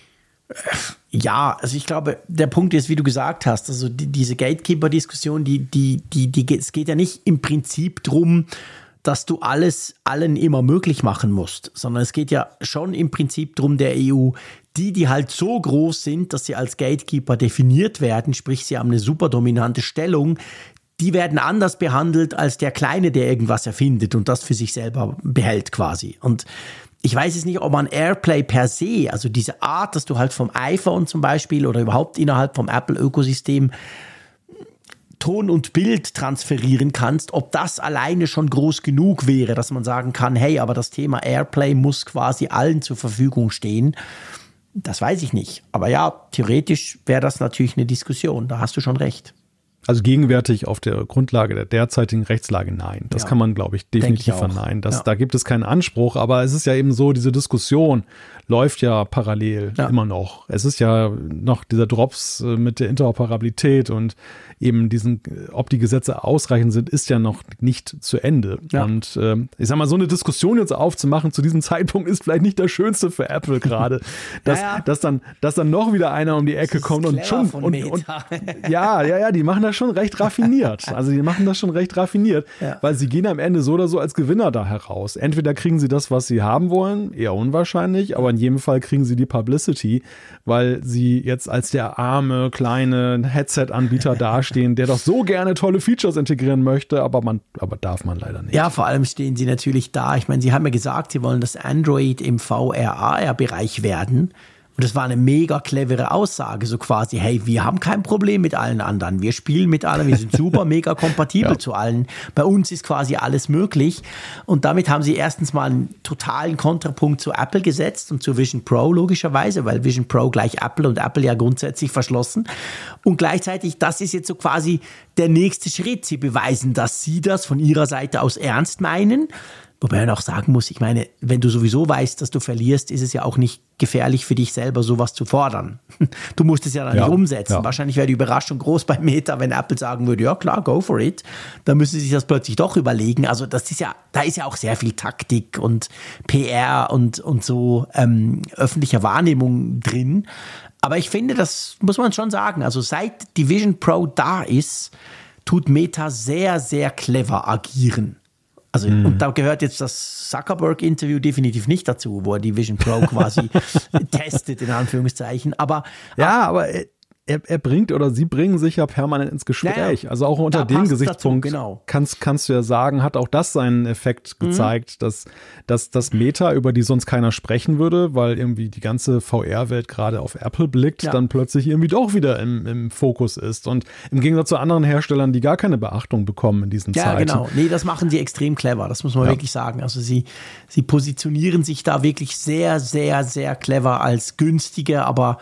Ja, also ich glaube, der Punkt ist, wie du gesagt hast, also die, diese Gatekeeper-Diskussion, die, die, die, die, es geht ja nicht im Prinzip drum, dass du alles allen immer möglich machen musst, sondern es geht ja schon im Prinzip drum der E U, die, die halt so groß sind, dass sie als Gatekeeper definiert werden, sprich sie haben eine super dominante Stellung, die werden anders behandelt als der Kleine, der irgendwas erfindet und das für sich selber behält quasi. Und ich weiß es nicht, ob man AirPlay per se, also diese Art, dass du halt vom iPhone zum Beispiel oder überhaupt innerhalb vom Apple-Ökosystem Ton und Bild transferieren kannst, ob das alleine schon groß genug wäre, dass man sagen kann, hey, aber das Thema AirPlay muss quasi allen zur Verfügung stehen. Das weiß ich nicht. Aber ja, theoretisch wäre das natürlich eine Diskussion. Da hast du schon recht. Also gegenwärtig auf der Grundlage der derzeitigen Rechtslage nein. Das ja. kann man, glaube ich, definitiv ich verneinen. Das, ja. Da gibt es keinen Anspruch. Aber es ist ja eben so, diese Diskussion läuft ja parallel ja. immer noch. Es ist ja noch dieser Drops mit der Interoperabilität und eben diesen, ob die Gesetze ausreichend sind, ist ja noch nicht zu Ende. Ja. Und äh, ich sag mal, so eine Diskussion jetzt aufzumachen zu diesem Zeitpunkt ist vielleicht nicht das Schönste für Apple gerade. Dass, ja, ja. dass, dann, dass dann noch wieder einer um die Ecke kommt und schon. Und, und, ja, ja, ja, die machen das schon recht raffiniert. Also die machen das schon recht raffiniert, ja. weil sie gehen am Ende so oder so als Gewinner da heraus. Entweder kriegen sie das, was sie haben wollen, eher unwahrscheinlich, aber in jedem Fall kriegen sie die Publicity, weil sie jetzt als der arme, kleine Headset-Anbieter dastehen, der doch so gerne tolle Features integrieren möchte, aber man, aber darf man leider nicht. Ja, vor allem stehen sie natürlich da. Ich meine, sie haben ja gesagt, sie wollen das Android im V R A R-Bereich werden. Und das war eine mega clevere Aussage, so quasi, hey, wir haben kein Problem mit allen anderen, wir spielen mit allen, wir sind super mega kompatibel ja. zu allen, bei uns ist quasi alles möglich und damit haben sie erstens mal einen totalen Kontrapunkt zu Apple gesetzt und zu Vision Pro logischerweise, weil Vision Pro gleich Apple und Apple ja grundsätzlich verschlossen und gleichzeitig, das ist jetzt so quasi der nächste Schritt, sie beweisen, dass sie das von ihrer Seite aus ernst meinen. Wobei man auch sagen muss, ich meine, wenn du sowieso weißt, dass du verlierst, ist es ja auch nicht gefährlich für dich selber, sowas zu fordern. Du musst es ja dann ja, nicht umsetzen. Ja. Wahrscheinlich wäre die Überraschung groß bei Meta, wenn Apple sagen würde, ja klar, go for it. Dann müssen sie sich das plötzlich doch überlegen. Also das ist ja, da ist ja auch sehr viel Taktik und P R und, und so ähm, öffentlicher Wahrnehmung drin. Aber ich finde, das muss man schon sagen. Also seit die Vision Pro da ist, tut Meta sehr, sehr clever agieren. Also, mhm. und da gehört jetzt das Zuckerberg-Interview definitiv nicht dazu, wo er die Vision Pro quasi testet, in Anführungszeichen. Aber ja, aber er, er bringt oder sie bringen sich ja permanent ins Gespräch. Ja, also auch unter dem Gesichtspunkt dazu, genau. kannst, kannst du ja sagen, hat auch das seinen Effekt gezeigt, mhm. dass, dass das Meta, über die sonst keiner sprechen würde, weil irgendwie die ganze V R-Welt gerade auf Apple blickt, ja. dann plötzlich irgendwie doch wieder im, im Fokus ist. Und im Gegensatz zu anderen Herstellern, die gar keine Beachtung bekommen in diesen ja, Zeiten. Ja, genau. Nee, das machen sie extrem clever. Das muss man ja. wirklich sagen. Also sie, sie positionieren sich da wirklich sehr, sehr, sehr clever als günstige, aber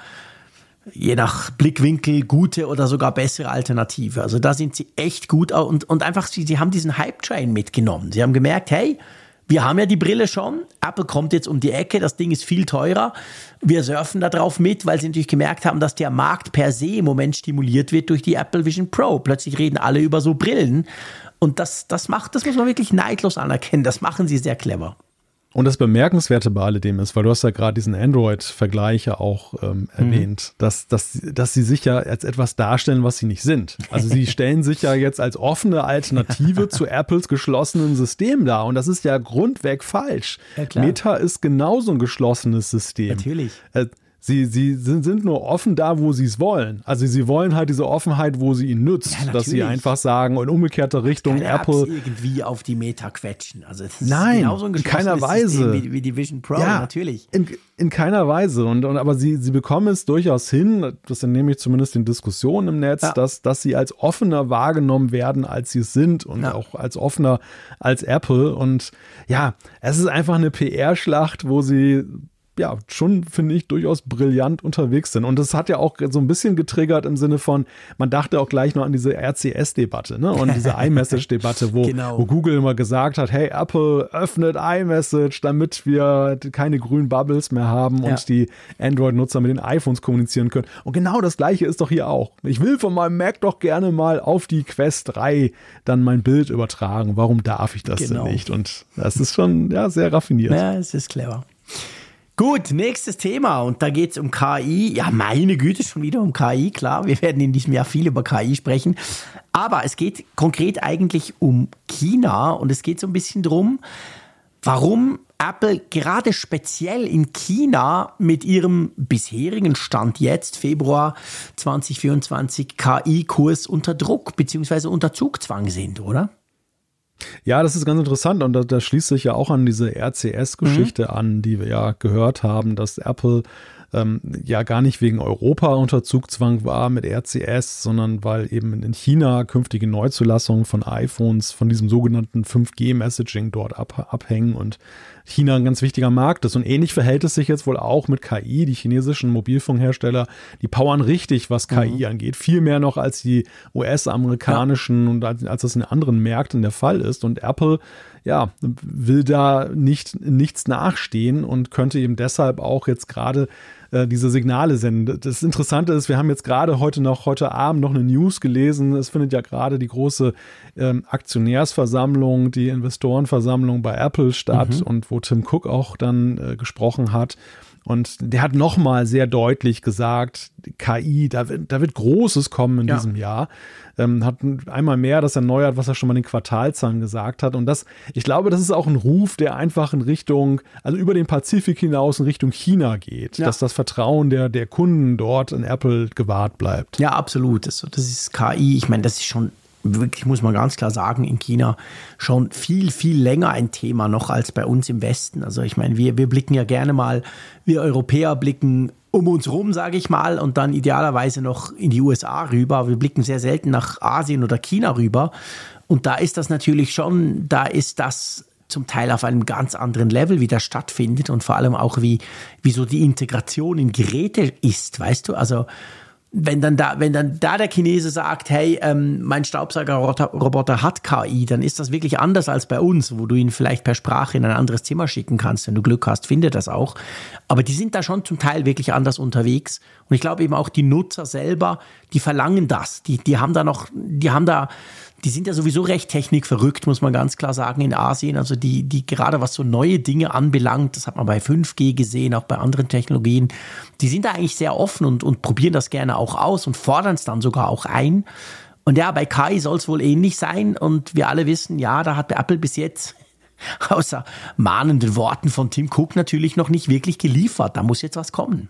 je nach Blickwinkel gute oder sogar bessere Alternative. Also da sind sie echt gut und, und einfach, sie, sie haben diesen Hype-Train mitgenommen. Sie haben gemerkt, hey, wir haben ja die Brille schon, Apple kommt jetzt um die Ecke, das Ding ist viel teurer. Wir surfen da drauf mit, weil sie natürlich gemerkt haben, dass der Markt per se im Moment stimuliert wird durch die Apple Vision Pro. Plötzlich reden alle über so Brillen und das, das macht, das muss man wirklich neidlos anerkennen. Das machen sie sehr clever. Und das Bemerkenswerte bei alledem ist, weil du hast ja gerade diesen Android-Vergleich ja auch ähm, erwähnt, mhm. dass, dass, dass sie sich ja als etwas darstellen, was sie nicht sind. Also sie stellen sich ja jetzt als offene Alternative zu Apples geschlossenem System dar. Und das ist ja grundweg falsch. Ja, Meta ist genauso ein geschlossenes System. Natürlich. Äh, Sie, sie sind, sind nur offen da, wo sie es wollen. Also sie wollen halt diese Offenheit, wo sie ihnen nützt. Ja, dass sie einfach sagen, in umgekehrter Richtung keine Apple. Apps irgendwie auf die Meta quetschen. Also es ist Nein, genauso ein in keiner Weise. Wie, wie die Vision Pro, ja, natürlich. In, in keiner Weise. Und, und, aber sie, sie bekommen es durchaus hin, das entnehme ich zumindest den Diskussionen im Netz, ja. dass, dass sie als offener wahrgenommen werden, als sie es sind. Und ja. auch als offener als Apple. Und ja, es ist einfach eine P R-Schlacht, wo sie ja, schon, finde ich, durchaus brillant unterwegs sind. Und das hat ja auch so ein bisschen getriggert im Sinne von, man dachte auch gleich noch an diese R C S-Debatte, ne? Und diese iMessage-Debatte, wo, genau. wo Google immer gesagt hat, hey, Apple öffnet iMessage, damit wir keine grünen Bubbles mehr haben ja. und die Android-Nutzer mit den iPhones kommunizieren können. Und genau das Gleiche ist doch hier auch. Ich will von meinem Mac doch gerne mal auf die Quest drei dann mein Bild übertragen. Warum darf ich das genau. denn nicht? Und das ist schon, ja, sehr raffiniert. Ja, es ist clever. Gut, nächstes Thema und da geht es um K I. Ja, meine Güte, schon wieder um K I, klar. Wir werden in diesem Jahr viel über K I sprechen. Aber es geht konkret eigentlich um China und es geht so ein bisschen drum, warum Apple gerade speziell in China mit ihrem bisherigen Stand jetzt, Februar zwanzig vierundzwanzig, K I-Kurs unter Druck bzw. unter Zugzwang sind, oder? Ja, das ist ganz interessant und da, da schließt sich ja auch an diese R C S-Geschichte mhm. an, die wir ja gehört haben, dass Apple ähm, ja gar nicht wegen Europa unter Zugzwang war mit R C S, sondern weil eben in China künftige Neuzulassungen von iPhones von diesem sogenannten fünf G-Messaging dort ab, abhängen und China ein ganz wichtiger Markt ist. Und ähnlich verhält es sich jetzt wohl auch mit K I. Die chinesischen Mobilfunkhersteller, die powern richtig, was K I mhm. angeht. Viel mehr noch als die U S-amerikanischen ja. und als, als das in anderen Märkten der Fall ist. Und Apple, ja, will da nicht nichts nachstehen und könnte eben deshalb auch jetzt gerade äh, diese Signale senden. Das Interessante ist, wir haben jetzt gerade heute noch, heute Abend noch eine News gelesen. Es findet ja gerade die große ähm, Aktionärsversammlung, die Investorenversammlung bei Apple statt mhm. und wo Tim Cook auch dann äh, gesprochen hat. Und der hat nochmal sehr deutlich gesagt, K I, da wird, da wird Großes kommen in ja. diesem Jahr. Ähm, hat einmal mehr das erneuert, was er schon mal in den Quartalzahlen gesagt hat. Und das, ich glaube, das ist auch ein Ruf, der einfach in Richtung, also über den Pazifik hinaus in Richtung China geht. Ja. Dass das Vertrauen der, der Kunden dort in Apple gewahrt bleibt. Ja, absolut. Das, das ist K I, ich meine, das ist schon wirklich, muss man ganz klar sagen, in China schon viel, viel länger ein Thema noch als bei uns im Westen. Also ich meine, wir, wir blicken ja gerne mal, wir Europäer blicken um uns rum, sage ich mal, und dann idealerweise noch in die U S A rüber. Wir blicken sehr selten nach Asien oder China rüber. Und da ist das natürlich schon, da ist das zum Teil auf einem ganz anderen Level, wie das stattfindet und vor allem auch, wie, wie so die Integration in Geräte ist, weißt du, also Wenn dann da, wenn dann da der Chinese sagt, hey, ähm, mein Staubsaugerroboter hat K I, dann ist das wirklich anders als bei uns, wo du ihn vielleicht per Sprache in ein anderes Zimmer schicken kannst. Wenn du Glück hast, findet das auch. Aber die sind da schon zum Teil wirklich anders unterwegs. Und ich glaube eben auch die Nutzer selber, die verlangen das. Die, die haben da noch, die haben da, die sind ja sowieso recht technikverrückt, muss man ganz klar sagen, in Asien. Also die, die gerade was so neue Dinge anbelangt, das hat man bei fünf G gesehen, auch bei anderen Technologien, die sind da eigentlich sehr offen und, und probieren das gerne auch aus und fordern es dann sogar auch ein. Und ja, bei K I soll es wohl ähnlich sein. Und wir alle wissen, ja, da hat Apple bis jetzt außer mahnenden Worten von Tim Cook natürlich noch nicht wirklich geliefert. Da muss jetzt was kommen.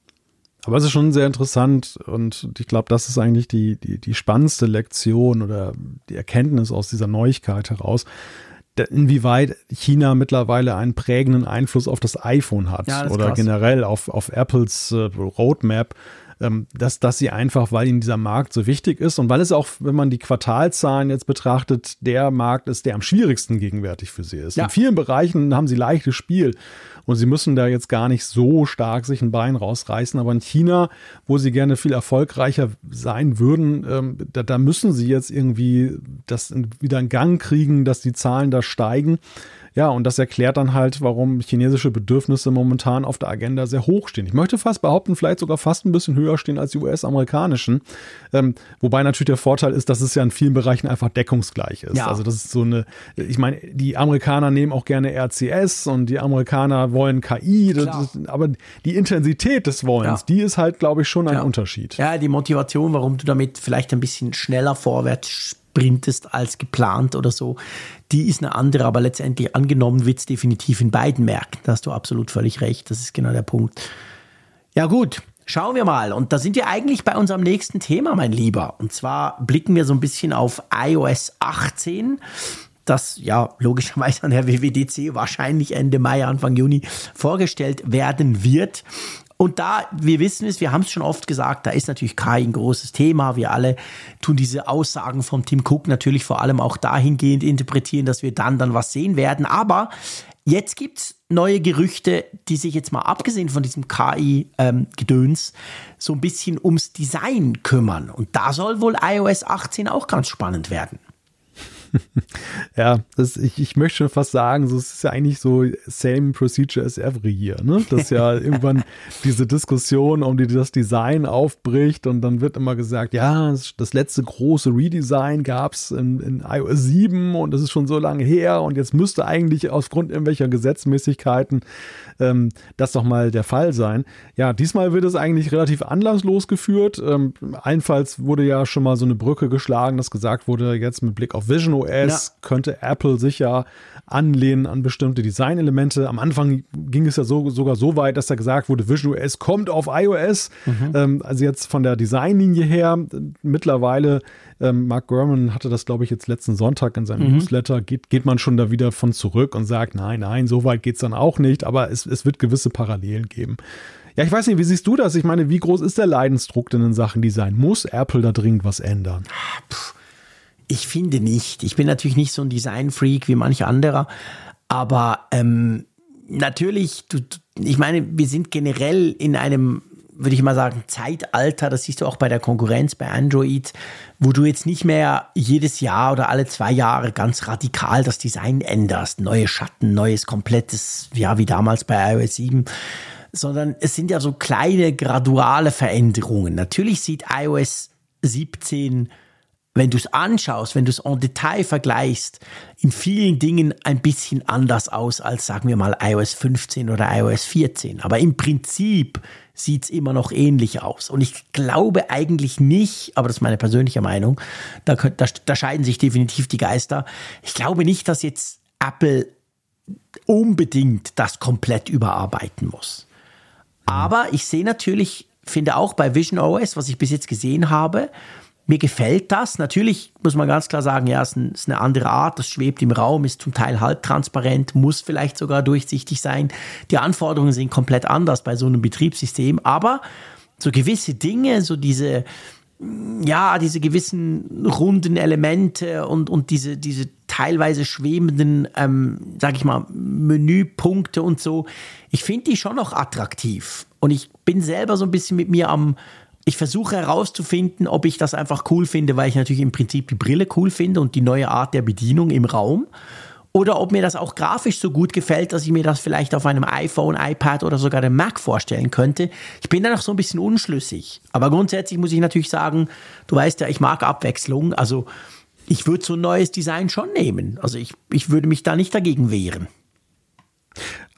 Aber es ist schon sehr interessant und ich glaube, das ist eigentlich die, die, die spannendste Lektion oder die Erkenntnis aus dieser Neuigkeit heraus, inwieweit China mittlerweile einen prägenden Einfluss auf das iPhone hat ja, das oder krass. generell auf, auf Apples äh, Roadmap, ähm, dass, dass sie einfach, weil ihnen dieser Markt so wichtig ist und weil es auch, wenn man die Quartalzahlen jetzt betrachtet, der Markt ist, der am schwierigsten gegenwärtig für sie ist. Ja. In vielen Bereichen haben sie leichtes Spiel und sie müssen da jetzt gar nicht so stark sich ein Bein rausreißen, aber in China, wo sie gerne viel erfolgreicher sein würden, ähm, da, da müssen sie jetzt irgendwie das wieder in Gang kriegen, dass die Zahlen da steigen. Ja, und das erklärt dann halt, warum chinesische Bedürfnisse momentan auf der Agenda sehr hoch stehen. Ich möchte fast behaupten, vielleicht sogar fast ein bisschen höher stehen als die U S-amerikanischen. Ähm, wobei natürlich der Vorteil ist, dass es ja in vielen Bereichen einfach deckungsgleich ist. Ja. Also das ist so eine, ich meine, die Amerikaner nehmen auch gerne R C S und die Amerikaner wollen K I, das, aber die Intensität des Wollens, ja. die ist halt, glaube ich, schon ein ja. Unterschied. Ja, die Motivation, warum du damit vielleicht ein bisschen schneller vorwärts sprintest als geplant oder so, die ist eine andere, aber letztendlich angenommen wird es definitiv in beiden Märkten. Da hast du absolut völlig recht, das ist genau der Punkt. Ja gut, schauen wir mal. Und da sind wir eigentlich bei unserem nächsten Thema, mein Lieber. Und zwar blicken wir so ein bisschen auf i O S achtzehn, das ja logischerweise an der W W D C wahrscheinlich Ende Mai, Anfang Juni vorgestellt werden wird. Und da, wir wissen es, wir haben es schon oft gesagt, da ist natürlich K I ein großes Thema. Wir alle tun diese Aussagen von Tim Cook natürlich vor allem auch dahingehend interpretieren, dass wir dann dann was sehen werden. Aber jetzt gibt es neue Gerüchte, die sich jetzt mal abgesehen von diesem K I-Gedöns ähm, so ein bisschen ums Design kümmern. Und da soll wohl i O S achtzehn auch ganz spannend werden. Ja, das, ich, ich möchte schon fast sagen, so, es ist ja eigentlich so same procedure as every year, ne? Dass ja irgendwann diese Diskussion um die, das Design aufbricht und dann wird immer gesagt, ja, das letzte große Redesign gab es in, in i O S sieben und das ist schon so lange her und jetzt müsste eigentlich aufgrund irgendwelcher Gesetzmäßigkeiten ähm, das doch mal der Fall sein. Ja, diesmal wird es eigentlich relativ anlasslos geführt. Ähm, allenfalls wurde ja schon mal so eine Brücke geschlagen, dass gesagt wurde, jetzt mit Blick auf Vision O S ja. könnte Apple sich ja anlehnen an bestimmte Designelemente. Am Anfang ging es ja so, sogar so weit, dass da gesagt wurde, Vision O S kommt auf iOS. Mhm. Ähm, also jetzt von der Designlinie her. Mittlerweile, ähm, Mark Gurman hatte das, glaube ich, jetzt letzten Sonntag in seinem mhm. Newsletter, geht, geht man schon da wieder von zurück und sagt, nein, nein, so weit geht es dann auch nicht. Aber es, es wird gewisse Parallelen geben. Ja, ich weiß nicht, wie siehst du das? Ich meine, wie groß ist der Leidensdruck denn in Sachen Design? Muss Apple da dringend was ändern? Puh. Ich finde nicht. Ich bin natürlich nicht so ein Design-Freak wie manch anderer, aber ähm, natürlich, du, ich meine, wir sind generell in einem, würde ich mal sagen, Zeitalter, das siehst du auch bei der Konkurrenz, bei Android, wo du jetzt nicht mehr jedes Jahr oder alle zwei Jahre ganz radikal das Design änderst, neue Schatten, neues komplettes, ja, wie damals bei i O S sieben, sondern es sind ja so kleine, graduale Veränderungen. Natürlich sieht i O S siebzehn, wenn du es anschaust, wenn du es en Detail vergleichst, in vielen Dingen ein bisschen anders aus als, sagen wir mal, i O S fünfzehn oder i O S vierzehn. Aber im Prinzip sieht es immer noch ähnlich aus. Und ich glaube eigentlich nicht, aber das ist meine persönliche Meinung, da, da, da scheiden sich definitiv die Geister. Ich glaube nicht, dass jetzt Apple unbedingt das komplett überarbeiten muss. Aber ich sehe natürlich, finde auch bei Vision O S, was ich bis jetzt gesehen habe, mir gefällt das. Natürlich muss man ganz klar sagen, ja, es ist eine andere Art, das schwebt im Raum, ist zum Teil halbtransparent, muss vielleicht sogar durchsichtig sein. Die Anforderungen sind komplett anders bei so einem Betriebssystem, aber so gewisse Dinge, so diese, ja, diese gewissen runden Elemente und, und diese, diese teilweise schwebenden, ähm, sag ich mal, Menüpunkte und so, ich finde die schon noch attraktiv. Und ich bin selber so ein bisschen mit mir am Ich versuche herauszufinden, ob ich das einfach cool finde, weil ich natürlich im Prinzip die Brille cool finde und die neue Art der Bedienung im Raum. Oder ob mir das auch grafisch so gut gefällt, dass ich mir das vielleicht auf einem iPhone, iPad oder sogar dem Mac vorstellen könnte. Ich bin da noch so ein bisschen unschlüssig. Aber grundsätzlich muss ich natürlich sagen, du weißt ja, ich mag Abwechslung. Also ich würde so ein neues Design schon nehmen. Also ich, ich würde mich da nicht dagegen wehren.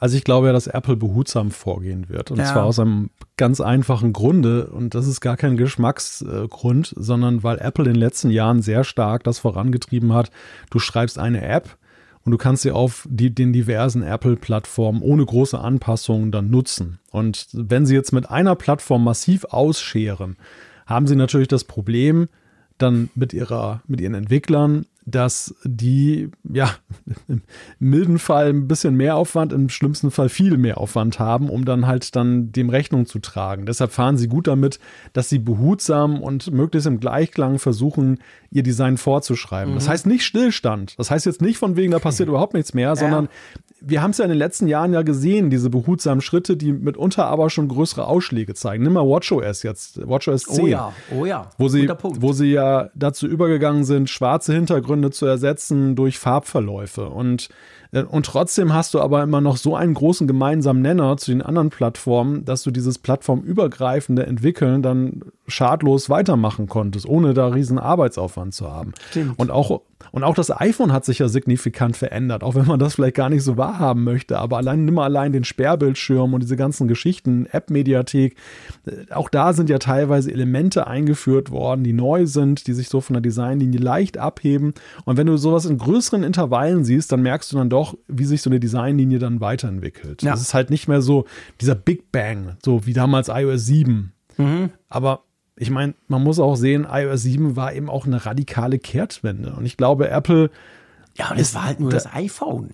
Also ich glaube ja, dass Apple behutsam vorgehen wird. Und ja. zwar aus einem ganz einfachen Grunde. Und das ist gar kein Geschmacksgrund, sondern weil Apple in den letzten Jahren sehr stark das vorangetrieben hat. Du schreibst eine App und du kannst sie auf die, den diversen Apple-Plattformen ohne große Anpassungen dann nutzen. Und wenn sie jetzt mit einer Plattform massiv ausscheren, haben sie natürlich das Problem dann mit ihrer, mit ihren Entwicklern, dass die, ja, im milden Fall ein bisschen mehr Aufwand, im schlimmsten Fall viel mehr Aufwand haben, um dann halt dann dem Rechnung zu tragen. Deshalb fahren sie gut damit, dass sie behutsam und möglichst im Gleichklang versuchen, ihr Design vorzuschreiben. Mhm. Das heißt nicht Stillstand. Das heißt jetzt nicht von wegen, da passiert überhaupt nichts mehr, ja. sondern wir haben es ja in den letzten Jahren ja gesehen, diese behutsamen Schritte, die mitunter aber schon größere Ausschläge zeigen. Nimm mal WatchOS jetzt, WatchOS zehn. Oh ja, oh ja, wo sie, wo sie ja dazu übergegangen sind, schwarze Hintergründe zu ersetzen durch Farbverläufe. Und, und trotzdem hast du aber immer noch so einen großen gemeinsamen Nenner zu den anderen Plattformen, dass du dieses plattformübergreifende Entwickeln dann schadlos weitermachen konntest, ohne da riesen Arbeitsaufwand zu haben. Stimmt. Und auch Und auch das iPhone hat sich ja signifikant verändert, auch wenn man das vielleicht gar nicht so wahrhaben möchte. Aber allein, nimm mal allein den Sperrbildschirm und diese ganzen Geschichten, App-Mediathek, auch da sind ja teilweise Elemente eingeführt worden, die neu sind, die sich so von der Designlinie leicht abheben. Und wenn du sowas in größeren Intervallen siehst, dann merkst du dann doch, wie sich so eine Designlinie dann weiterentwickelt. Ja. Das ist halt nicht mehr so dieser Big Bang, so wie damals iOS sieben. Mhm. Aber ich meine, man muss auch sehen, iOS sieben war eben auch eine radikale Kehrtwende. Und ich glaube, Apple. Ja, und es war halt nur da, das iPhone.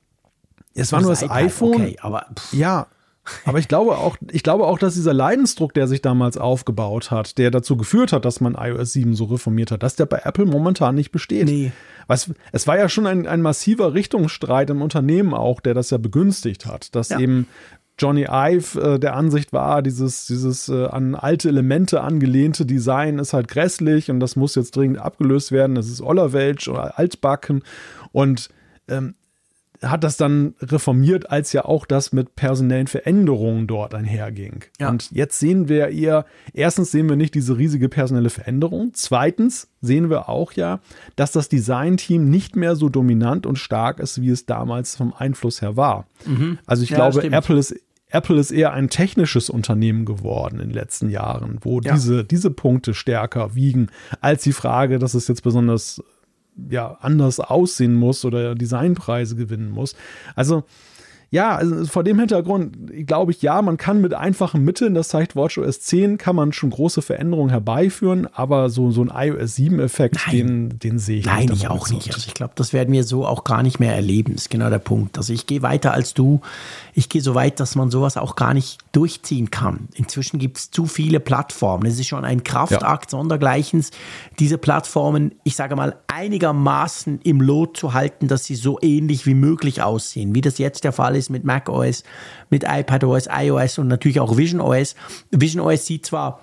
Es war nur das, das iPhone. Okay, aber pff. Ja, aber ich glaube auch, ich glaube auch, dass dieser Leidensdruck, der sich damals aufgebaut hat, der dazu geführt hat, dass man iOS sieben so reformiert hat, dass der bei Apple momentan nicht besteht. Nee. Was, es war ja schon ein, ein massiver Richtungsstreit im Unternehmen auch, der das ja begünstigt hat, dass ja. eben Johnny Ive äh, der Ansicht war, dieses, dieses äh, an alte Elemente angelehnte Design ist halt grässlich und das muss jetzt dringend abgelöst werden. Das ist Ollerwelsch oder altbacken und ähm, hat das dann reformiert, als ja auch das mit personellen Veränderungen dort einherging. Ja. Und jetzt sehen wir eher, erstens sehen wir nicht diese riesige personelle Veränderung. Zweitens sehen wir auch ja, dass das Designteam nicht mehr so dominant und stark ist, wie es damals vom Einfluss her war. Mhm. Also ich ja, glaube, stimmt. Apple ist Apple ist eher ein technisches Unternehmen geworden in den letzten Jahren, wo ja. diese, diese Punkte stärker wiegen, als die Frage, dass es jetzt besonders ja, anders aussehen muss oder Designpreise gewinnen muss. Also ja, also vor dem Hintergrund glaube ich, ja, man kann mit einfachen Mitteln, das zeigt WatchOS zehn, kann man schon große Veränderungen herbeiführen, aber so, so ein iOS sieben-Effekt, den, den sehe ich Nein, nicht. Nein, ich auch nicht. Also ich glaube, das werden wir so auch gar nicht mehr erleben. Das ist genau der Punkt. Also ich gehe weiter als du. Ich gehe so weit, dass man sowas auch gar nicht durchziehen kann. Inzwischen gibt es zu viele Plattformen. Es ist schon ein Kraftakt ja. sondergleichens, diese Plattformen, ich sage mal, einigermaßen im Lot zu halten, dass sie so ähnlich wie möglich aussehen, wie das jetzt der Fall ist mit macOS, mit iPadOS, iOS und natürlich auch visionOS. visionOS sieht zwar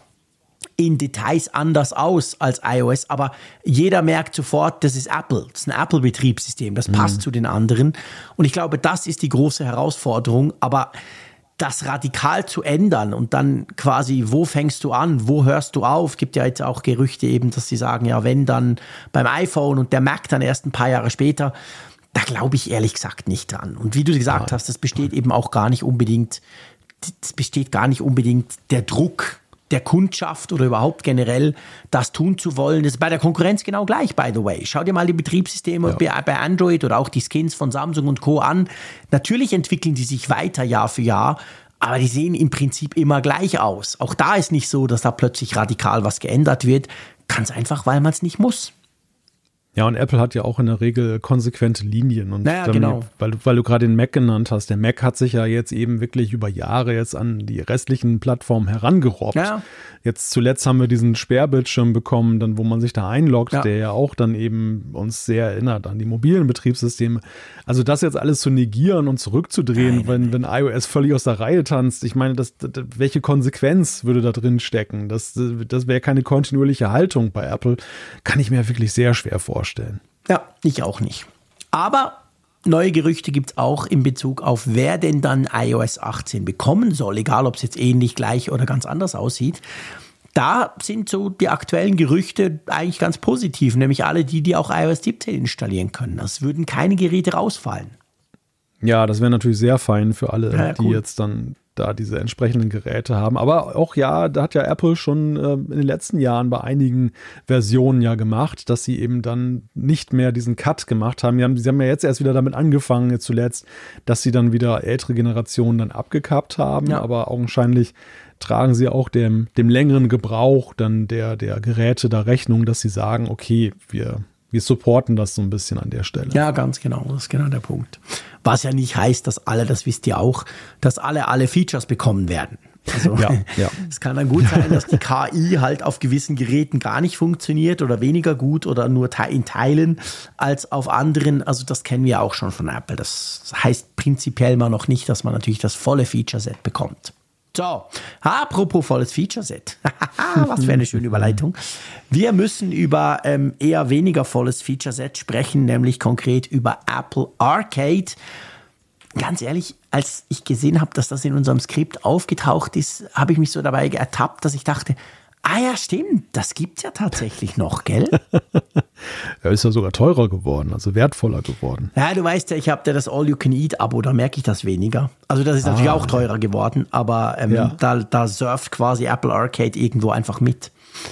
in Details anders aus als iOS, aber jeder merkt sofort, das ist Apple, das ist ein Apple-Betriebssystem, das passt mhm. zu den anderen. Und ich glaube, das ist die große Herausforderung, aber das radikal zu ändern und dann quasi, wo fängst du an, wo hörst du auf? Gibt ja jetzt auch Gerüchte eben, dass sie sagen, ja, wenn dann beim iPhone und der Mac dann erst ein paar Jahre später. Da glaube ich ehrlich gesagt nicht dran. Und wie du gesagt hast, das besteht eben auch gar nicht unbedingt, das besteht gar nicht unbedingt der Druck der Kundschaft oder überhaupt generell das tun zu wollen. Das ist bei der Konkurrenz genau gleich, by the way. Schau dir mal die Betriebssysteme ja. bei Android oder auch die Skins von Samsung und Co. an. Natürlich entwickeln die sich weiter Jahr für Jahr, aber die sehen im Prinzip immer gleich aus. Auch da ist nicht so, dass da plötzlich radikal was geändert wird. Ganz einfach, weil man es nicht muss. Ja, und Apple hat ja auch in der Regel konsequente Linien. Und naja, dann, genau. weil, weil du gerade den Mac genannt hast, der Mac hat sich ja jetzt eben wirklich über Jahre jetzt an die restlichen Plattformen herangerobbt. Ja. Jetzt zuletzt haben wir diesen Sperrbildschirm bekommen, dann, wo man sich da einloggt, ja. der ja auch dann eben uns sehr erinnert an die mobilen Betriebssysteme. Also das jetzt alles zu negieren und zurückzudrehen, nein, wenn, wenn iOS völlig aus der Reihe tanzt, ich meine, das, das, welche Konsequenz würde da drin stecken? Das, das wäre keine kontinuierliche Haltung bei Apple. Kann ich mir wirklich sehr schwer vorstellen. Ja, ich auch nicht. Aber neue Gerüchte gibt es auch in Bezug auf, wer denn dann iOS achtzehn bekommen soll, egal ob es jetzt ähnlich, gleich oder ganz anders aussieht. Da sind so die aktuellen Gerüchte eigentlich ganz positiv, nämlich alle die, die auch iOS siebzehn installieren können. Es würden keine Geräte rausfallen. Ja, das wäre natürlich sehr fein für alle, ja, ja, die cool. jetzt dann da diese entsprechenden Geräte haben. Aber auch ja, da hat ja Apple schon äh, in den letzten Jahren bei einigen Versionen ja gemacht, dass sie eben dann nicht mehr diesen Cut gemacht haben. Sie haben, sie haben ja jetzt erst wieder damit angefangen, jetzt zuletzt, dass sie dann wieder ältere Generationen dann abgekappt haben. Ja. Aber augenscheinlich tragen sie auch dem, dem längeren Gebrauch dann der, der Geräte da Rechnung, dass sie sagen, okay, wir Wir supporten das so ein bisschen an der Stelle. Ja, ganz genau. Das ist genau der Punkt. Was ja nicht heißt, dass alle, das wisst ihr auch, dass alle alle Features bekommen werden. Also ja, ja. Es kann dann gut sein, dass die K I halt auf gewissen Geräten gar nicht funktioniert oder weniger gut oder nur in Teilen als auf anderen. Also das kennen wir auch schon von Apple. Das heißt prinzipiell mal noch nicht, dass man natürlich das volle Feature-Set bekommt. So, apropos volles Feature-Set. Was für eine schöne Überleitung. Wir müssen über ähm, eher weniger volles Feature-Set sprechen, nämlich konkret über Apple Arcade. Ganz ehrlich, als ich gesehen habe, dass das in unserem Skript aufgetaucht ist, habe ich mich so dabei ertappt, dass ich dachte, ah ja, stimmt, das gibt's ja tatsächlich noch, gell? Er ist ja sogar teurer geworden, also wertvoller geworden. Ja, du weißt ja, ich habe ja das All-You-Can-Eat-Abo, da merke ich das weniger. Also das ist natürlich ah, auch teurer geworden, aber ähm, ja. da, da surft quasi Apple Arcade irgendwo einfach mit.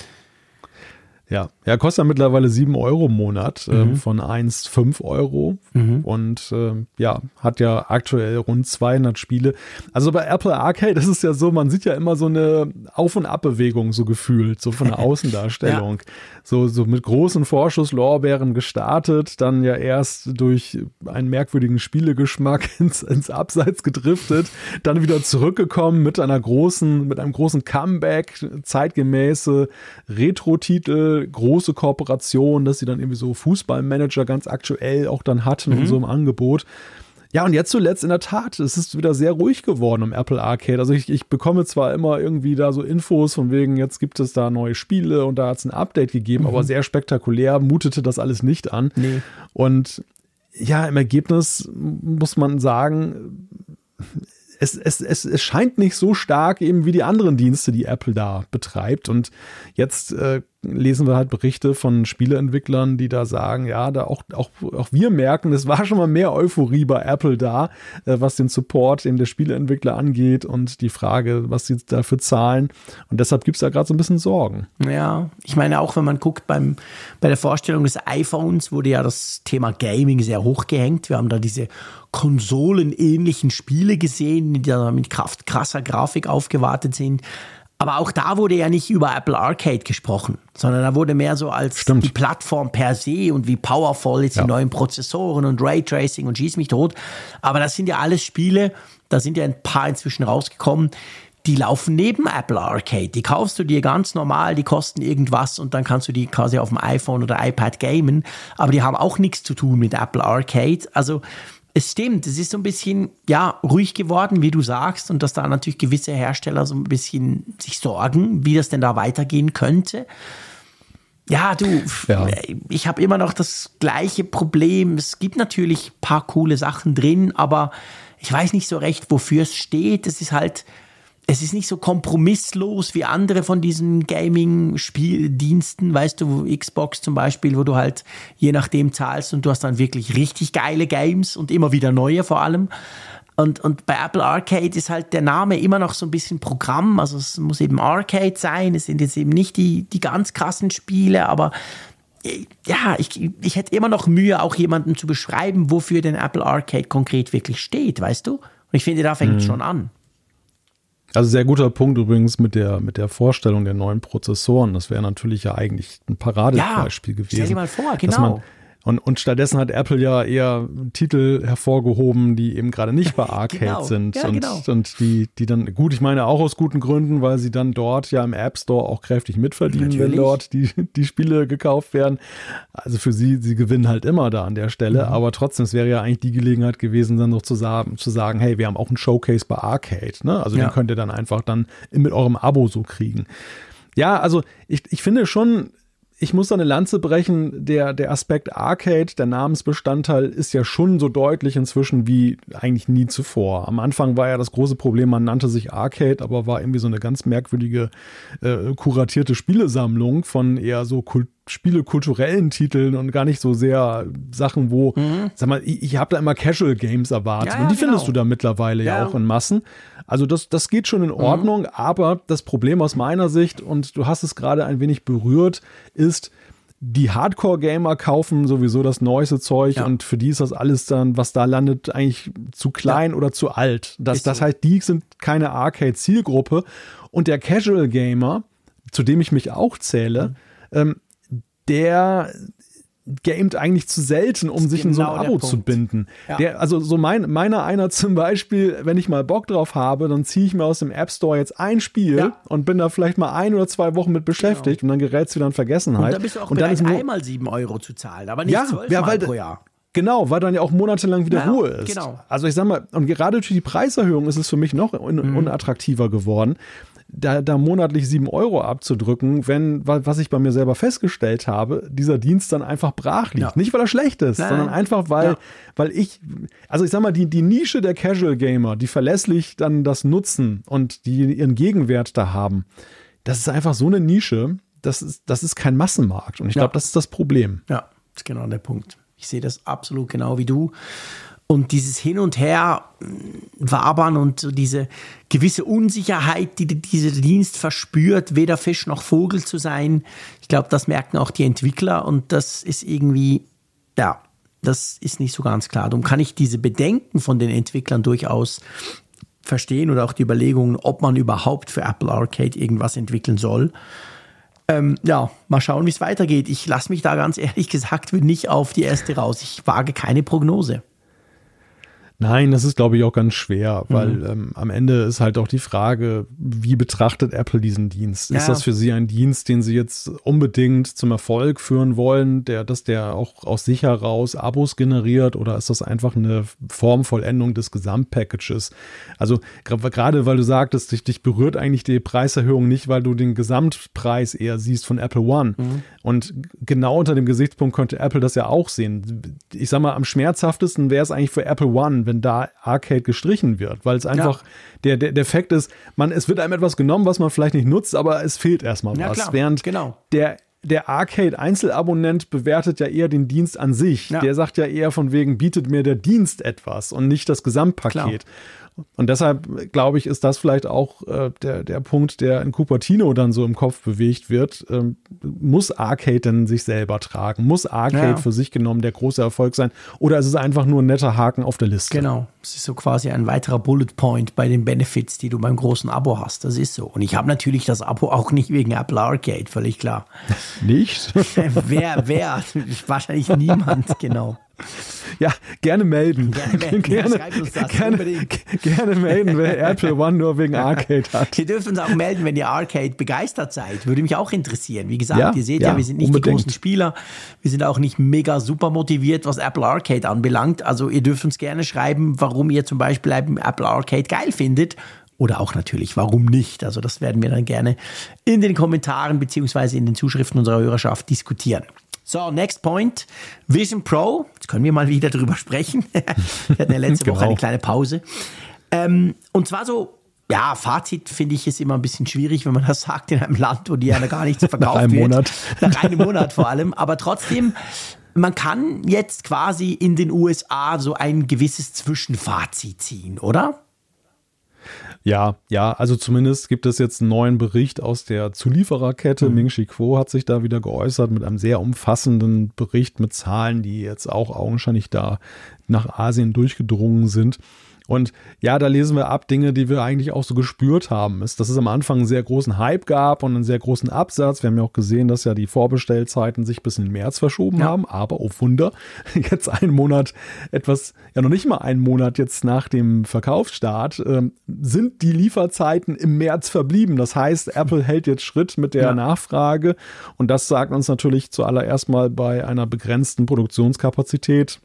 Ja, er kostet ja mittlerweile sieben Euro im Monat, mhm. äh, von eins fünf Euro mhm. und äh, ja, hat ja aktuell rund zweihundert Spiele. Also bei Apple Arcade, das ist ja so, man sieht ja immer so eine Auf- und Abbewegung so gefühlt, so von der Außendarstellung. ja. so, so mit großen Vorschusslorbeeren gestartet, dann ja erst durch einen merkwürdigen Spielegeschmack ins, ins Abseits gedriftet, dann wieder zurückgekommen mit einer großen, mit einem großen Comeback, zeitgemäße Retro-Titel, große Kooperation, dass sie dann irgendwie so Fußballmanager ganz aktuell auch dann hatten mhm. in so einem Angebot. Ja, und jetzt zuletzt in der Tat, es ist wieder sehr ruhig geworden im Apple Arcade. Also ich, ich bekomme zwar immer irgendwie da so Infos von wegen, jetzt gibt es da neue Spiele und da hat es ein Update gegeben, mhm. aber sehr spektakulär mutete das alles nicht an. Nee. Und ja, im Ergebnis muss man sagen, Es, es, es, es scheint nicht so stark eben wie die anderen Dienste, die Apple da betreibt. Und jetzt äh, lesen wir halt Berichte von Spieleentwicklern, die da sagen, ja, da auch, auch, auch wir merken, es war schon mal mehr Euphorie bei Apple da, äh, was den Support eben der Spieleentwickler angeht und die Frage, was sie dafür zahlen. Und deshalb gibt es da gerade so ein bisschen Sorgen. Ja, ich meine auch, wenn man guckt, beim, bei der Vorstellung des iPhones wurde ja das Thema Gaming sehr hochgehängt. Wir haben da diese konsolenähnlichen Spiele gesehen, die da mit Kraft, krasser Grafik aufgewartet sind. Aber auch da wurde ja nicht über Apple Arcade gesprochen, sondern da wurde mehr so als Stimmt. die Plattform per se und wie powerful jetzt ja. die neuen Prozessoren und Raytracing und schieß mich tot. Aber das sind ja alles Spiele, da sind ja ein paar inzwischen rausgekommen, die laufen neben Apple Arcade. Die kaufst du dir ganz normal, die kosten irgendwas und dann kannst du die quasi auf dem iPhone oder iPad gamen. Aber die haben auch nichts zu tun mit Apple Arcade. Also es stimmt, es ist so ein bisschen, ja, ruhig geworden, wie du sagst, und dass da natürlich gewisse Hersteller so ein bisschen sich sorgen, wie das denn da weitergehen könnte. Ja, du, ja. ich habe immer noch das gleiche Problem. Es gibt natürlich ein paar coole Sachen drin, aber ich weiß nicht so recht, wofür es steht. Es ist halt, es ist nicht so kompromisslos wie andere von diesen Gaming-Spieldiensten, weißt du, Xbox zum Beispiel, wo du halt je nachdem zahlst und du hast dann wirklich richtig geile Games und immer wieder neue vor allem. Und, und bei Apple Arcade ist halt der Name immer noch so ein bisschen Programm, also es muss eben Arcade sein, es sind jetzt eben nicht die, die ganz krassen Spiele, aber ja, ich, ich hätte immer noch Mühe, auch jemandem zu beschreiben, wofür denn Apple Arcade konkret wirklich steht, weißt du? Und ich finde, da fängt es mhm. schon an. Also sehr guter Punkt übrigens mit der, mit der Vorstellung der neuen Prozessoren. Das wäre natürlich ja eigentlich ein Paradebeispiel ja, gewesen. Stell dir mal vor, genau. Dass man, und, und stattdessen hat Apple ja eher Titel hervorgehoben, die eben gerade nicht bei Arcade genau. sind. Ja, und, genau. und die, die dann, gut, ich meine auch aus guten Gründen, weil sie dann dort ja im App Store auch kräftig mitverdienen, Natürlich. wenn dort die, die Spiele gekauft werden. Also für sie, sie gewinnen halt immer da an der Stelle. Mhm. Aber trotzdem, es wäre ja eigentlich die Gelegenheit gewesen, dann noch zu sagen, zu sagen, hey, wir haben auch einen Showcase bei Arcade. Ne? Also ja. den könnt ihr dann einfach dann mit eurem Abo so kriegen. Ja, also ich, ich finde schon, ich muss da eine Lanze brechen, der, der Aspekt Arcade, der Namensbestandteil ist ja schon so deutlich inzwischen wie eigentlich nie zuvor. Am Anfang war ja das große Problem, man nannte sich Arcade, aber war irgendwie so eine ganz merkwürdige, äh, kuratierte Spielesammlung von eher so Kult- Spiele-kulturellen Titeln und gar nicht so sehr Sachen, wo, mhm. sag mal, ich, ich habe da immer Casual Games erwartet. Ja, ja, und die genau. findest du da mittlerweile ja, ja auch in Massen. Also das, das geht schon in Ordnung, mhm. aber das Problem aus meiner Sicht, und du hast es gerade ein wenig berührt, ist, die Hardcore-Gamer kaufen sowieso das neueste Zeug ja. und für die ist das alles dann, was da landet, eigentlich zu klein ja. oder zu alt. Das, das heißt, die sind keine Arcade-Zielgruppe und der Casual-Gamer, zu dem ich mich auch zähle, mhm. ähm, der gamet eigentlich zu selten, um sich genau in so ein Abo zu binden. Ja. Der, also so mein, meiner einer zum Beispiel, wenn ich mal Bock drauf habe, dann ziehe ich mir aus dem App Store jetzt ein Spiel ja. und bin da vielleicht mal ein oder zwei Wochen mit beschäftigt genau. und dann gerät es wieder in Vergessenheit. Und da bist du auch und bereit, dann ist einmal sieben Euro zu zahlen, aber nicht ja, zwölf ja, Mal weil, pro Jahr. Genau, weil dann ja auch monatelang wieder ja, Ruhe ist. Genau. Also ich sag mal, und gerade durch die Preiserhöhung ist es für mich noch un- mhm. unattraktiver geworden, da, da monatlich sieben Euro abzudrücken, wenn, was ich bei mir selber festgestellt habe, dieser Dienst dann einfach brach liegt. Ja. Nicht, weil er schlecht ist, Nein. sondern einfach, weil, ja. weil ich, also ich sag mal, die, die Nische der Casual Gamer, die verlässlich dann das nutzen und die ihren Gegenwert da haben, das ist einfach so eine Nische, das ist, das ist kein Massenmarkt. Und ich ja. glaube, das ist das Problem. Ja, das ist genau der Punkt. Ich sehe das absolut genau wie du. Und dieses Hin und Her wabern und so diese gewisse Unsicherheit, die dieser Dienst verspürt, weder Fisch noch Vogel zu sein, ich glaube, das merken auch die Entwickler und das ist irgendwie, ja, das ist nicht so ganz klar. Darum kann ich diese Bedenken von den Entwicklern durchaus verstehen oder auch die Überlegungen, ob man überhaupt für Apple Arcade irgendwas entwickeln soll. Ähm, ja, mal schauen, wie es weitergeht. Ich lasse mich da ganz ehrlich gesagt nicht auf die erste raus. Ich wage keine Prognose. Nein, das ist, glaube ich, auch ganz schwer, weil mhm. ähm, am Ende ist halt auch die Frage, wie betrachtet Apple diesen Dienst? Ja. Ist das für sie ein Dienst, den sie jetzt unbedingt zum Erfolg führen wollen, der, dass der auch aus sich heraus Abos generiert, oder ist das einfach eine Formvollendung des Gesamtpackages? Also gerade weil du sagtest, dich, dich berührt eigentlich die Preiserhöhung nicht, weil du den Gesamtpreis eher siehst von Apple One. Mhm. Und genau unter dem Gesichtspunkt könnte Apple das ja auch sehen. Ich sag mal, am schmerzhaftesten wäre es eigentlich für Apple One, wenn da Arcade gestrichen wird, weil es einfach ja. der, der, der Fakt ist, man, es wird einem etwas genommen, was man vielleicht nicht nutzt, aber es fehlt erstmal ja, was. Klar. Während genau. der, der Arcade-Einzelabonnent bewertet ja eher den Dienst an sich. Ja. Der sagt ja eher von wegen, bietet mir der Dienst etwas und nicht das Gesamtpaket. Klar. Und deshalb, glaube ich, ist das vielleicht auch äh, der, der Punkt, der in Cupertino dann so im Kopf bewegt wird. Ähm, muss Arcade denn sich selber tragen? Muss Arcade ja. für sich genommen der große Erfolg sein? Oder ist es einfach nur ein netter Haken auf der Liste? Genau, es ist so quasi ein weiterer Bullet Point bei den Benefits, die du beim großen Abo hast. Das ist so. Und ich habe natürlich das Abo auch nicht wegen Apple Arcade, völlig klar. Nicht? wer, wer? Wahrscheinlich niemand, genau. Ja, gerne melden. Gerne, gerne, ja, gerne, gerne melden, wer Apple One nur wegen Arcade hat. Ihr dürft uns auch melden, wenn ihr Arcade begeistert seid. Würde mich auch interessieren. Wie gesagt, ja, ihr seht ja, ja, wir sind nicht unbedingt. Die großen Spieler. Wir sind auch nicht mega super motiviert, was Apple Arcade anbelangt. Also ihr dürft uns gerne schreiben, warum ihr zum Beispiel Apple Arcade geil findet. Oder auch natürlich, warum nicht? Also das werden wir dann gerne in den Kommentaren beziehungsweise in den Zuschriften unserer Hörerschaft diskutieren. So, next point, Vision Pro. Jetzt können wir mal wieder drüber sprechen. Wir hatten ja letzte genau. Woche eine kleine Pause. Ähm, und zwar so, ja, Fazit finde ich ist immer ein bisschen schwierig, wenn man das sagt in einem Land, wo die ja gar nichts verkauft Nach einem wird. Monat. Nach einem Monat vor allem. Aber trotzdem, man kann jetzt quasi in den U S A so ein gewisses Zwischenfazit ziehen, oder? Ja, ja, also zumindest gibt es jetzt einen neuen Bericht aus der Zuliefererkette. Mhm. Ming-Chi Kuo hat sich da wieder geäußert mit einem sehr umfassenden Bericht mit Zahlen, die jetzt auch augenscheinlich da nach Asien durchgedrungen sind. Und ja, da lesen wir ab Dinge, die wir eigentlich auch so gespürt haben. Ist, dass es am Anfang einen sehr großen Hype gab und einen sehr großen Absatz. Wir haben ja auch gesehen, dass ja die Vorbestellzeiten sich bis in den März verschoben ja. haben. Aber, oh Wunder, jetzt einen Monat, etwas, ja noch nicht mal einen Monat jetzt nach dem Verkaufsstart, äh, sind die Lieferzeiten im März verblieben. Das heißt, Apple hält jetzt Schritt mit der ja. Nachfrage. Und das sagt uns natürlich zuallererst mal bei einer begrenzten Produktionskapazität,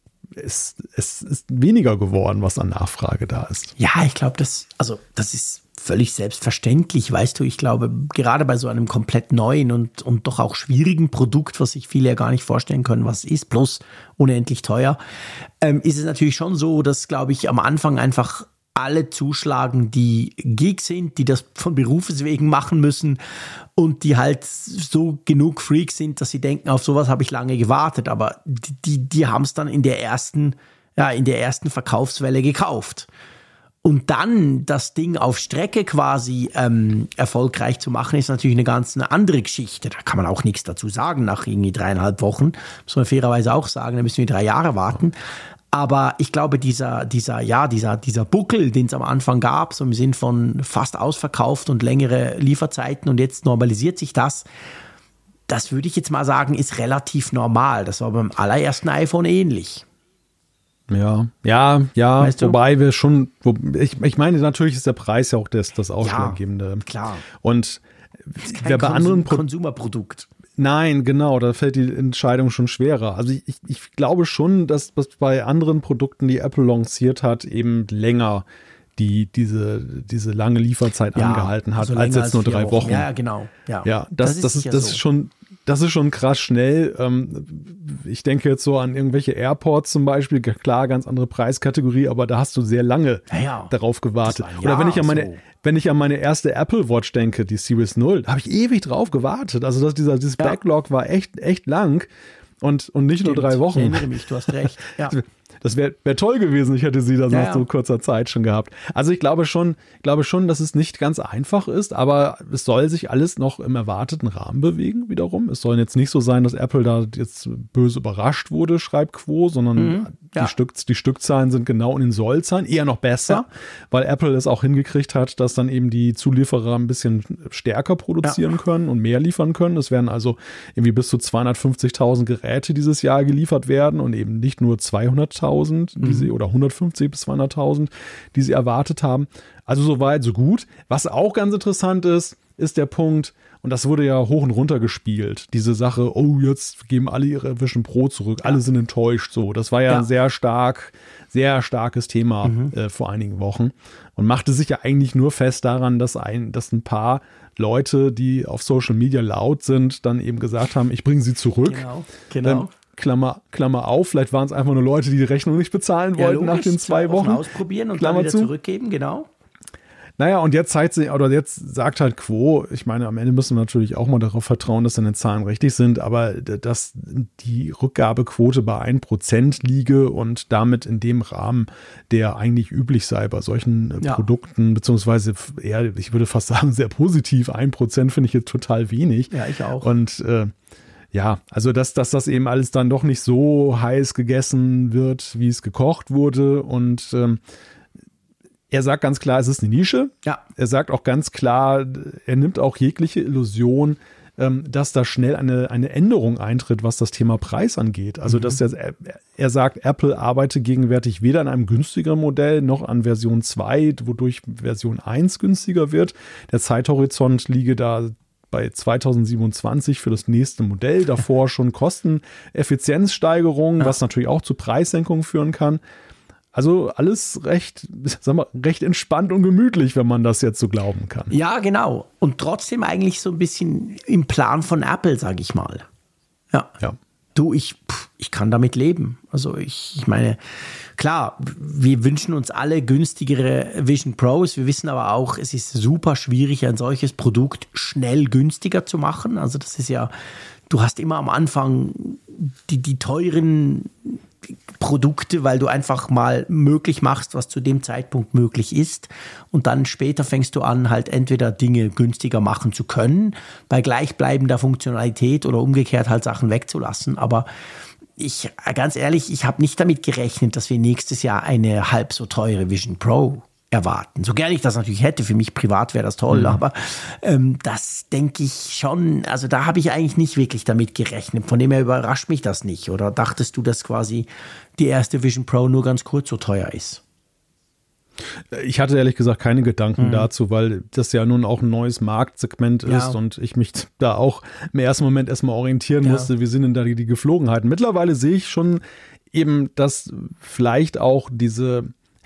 Es, es ist weniger geworden, was an Nachfrage da ist. Ja, ich glaube, das, also das ist völlig selbstverständlich, weißt du, ich glaube, gerade bei so einem komplett neuen und, und doch auch schwierigen Produkt, was sich viele ja gar nicht vorstellen können, was es ist, plus unendlich teuer, ähm, ist es natürlich schon so, dass, glaube ich, am Anfang einfach alle zuschlagen, die Geeks sind, die das von Berufes wegen machen müssen und die halt so genug Freaks sind, dass sie denken, auf sowas habe ich lange gewartet, aber die, die, die haben es dann in der ersten, ja, in der ersten Verkaufswelle gekauft. Und dann das Ding auf Strecke quasi ähm, erfolgreich zu machen, ist natürlich eine ganz eine andere Geschichte. Da kann man auch nichts dazu sagen nach irgendwie dreieinhalb Wochen. Muss man fairerweise auch sagen, da müssen wir drei Jahre warten. Aber ich glaube, dieser, dieser, ja, dieser, dieser Buckel, den es am Anfang gab, so im Sinn von fast ausverkauft und längere Lieferzeiten und jetzt normalisiert sich das, das würde ich jetzt mal sagen, ist relativ normal. Das war beim allerersten iPhone ähnlich. Ja, ja, ja, Weißt du? Wobei wir schon, wo, ich, ich meine, natürlich ist der Preis ja auch das, das Ausschlaggebende. Ja, klar. Und wer bei Konsum, anderen Pro- Konsumerprodukt. Nein, genau, da fällt die Entscheidung schon schwerer. Also ich, ich, ich glaube schon, dass, dass bei anderen Produkten, die Apple lanciert hat, eben länger die diese, diese lange Lieferzeit Ja, angehalten hat, also als länger jetzt nur vier drei Wochen. Ja, genau. Ja, Ja, das, das, ist, sicher das so. ist schon, das ist schon krass schnell. Ähm, ich denke jetzt so an irgendwelche AirPods zum Beispiel. Klar, ganz andere Preiskategorie, aber da hast du sehr lange Ja, ja. darauf gewartet. Das war ein Oder wenn ich an Jahr meine, so. wenn ich an meine erste Apple Watch denke, die Series null, da habe ich ewig drauf gewartet. Also das, dieser, dieses Ja. Backlog war echt, echt lang und, und nicht nur drei Ich Wochen. erinnere mich, du hast recht. Ja. Das wäre wär toll gewesen, ich hätte sie dann Ja, nach ja. so kurzer Zeit schon gehabt. Also ich glaube schon, glaube schon, dass es nicht ganz einfach ist, aber es soll sich alles noch im erwarteten Rahmen bewegen wiederum. Es soll jetzt nicht so sein, dass Apple da jetzt böse überrascht wurde, schreibt Quo, sondern Mhm, die, ja. Stück, die Stückzahlen sind genau in den Sollzahlen, eher noch besser, Ja. weil Apple es auch hingekriegt hat, dass dann eben die Zulieferer ein bisschen stärker produzieren Ja. können und mehr liefern können. Es werden also irgendwie bis zu zweihundertfünfzigtausend Geräte dieses Jahr geliefert werden und eben nicht nur zweihunderttausend, die sie, oder hundertfünfzig bis zweihunderttausend, die sie erwartet haben. Also so weit, so gut. Was auch ganz interessant ist, ist der Punkt, und das wurde ja hoch und runter gespielt, diese Sache, oh, jetzt geben alle ihre Vision Pro zurück, alle sind enttäuscht, so. Das war ja, Ja. ein sehr stark, sehr starkes Thema Mhm. äh, vor einigen Wochen und machte sich ja eigentlich nur fest daran, dass ein, dass ein paar Leute, die auf Social Media laut sind, dann eben gesagt haben, ich bringe sie zurück. Genau, genau. Ähm, Klammer, Klammer auf, vielleicht waren es einfach nur Leute, die die Rechnung nicht bezahlen Ja, wollten nach logisch, den zwei zwei Wochen Wochen. ausprobieren und Klammer dann wieder zu. zurückgeben, genau. Naja, und jetzt zeigt sie, oder jetzt sagt halt Quo, ich meine, am Ende müssen wir natürlich auch mal darauf vertrauen, dass deine Zahlen richtig sind, aber dass die Rückgabequote bei ein Prozent liege und damit in dem Rahmen, der eigentlich üblich sei bei solchen äh, Ja. Produkten, beziehungsweise eher, ich würde fast sagen, sehr positiv, ein Prozent finde ich jetzt total wenig. Ja, ich auch. Und äh, ja, also dass, dass das eben alles dann doch nicht so heiß gegessen wird, wie es gekocht wurde. Und ähm, er sagt ganz klar, es ist eine Nische. Ja. Er sagt auch ganz klar, er nimmt auch jegliche Illusion, ähm, dass da schnell eine, eine Änderung eintritt, was das Thema Preis angeht. Also dass er, er sagt, Apple arbeite gegenwärtig weder an einem günstigeren Modell noch an Version zwei, wodurch Version eins günstiger wird. Der Zeithorizont liege da bei zweitausendsiebenundzwanzig für das nächste Modell, davor schon Kosteneffizienzsteigerungen, Ja. was natürlich auch zu Preissenkungen führen kann. Also alles recht, sag mal, recht entspannt und gemütlich, wenn man das jetzt so glauben kann. Ja, genau. Und trotzdem eigentlich so ein bisschen im Plan von Apple, sag ich mal. Ja. Ja. Du, ich, pff, ich kann damit leben. Also ich, ich meine, klar, wir wünschen uns alle günstigere Vision Pros. Wir wissen aber auch, es ist super schwierig, ein solches Produkt schnell günstiger zu machen. Also das ist ja, du hast immer am Anfang die, die teuren Produkte, weil du einfach mal möglich machst, was zu dem Zeitpunkt möglich ist. Und dann später fängst du an, halt entweder Dinge günstiger machen zu können, bei gleichbleibender Funktionalität oder umgekehrt halt Sachen wegzulassen. Aber ich, ganz ehrlich, ich habe nicht damit gerechnet, dass wir nächstes Jahr eine halb so teure Vision Pro erwarten. So gerne ich das natürlich hätte, für mich privat wäre das toll, Mhm. aber ähm, das denke ich schon, also da habe ich eigentlich nicht wirklich damit gerechnet. Von dem her überrascht mich das nicht. Oder dachtest du, dass quasi die erste Vision Pro nur ganz kurz so teuer ist? Ich hatte ehrlich gesagt keine Gedanken Mhm. dazu, weil das ja nun auch ein neues Marktsegment Ja. ist und ich mich da auch im ersten Moment erstmal orientieren Ja. musste, wie sind denn da die, die Geflogenheiten. Mittlerweile sehe ich schon eben, dass vielleicht auch diese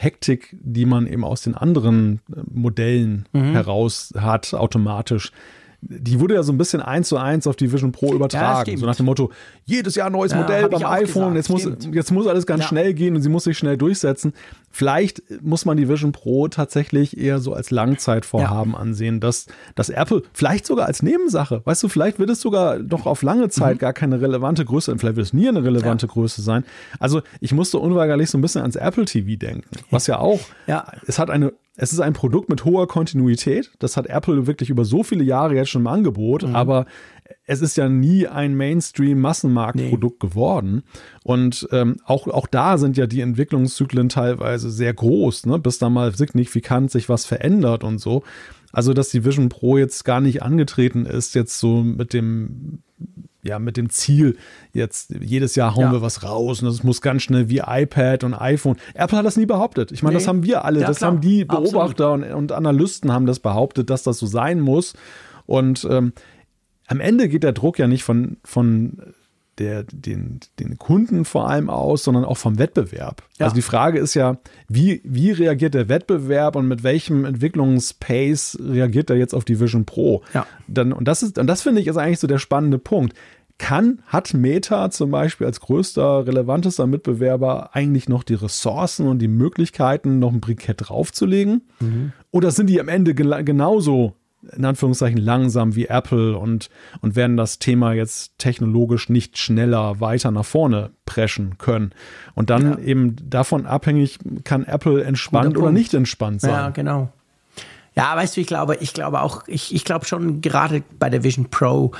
Hektik, die man eben aus den anderen Modellen mhm. heraus hat, automatisch, die wurde ja so ein bisschen eins zu eins auf die Vision Pro übertragen. Ja, so nach dem Motto, jedes Jahr neues ja, Modell beim iPhone, jetzt muss, jetzt muss alles ganz ja. schnell gehen und sie muss sich schnell durchsetzen. Vielleicht muss man die Vision Pro tatsächlich eher so als Langzeitvorhaben ja. ansehen, dass, dass Apple vielleicht sogar als Nebensache, weißt du, vielleicht wird es sogar doch auf lange Zeit mhm. gar keine relevante Größe, vielleicht wird es nie eine relevante ja. Größe sein. Also ich musste unweigerlich so ein bisschen ans Apple T V denken, was ja auch, ja. es hat eine Es ist ein Produkt mit hoher Kontinuität. Das hat Apple wirklich über so viele Jahre jetzt schon im Angebot. Mhm. Aber es ist ja nie ein Mainstream-Massenmarktprodukt nee. geworden. Und ähm, auch, auch da sind ja die Entwicklungszyklen teilweise sehr groß, ne? Bis da mal signifikant sich was verändert und so. Also, dass die Vision Pro jetzt gar nicht angetreten ist, jetzt so mit dem ja, mit dem Ziel, jetzt jedes Jahr hauen ja. wir was raus und das muss ganz schnell wie iPad und iPhone. Apple hat das nie behauptet. Ich meine, nee. das haben wir alle, ja, das klar. haben die Beobachter und, und Analysten haben das behauptet, dass das so sein muss. Und ähm, am Ende geht der Druck ja nicht von, von der, den, den Kunden vor allem aus, sondern auch vom Wettbewerb. Ja. Also die Frage ist ja, wie, wie reagiert der Wettbewerb und mit welchem Entwicklungspace reagiert er jetzt auf die Vision Pro? Ja. Dann, und das ist, und das finde ich ist eigentlich so der spannende Punkt. Kann, hat Meta zum Beispiel als größter, relevantester Mitbewerber eigentlich noch die Ressourcen und die Möglichkeiten, noch ein Brikett draufzulegen? Mhm. Oder sind die am Ende ge- genauso in Anführungszeichen langsam wie Apple und, und werden das Thema jetzt technologisch nicht schneller weiter nach vorne preschen können. Und dann ja. eben davon abhängig, kann Apple entspannt oder nicht entspannt sein. Ja, genau. Ja, weißt du, ich glaube, ich glaube auch, ich, ich glaube schon gerade bei der Vision Pro,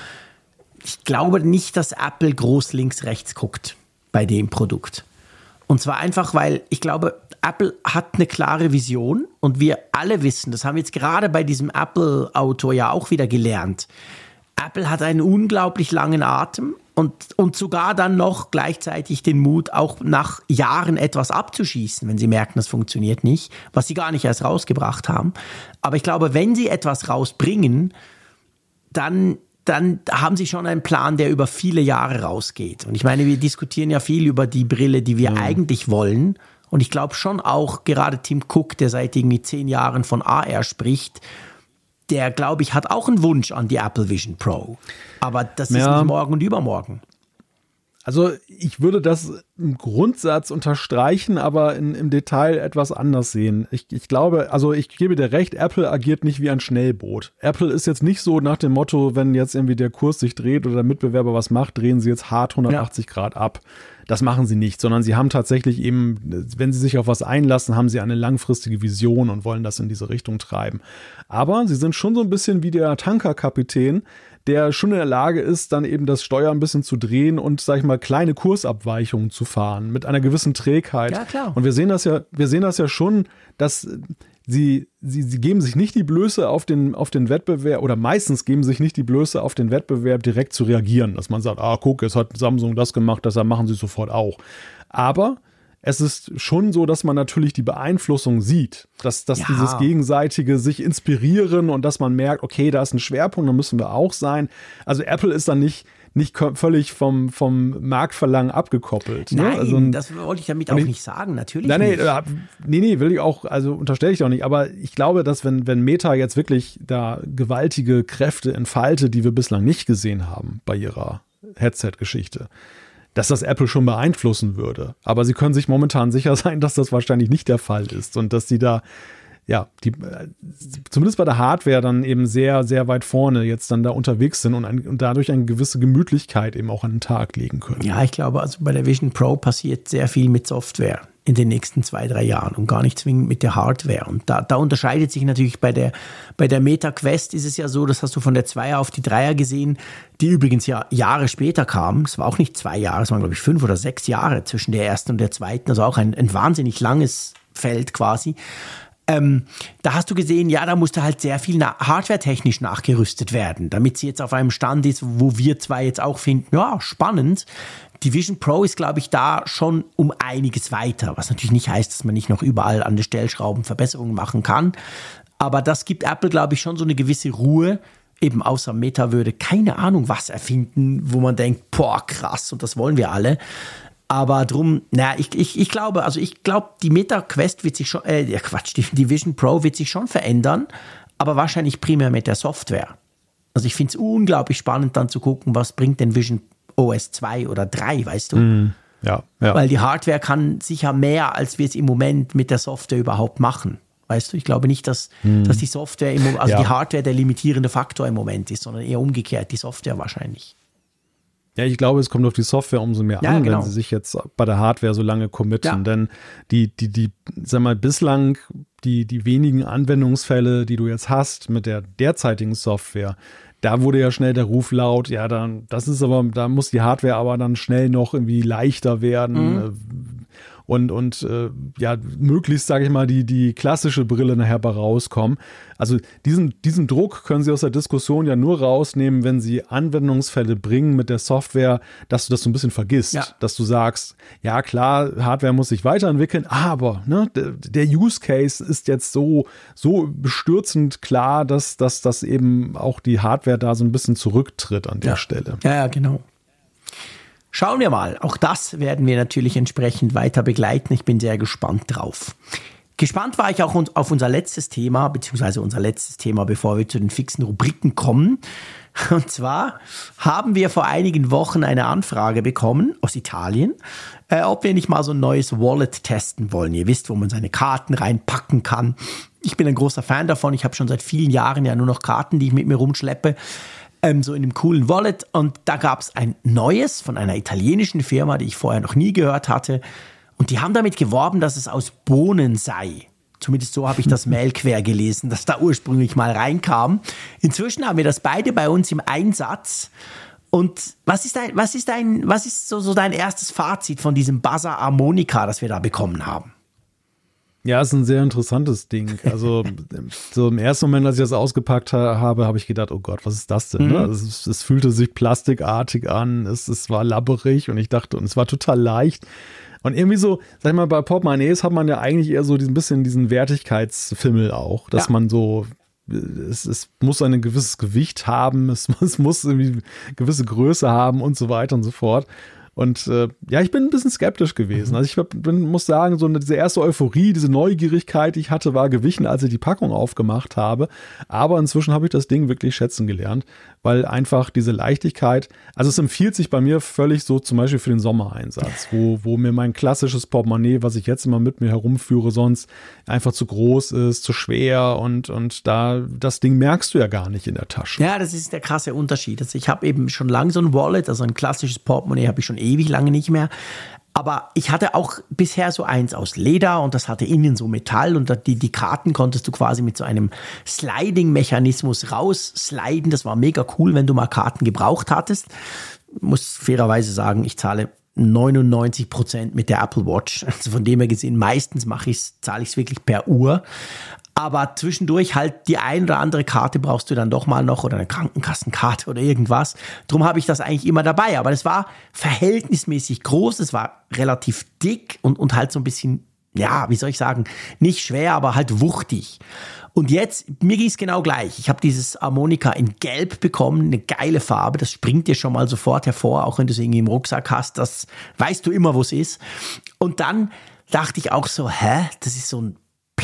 ich glaube nicht, dass Apple groß links, rechts guckt bei dem Produkt. Und zwar einfach, weil ich glaube, Apple hat eine klare Vision und wir alle wissen, das haben wir jetzt gerade bei diesem Apple-Auto ja auch wieder gelernt. Apple hat einen unglaublich langen Atem und, und sogar dann noch gleichzeitig den Mut, auch nach Jahren etwas abzuschießen, wenn sie merken, das funktioniert nicht, was sie gar nicht erst rausgebracht haben. Aber ich glaube, wenn sie etwas rausbringen, dann dann haben sie schon einen Plan, der über viele Jahre rausgeht. Und ich meine, wir diskutieren ja viel über die Brille, die wir ja. eigentlich wollen. Und ich glaube schon auch, gerade Tim Cook, der seit irgendwie zehn Jahren von A R spricht, der, glaube ich, hat auch einen Wunsch an die Apple Vision Pro. Aber das ja. ist nicht morgen und übermorgen. Also ich würde das im Grundsatz unterstreichen, aber in, im Detail etwas anders sehen. Ich, ich glaube, also ich gebe dir recht, Apple agiert nicht wie ein Schnellboot. Apple ist jetzt nicht so nach dem Motto, wenn jetzt irgendwie der Kurs sich dreht oder der Mitbewerber was macht, drehen sie jetzt hart hundertachtzig ja. Grad ab. Das machen sie nicht, sondern sie haben tatsächlich eben, wenn sie sich auf was einlassen, haben sie eine langfristige Vision und wollen das in diese Richtung treiben. Aber sie sind schon so ein bisschen wie der Tankerkapitän, der schon in der Lage ist, dann eben das Steuer ein bisschen zu drehen und, sag ich mal, kleine Kursabweichungen zu fahren mit einer gewissen Trägheit. Ja, klar. Und wir sehen das ja, wir sehen das ja schon, dass sie, sie, sie geben sich nicht die Blöße auf den, auf den Wettbewerb oder meistens geben sich nicht die Blöße auf den Wettbewerb direkt zu reagieren, dass man sagt, ah, guck, jetzt hat Samsung das gemacht, deshalb machen sie es sofort auch. Aber es ist schon so, dass man natürlich die Beeinflussung sieht, dass, dass ja. dieses gegenseitige sich inspirieren und dass man merkt, okay, da ist ein Schwerpunkt, da müssen wir auch sein. Also Apple ist dann nicht, nicht völlig vom, vom Marktverlangen abgekoppelt. Nein, ne? also, das wollte ich damit auch ich, nicht sagen, natürlich nein, nicht. Nein, nee, nee, will ich auch, also unterstelle ich auch nicht, aber ich glaube, dass wenn, wenn Meta jetzt wirklich da gewaltige Kräfte entfaltet, die wir bislang nicht gesehen haben bei ihrer Headset-Geschichte, dass das Apple schon beeinflussen würde. Aber sie können sich momentan sicher sein, dass das wahrscheinlich nicht der Fall ist und dass sie da, ja, die, zumindest bei der Hardware dann eben sehr, sehr weit vorne jetzt dann da unterwegs sind und, ein, und dadurch eine gewisse Gemütlichkeit eben auch an den Tag legen können. Ja, ich glaube, also bei der Vision Pro passiert sehr viel mit Software in den nächsten zwei, drei Jahren und gar nicht zwingend mit der Hardware. Und da, da unterscheidet sich natürlich bei der, bei der Meta Quest ist es ja so, das hast du von der Zweier auf die Dreier gesehen, die übrigens ja Jahre später kam. Es war auch nicht zwei Jahre, es waren glaube ich fünf oder sechs Jahre zwischen der ersten und der zweiten. Also auch ein, ein wahnsinnig langes Feld quasi. Ähm, da hast du gesehen, ja, da musste halt sehr viel na- hardwaretechnisch nachgerüstet werden, damit sie jetzt auf einem Stand ist, wo wir zwei jetzt auch finden, ja, spannend. Die Vision Pro ist, glaube ich, da schon um einiges weiter, was natürlich nicht heißt, dass man nicht noch überall an den Stellschrauben Verbesserungen machen kann. Aber das gibt Apple, glaube ich, schon so eine gewisse Ruhe. Eben außer Meta würde keine Ahnung was erfinden, wo man denkt, boah, krass, und das wollen wir alle. Aber drum, na, ich, ich, ich glaube, also ich glaube, die Meta Quest wird sich schon, äh, ja Quatsch, die, die Vision Pro wird sich schon verändern, aber wahrscheinlich primär mit der Software. Also ich finde es unglaublich spannend dann zu gucken, was bringt denn Vision O S zwei oder drei, weißt du? Mm, ja, ja. Weil die Hardware kann sicher mehr, als wir es im Moment mit der Software überhaupt machen. Weißt du, ich glaube nicht, dass, mm. dass die Software, im, also ja. die Hardware der limitierende Faktor im Moment ist, sondern eher umgekehrt, die Software wahrscheinlich. Ja, ich glaube, es kommt auf die Software umso mehr ja, an, genau. wenn sie sich jetzt bei der Hardware so lange committen. Ja. Denn die, die, die, sag mal, bislang die, die wenigen Anwendungsfälle, die du jetzt hast mit der derzeitigen Software, da wurde ja schnell der Ruf laut, ja, dann, das ist aber, da muss die Hardware aber dann schnell noch irgendwie leichter werden. Mhm. Und, und äh, ja, möglichst, sage ich mal, die, die klassische Brille nachher bei rauskommen. Also diesen, diesen Druck können Sie aus der Diskussion ja nur rausnehmen, wenn Sie Anwendungsfälle bringen mit der Software, dass du das so ein bisschen vergisst. Ja. Dass du sagst, ja klar, Hardware muss sich weiterentwickeln, aber ne, der, der Use Case ist jetzt so, so bestürzend klar, dass, dass, dass eben auch die Hardware da so ein bisschen zurücktritt an der ja. Stelle. Ja, ja, genau. Schauen wir mal. Auch das werden wir natürlich entsprechend weiter begleiten. Ich bin sehr gespannt drauf. Gespannt war ich auch auf unser letztes Thema, beziehungsweise unser letztes Thema, bevor wir zu den fixen Rubriken kommen. Und zwar haben wir vor einigen Wochen eine Anfrage bekommen aus Italien, äh, ob wir nicht mal so ein neues Wallet testen wollen. Ihr wisst, wo man seine Karten reinpacken kann. Ich bin ein großer Fan davon. Ich habe schon seit vielen Jahren ja nur noch Karten, die ich mit mir rumschleppe. Ähm, so in einem coolen Wallet, und da gab es ein neues von einer italienischen Firma, die ich vorher noch nie gehört hatte, und die haben damit geworben, dass es aus Bohnen sei. Zumindest so habe ich das Mail quer gelesen, das da ursprünglich mal reinkam. Inzwischen haben wir das beide bei uns im Einsatz. Und was ist dein, was ist dein, was ist so, so dein erstes Fazit von diesem Buzzer Harmonica, das wir da bekommen haben? Ja, ist ein sehr interessantes Ding. Also so im ersten Moment, als ich das ausgepackt ha- habe, habe ich gedacht, oh Gott, was ist das denn? Mhm. Ne? Es, es fühlte sich plastikartig an, es, es war labberig, und ich dachte, und es war total leicht. Und irgendwie so, sag ich mal, bei Portemonnaies hat man ja eigentlich eher so ein bisschen diesen Wertigkeitsfimmel auch, dass ja. man so, es, es muss ein gewisses Gewicht haben, es, es muss irgendwie gewisse Größe haben und so weiter und so fort. Und äh, ja, ich bin ein bisschen skeptisch gewesen. Also ich bin, muss sagen, so diese erste Euphorie, diese Neugierigkeit, die ich hatte, war gewichen, als ich die Packung aufgemacht habe. Aber inzwischen habe ich das Ding wirklich schätzen gelernt, weil einfach diese Leichtigkeit, also es empfiehlt sich bei mir völlig so zum Beispiel für den Sommereinsatz, wo, wo mir mein klassisches Portemonnaie, was ich jetzt immer mit mir herumführe, sonst einfach zu groß ist, zu schwer, und, und da das Ding merkst du ja gar nicht in der Tasche. Ja, das ist der krasse Unterschied. Also ich habe eben schon lange so ein Wallet, also ein klassisches Portemonnaie habe ich schon ewig lange nicht mehr. Aber ich hatte auch bisher so eins aus Leder, und das hatte innen so Metall, und die, die Karten konntest du quasi mit so einem Sliding-Mechanismus raussliden. Das war mega cool, wenn du mal Karten gebraucht hattest. Muss fairerweise sagen, ich zahle neunundneunzig Prozent mit der Apple Watch. Also von dem her gesehen, meistens mache ich's, zahle ich es wirklich per Uhr. Aber zwischendurch halt die ein oder andere Karte brauchst du dann doch mal noch, oder eine Krankenkassenkarte oder irgendwas. Drum habe ich das eigentlich immer dabei. Aber das war verhältnismäßig groß, es war relativ dick und, und halt so ein bisschen, ja, wie soll ich sagen, nicht schwer, aber halt wuchtig. Und jetzt, mir ging es genau gleich. Ich habe dieses Harmonica in Gelb bekommen, eine geile Farbe, das springt dir schon mal sofort hervor, auch wenn du es irgendwie im Rucksack hast, das weißt du immer, wo es ist. Und dann dachte ich auch so, hä, das ist so ein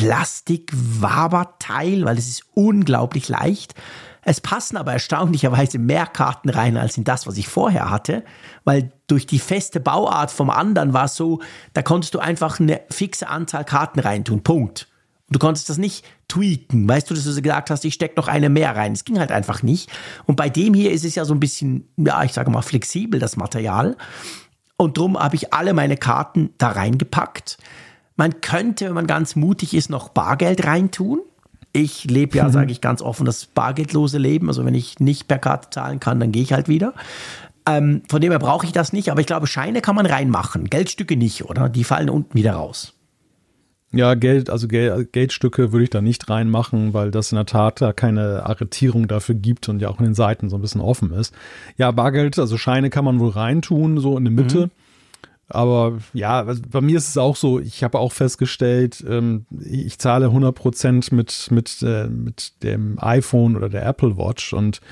Plastik-Waberteil, weil es ist unglaublich leicht. Es passen aber erstaunlicherweise mehr Karten rein als in das, was ich vorher hatte, weil durch die feste Bauart vom anderen war es so, da konntest du einfach eine fixe Anzahl Karten reintun, Punkt. Und du konntest das nicht tweaken, weißt du, dass du so gesagt hast, ich stecke noch eine mehr rein. Es ging halt einfach nicht. Und bei dem hier ist es ja so ein bisschen, ja, ich sage mal flexibel, das Material. Und drum habe ich alle meine Karten da reingepackt. Man könnte, wenn man ganz mutig ist, noch Bargeld reintun. Ich lebe ja, mhm. sage ich ganz offen, das bargeldlose Leben. Also wenn ich nicht per Karte zahlen kann, dann gehe ich halt wieder. Ähm, von dem her brauche ich das nicht. Aber ich glaube, Scheine kann man reinmachen. Geldstücke nicht, oder? Die fallen unten wieder raus. Ja, Geld, also Gel- Geldstücke würde ich da nicht reinmachen, weil das in der Tat da keine Arretierung dafür gibt und ja auch in den Seiten so ein bisschen offen ist. Ja, Bargeld, also Scheine kann man wohl reintun, so in der Mitte. Mhm. Aber ja, bei mir ist es auch so, ich habe auch festgestellt, ähm, ich zahle hundert Prozent mit, mit, äh, mit dem iPhone oder der Apple Watch, und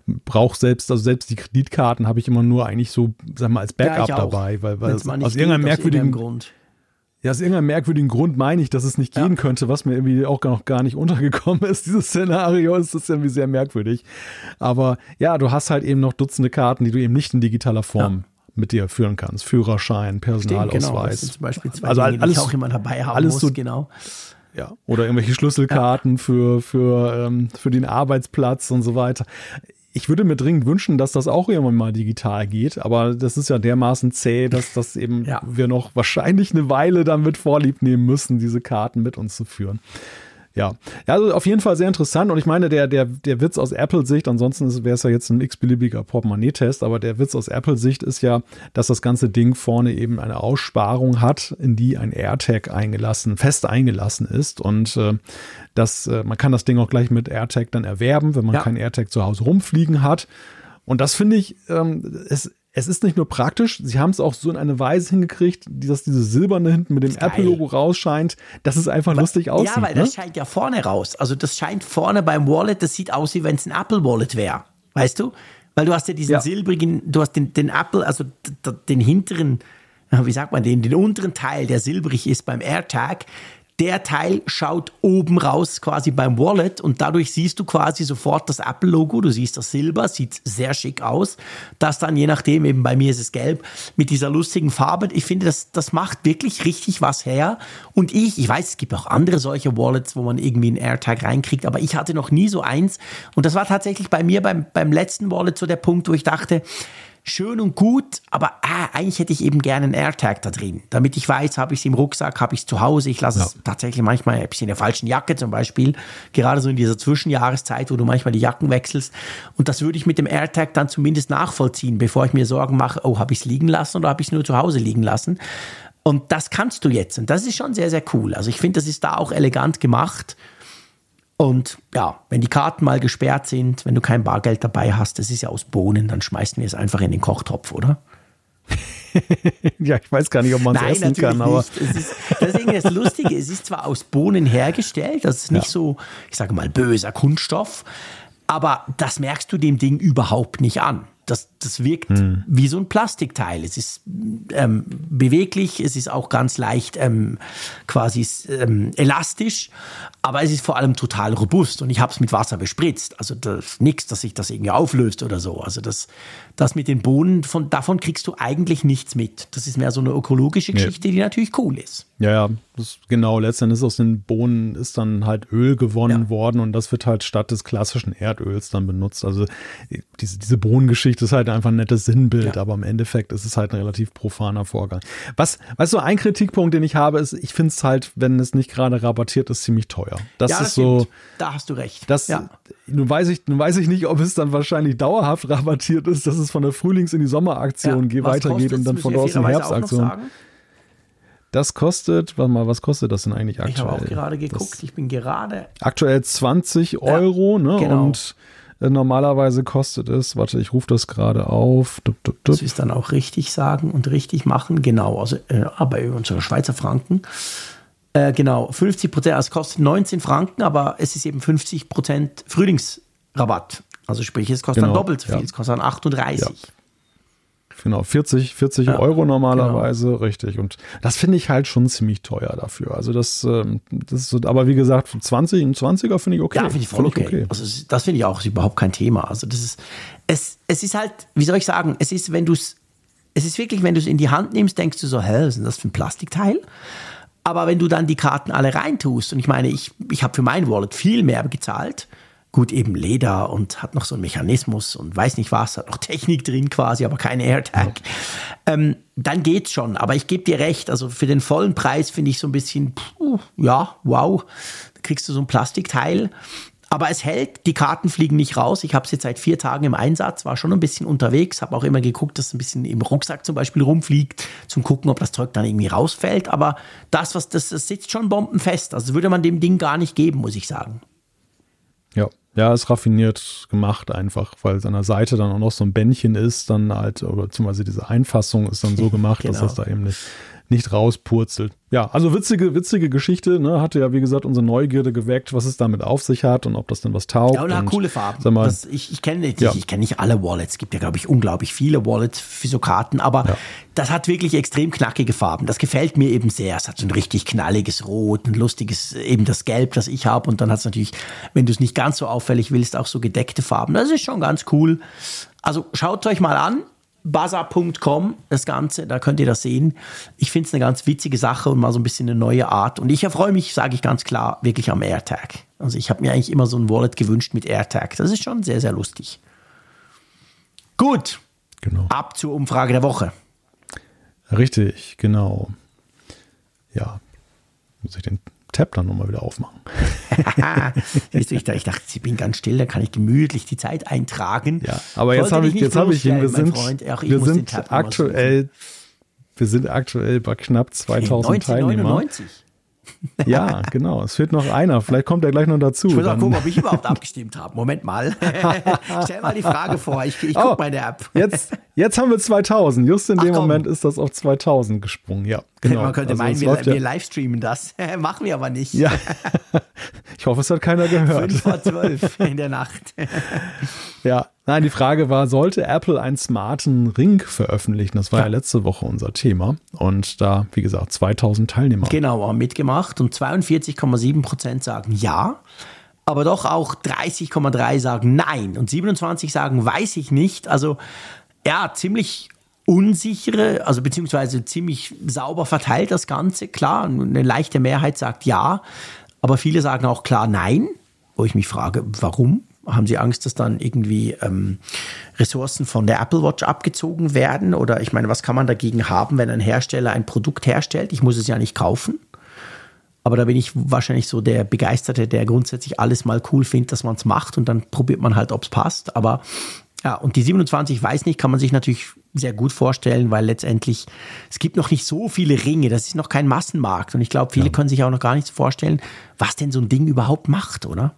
brauche selbst, also selbst die Kreditkarten habe ich immer nur eigentlich so, sag mal, als Backup ja, dabei, weil, weil aus irgendeinem irgendeinem merkwürdigen Grund. Ja, aus irgendeinem merkwürdigen Grund meine ich, dass es nicht gehen ja. könnte, was mir irgendwie auch noch gar nicht untergekommen ist. Dieses Szenario ist das irgendwie sehr merkwürdig. Aber ja, du hast halt eben noch Dutzende Karten, die du eben nicht in digitaler Form ja. mit dir führen kannst. Führerschein, Personalausweis. Stimmt, genau. Das sind zum Beispiel zwei also Dinge, alles, die ich auch immer dabei haben alles muss, so, genau. Ja, oder irgendwelche Schlüsselkarten ja. für, für, ähm, für den Arbeitsplatz und so weiter. Ich würde mir dringend wünschen, dass das auch irgendwann mal digital geht, aber das ist ja dermaßen zäh, dass das eben ja. wir noch wahrscheinlich eine Weile damit vorlieb nehmen müssen, diese Karten mit uns zu führen. Ja, ja, also auf jeden Fall sehr interessant und ich meine, der, der, der Witz aus Apple-Sicht, ansonsten wäre es ja jetzt ein x-beliebiger Portemonnaie-Test, aber der Witz aus Apple-Sicht ist ja, dass das ganze Ding vorne eben eine Aussparung hat, in die ein AirTag eingelassen, fest eingelassen ist und äh, das, äh, man kann das Ding auch gleich mit AirTag dann erwerben, wenn man ja. kein AirTag zu Hause rumfliegen hat und das finde ich, ähm, es Es ist nicht nur praktisch, sie haben es auch so in eine Weise hingekriegt, dass diese silberne hinten mit dem Apple-Logo rausscheint, dass es einfach weil, lustig aussieht. Ja, weil ne? das scheint ja vorne raus. Also das scheint vorne beim Wallet, das sieht aus, wie wenn es ein Apple-Wallet wäre. Weißt du? Weil du hast ja diesen ja. silbrigen, du hast den, den Apple, also d- den hinteren, wie sagt man den, den unteren Teil, der silbrig ist beim AirTag. Der Teil schaut oben raus quasi beim Wallet und dadurch siehst du quasi sofort das Apple-Logo, du siehst das Silber, sieht sehr schick aus. Das dann je nachdem, eben bei mir ist es gelb, mit dieser lustigen Farbe. Ich finde, das, das macht wirklich richtig was her. Und ich, ich weiß, es gibt auch andere solche Wallets, wo man irgendwie einen AirTag reinkriegt, aber ich hatte noch nie so eins. Und das war tatsächlich bei mir beim, beim letzten Wallet so der Punkt, wo ich dachte, schön und gut, aber ah, eigentlich hätte ich eben gerne einen AirTag da drin. Damit ich weiß, habe ich es im Rucksack, habe ich es zu Hause. Ich lasse ja. es tatsächlich manchmal ein bisschen in der falschen Jacke zum Beispiel. Gerade so in dieser Zwischenjahreszeit, wo du manchmal die Jacken wechselst. Und das würde ich mit dem AirTag dann zumindest nachvollziehen, bevor ich mir Sorgen mache, oh, habe ich es liegen lassen oder habe ich es nur zu Hause liegen lassen? Und das kannst du jetzt. Und das ist schon sehr, sehr cool. Also ich finde, das ist da auch elegant gemacht. Und ja, wenn die Karten mal gesperrt sind, wenn du kein Bargeld dabei hast, das ist ja aus Bohnen, dann schmeißen wir es einfach in den Kochtopf, oder? Ja, ich weiß gar nicht, ob man es essen kann, aber nicht. Es ist, das ist irgendwie das Lustige. Es ist zwar aus Bohnen hergestellt, das ist nicht ja. so, ich sage mal, böser Kunststoff, aber das merkst du dem Ding überhaupt nicht an. Das, das wirkt hm. wie so ein Plastikteil. Es ist ähm, beweglich, es ist auch ganz leicht ähm, quasi ähm, elastisch, aber es ist vor allem total robust und ich habe es mit Wasser bespritzt. Also das ist nichts, dass sich das irgendwie auflöst oder so. Also das, das mit den Bohnen, von, davon kriegst du eigentlich nichts mit. Das ist mehr so eine ökologische Geschichte, nee. die natürlich cool ist. Ja, ja, das, genau. Letztendlich aus den Bohnen ist dann halt Öl gewonnen ja. worden und das wird halt statt des klassischen Erdöls dann benutzt. Also diese, diese Bohnengeschichte ist halt einfach ein nettes Sinnbild, ja. aber im Endeffekt ist es halt ein relativ profaner Vorgang. Was, weißt du, ein Kritikpunkt, den ich habe, ist, ich finde es halt, wenn es nicht gerade rabattiert ist, ziemlich teuer. Das ja, ist das so. Stimmt. Da hast du recht. Das, ja. Nun weiß ich, nun weiß ich nicht, ob es dann wahrscheinlich dauerhaft rabattiert ist, dass es von der Frühlings- in die Sommeraktion ja. weitergeht und dann von dort in die Herbstaktion. Das kostet, warte mal, was kostet das denn eigentlich aktuell? Ich habe auch gerade geguckt, das ich bin gerade. Aktuell zwanzig Euro, ja, ne? Genau. Und äh, normalerweise kostet es, warte, ich rufe das gerade auf. Dup, dup, dup. Das ist dann auch richtig sagen und richtig machen, genau. Also äh, bei unseren Schweizer Franken. Äh, genau, fünfzig Prozent, also es kostet neunzehn Franken, aber es ist eben fünfzig Prozent Frühlingsrabatt. Also sprich, es kostet genau, dann doppelt so viel, ja. es kostet dann achtunddreißig. Ja. Genau, vierzig, vierzig ja, Euro normalerweise, genau. richtig. Und das finde ich halt schon ziemlich teuer dafür. Also das, das ist, aber wie gesagt, zwanzig, ein zwanziger finde ich okay. Ja, finde ich voll okay. okay. Also das finde ich auch, ist überhaupt kein Thema. Also das ist, es, es ist halt, wie soll ich sagen, es ist, wenn du es, es ist wirklich, wenn du es in die Hand nimmst, denkst du so, hä, was ist denn das für ein Plastikteil? Aber wenn du dann die Karten alle reintust, und ich meine, ich, ich habe für mein Wallet viel mehr gezahlt, gut, eben Leder und hat noch so einen Mechanismus und weiß nicht was, hat noch Technik drin quasi, aber kein AirTag. Ja. Ähm, dann geht's schon. Aber ich gebe dir recht, also für den vollen Preis finde ich so ein bisschen, puh, ja, wow, da kriegst du so ein Plastikteil. Aber es hält, die Karten fliegen nicht raus. Ich habe es jetzt seit vier Tagen im Einsatz, war schon ein bisschen unterwegs, habe auch immer geguckt, dass es ein bisschen im Rucksack zum Beispiel rumfliegt, zum gucken, ob das Zeug dann irgendwie rausfällt. Aber das, was das, das sitzt schon bombenfest. Also würde man dem Ding gar nicht geben, muss ich sagen. Ja, ja, ist raffiniert gemacht einfach, weil es an der Seite dann auch noch so ein Bändchen ist, dann halt, oder beziehungsweise diese Einfassung ist dann so gemacht, genau. dass das da eben nicht, nicht rauspurzelt. Ja, also witzige, witzige Geschichte, ne? Hatte ja, wie gesagt, unsere Neugierde geweckt, was es damit auf sich hat und ob das denn was taugt. Ja, und, und coole Farben. Sag mal, das, ich ich kenne nicht, ja. ich, ich kenn nicht alle Wallets. Es gibt ja, glaube ich, unglaublich viele Wallets für so Karten, aber ja. das hat wirklich extrem knackige Farben. Das gefällt mir eben sehr. Es hat so ein richtig knalliges Rot, ein lustiges, eben das Gelb, das ich habe. Und dann hat es natürlich, wenn du es nicht ganz so auffällig willst, auch so gedeckte Farben. Das ist schon ganz cool. Also schaut euch mal an. Buzzer Punkt com, das Ganze, da könnt ihr das sehen. Ich finde es eine ganz witzige Sache und mal so ein bisschen eine neue Art. Und ich erfreue mich, sage ich ganz klar, wirklich am AirTag. Also ich habe mir eigentlich immer so ein Wallet gewünscht mit AirTag. Das ist schon sehr, sehr lustig. Gut, genau. Ab zur Umfrage der Woche. Richtig, genau. Ja, muss ich den Tab dann nochmal wieder aufmachen. ich dachte, ich bin ganz still, da kann ich gemütlich die Zeit eintragen. Ja, aber jetzt habe ich, jetzt habe ich ihn, wir sind, Ach, wir sind aktuell, wir sind aktuell bei knapp zweitausend hey, Teilnehmern. Ja, genau. Es fehlt noch einer. Vielleicht kommt er gleich noch dazu. Ich muss auch gucken, ob ich überhaupt abgestimmt habe. Moment mal. Stell mal die Frage vor. Ich, ich gucke oh, meine App. Jetzt, jetzt haben wir zweitausend. Just in Ach, dem komm. Moment ist das auf zweitausend gesprungen. Ja, genau. Man könnte also meinen, wir, wir ja. livestreamen das. Machen wir aber nicht. Ja. Ich hoffe, es hat keiner gehört. Fünf vor zwölf in der Nacht. Ja, nein, die Frage war, sollte Apple einen smarten Ring veröffentlichen? Das war ja, ja letzte Woche unser Thema. Und da, wie gesagt, zweitausend Teilnehmer. Genau, haben mitgemacht und zweiundvierzig Komma sieben Prozent sagen ja. Aber doch auch dreißig Komma drei sagen nein. Und siebenundzwanzig sagen weiß ich nicht. Also ja, ziemlich unsichere, also beziehungsweise ziemlich sauber verteilt das Ganze. Klar, eine leichte Mehrheit sagt ja. Aber viele sagen auch klar nein. Wo ich mich frage, warum? Haben Sie Angst, dass dann irgendwie ähm, Ressourcen von der Apple Watch abgezogen werden? Oder ich meine, was kann man dagegen haben, wenn ein Hersteller ein Produkt herstellt? Ich muss es ja nicht kaufen. Aber da bin ich wahrscheinlich so der Begeisterte, der grundsätzlich alles mal cool findet, dass man es macht. Und dann probiert man halt, ob es passt. Aber ja, und die siebenundzwanzig, weiß nicht, kann man sich natürlich sehr gut vorstellen, weil letztendlich, es gibt noch nicht so viele Ringe. Das ist noch kein Massenmarkt. Und ich glaube, viele ja. können sich auch noch gar nicht vorstellen, was denn so ein Ding überhaupt macht, oder?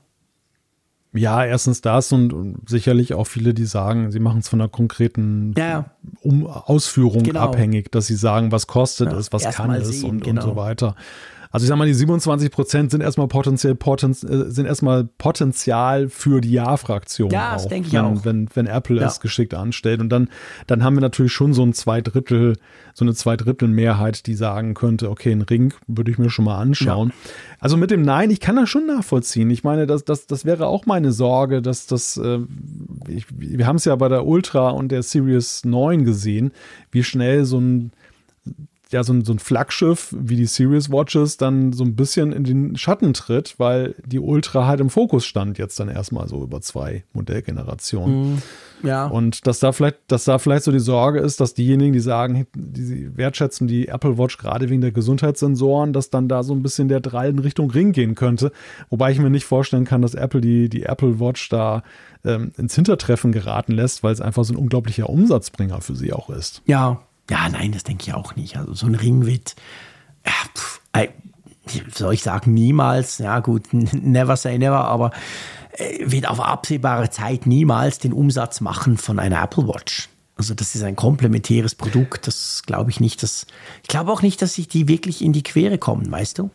Ja, erstens das und, und sicherlich auch viele, die sagen, sie machen es von einer konkreten ja. um Ausführung genau. abhängig, dass sie sagen, was kostet ja, es, was kann es sehen, und, genau. und so weiter. Also ich sag mal, die siebenundzwanzig Prozent sind erstmal potenziell Potenz, sind erstmal Potenzial für die Ja-Fraktion. Ja, das auch, denke ich wenn, auch. Wenn, wenn Apple ja. es geschickt anstellt. Und dann, dann haben wir natürlich schon so ein Zweidrittel, so eine Zweidrittel-Mehrheit, die sagen könnte, okay, einen Ring würde ich mir schon mal anschauen. Ja. Also mit dem Nein, ich kann das schon nachvollziehen. Ich meine, das, das, das wäre auch meine Sorge, dass das, äh, ich, wir haben es ja bei der Ultra und der Series neun gesehen, wie schnell so ein ja, so ein, so ein Flaggschiff wie die Series Watches dann so ein bisschen in den Schatten tritt, weil die Ultra halt im Fokus stand jetzt dann erstmal so über zwei Modellgenerationen. Mm, ja. Und dass da vielleicht, dass da vielleicht so die Sorge ist, dass diejenigen, die sagen, die wertschätzen die Apple Watch gerade wegen der Gesundheitssensoren, dass dann da so ein bisschen der Drall in Richtung Ring gehen könnte. Wobei ich mir nicht vorstellen kann, dass Apple die, die Apple Watch da ähm, ins Hintertreffen geraten lässt, weil es einfach so ein unglaublicher Umsatzbringer für sie auch ist. Ja. Ja, nein, das denke ich auch nicht. Also so ein Ring wird, ja, pff, soll ich sagen, niemals, ja gut, never say never, aber wird auf absehbare Zeit niemals den Umsatz machen von einer Apple Watch. Also das ist ein komplementäres Produkt, das glaube ich nicht, dass, ich glaube auch nicht, dass sich die wirklich in die Quere kommen, weißt du?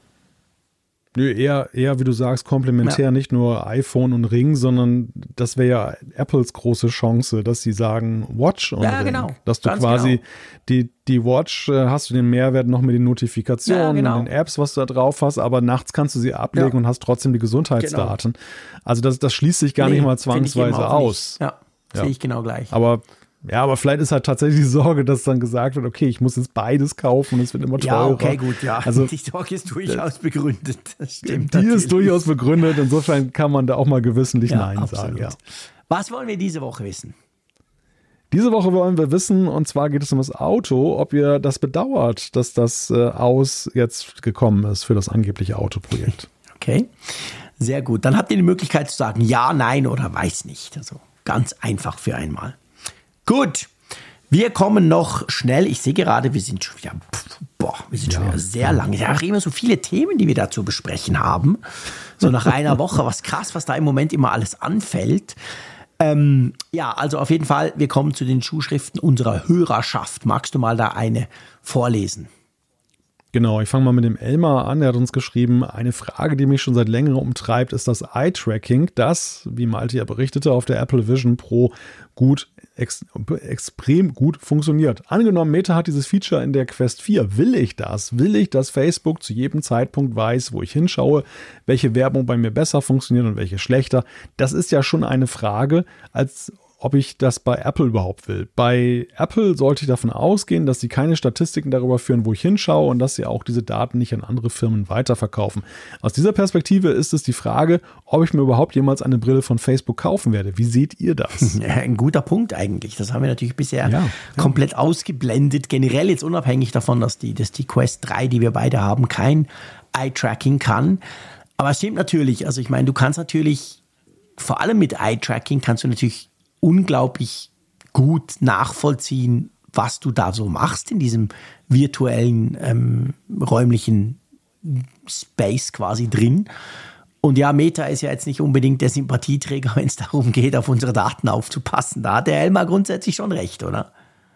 Nö, eher, eher, wie du sagst, komplementär, ja. Nicht nur iPhone und Ring, sondern das wäre ja Apples große Chance, dass sie sagen Watch und ja, Ring. Genau. Dass du Ganz quasi genau. die, die Watch, äh, hast du den Mehrwert noch mit den Notifikationen ja, genau. und den Apps, was du da drauf hast, aber nachts kannst du sie ablegen ja. und hast trotzdem die Gesundheitsdaten. Genau. Also das, das schließt sich gar nee, nicht mal zwangsweise aus. Nicht. Ja, ja. Sehe ich genau gleich. Aber Ja, aber vielleicht ist halt tatsächlich die Sorge, dass dann gesagt wird, okay, ich muss jetzt beides kaufen und es wird immer teurer. Ja, okay, gut, ja. Also, die Sorge ist durchaus begründet. Das stimmt. Die natürlich. ist durchaus begründet. Insofern kann man da auch mal gewissentlich ja, Nein absolut. sagen. Ja. Was wollen wir diese Woche wissen? Diese Woche wollen wir wissen, und zwar geht es um das Auto, ob ihr das bedauert, dass das äh, Aus jetzt gekommen ist für das angebliche Autoprojekt. Okay, sehr gut. Dann habt ihr die Möglichkeit zu sagen ja, nein oder weiß nicht. Also ganz einfach für einmal. Gut, wir kommen noch schnell. Ich sehe gerade, wir sind schon wieder, boah, wir sind schon ja. wieder sehr lang. Es sind auch immer so viele Themen, die wir da zu besprechen haben. So nach einer Woche, was krass, was da im Moment immer alles anfällt. Ähm, ja, also auf jeden Fall, wir kommen zu den Zuschriften unserer Hörerschaft. Magst du mal da eine vorlesen? Genau, ich fange mal mit dem Elmar an. Er hat uns geschrieben, eine Frage, die mich schon seit längerem umtreibt, ist das Eye-Tracking, das, wie Malte ja berichtete, auf der Apple Vision Pro gut, ex, extrem gut funktioniert. Angenommen, Meta hat dieses Feature in der Quest vier. Will ich das? Will ich, dass Facebook zu jedem Zeitpunkt weiß, wo ich hinschaue, welche Werbung bei mir besser funktioniert und welche schlechter? Das ist ja schon eine Frage, als ob ich das bei Apple überhaupt will. Bei Apple sollte ich davon ausgehen, dass sie keine Statistiken darüber führen, wo ich hinschaue und dass sie auch diese Daten nicht an andere Firmen weiterverkaufen. Aus dieser Perspektive ist es die Frage, ob ich mir überhaupt jemals eine Brille von Facebook kaufen werde. Wie seht ihr das? Ja, ein guter Punkt eigentlich. Das haben wir natürlich bisher ja, komplett ja. ausgeblendet. Generell jetzt unabhängig davon, dass die, dass die Quest drei, die wir beide haben, kein Eye-Tracking kann. Aber es stimmt natürlich. Also ich meine, du kannst natürlich, vor allem mit Eye-Tracking, kannst du natürlich unglaublich gut nachvollziehen, was du da so machst in diesem virtuellen, ähm, räumlichen Space quasi drin. Und ja, Meta ist ja jetzt nicht unbedingt der Sympathieträger, wenn es darum geht, auf unsere Daten aufzupassen. Da hat der Elmar grundsätzlich schon recht, oder?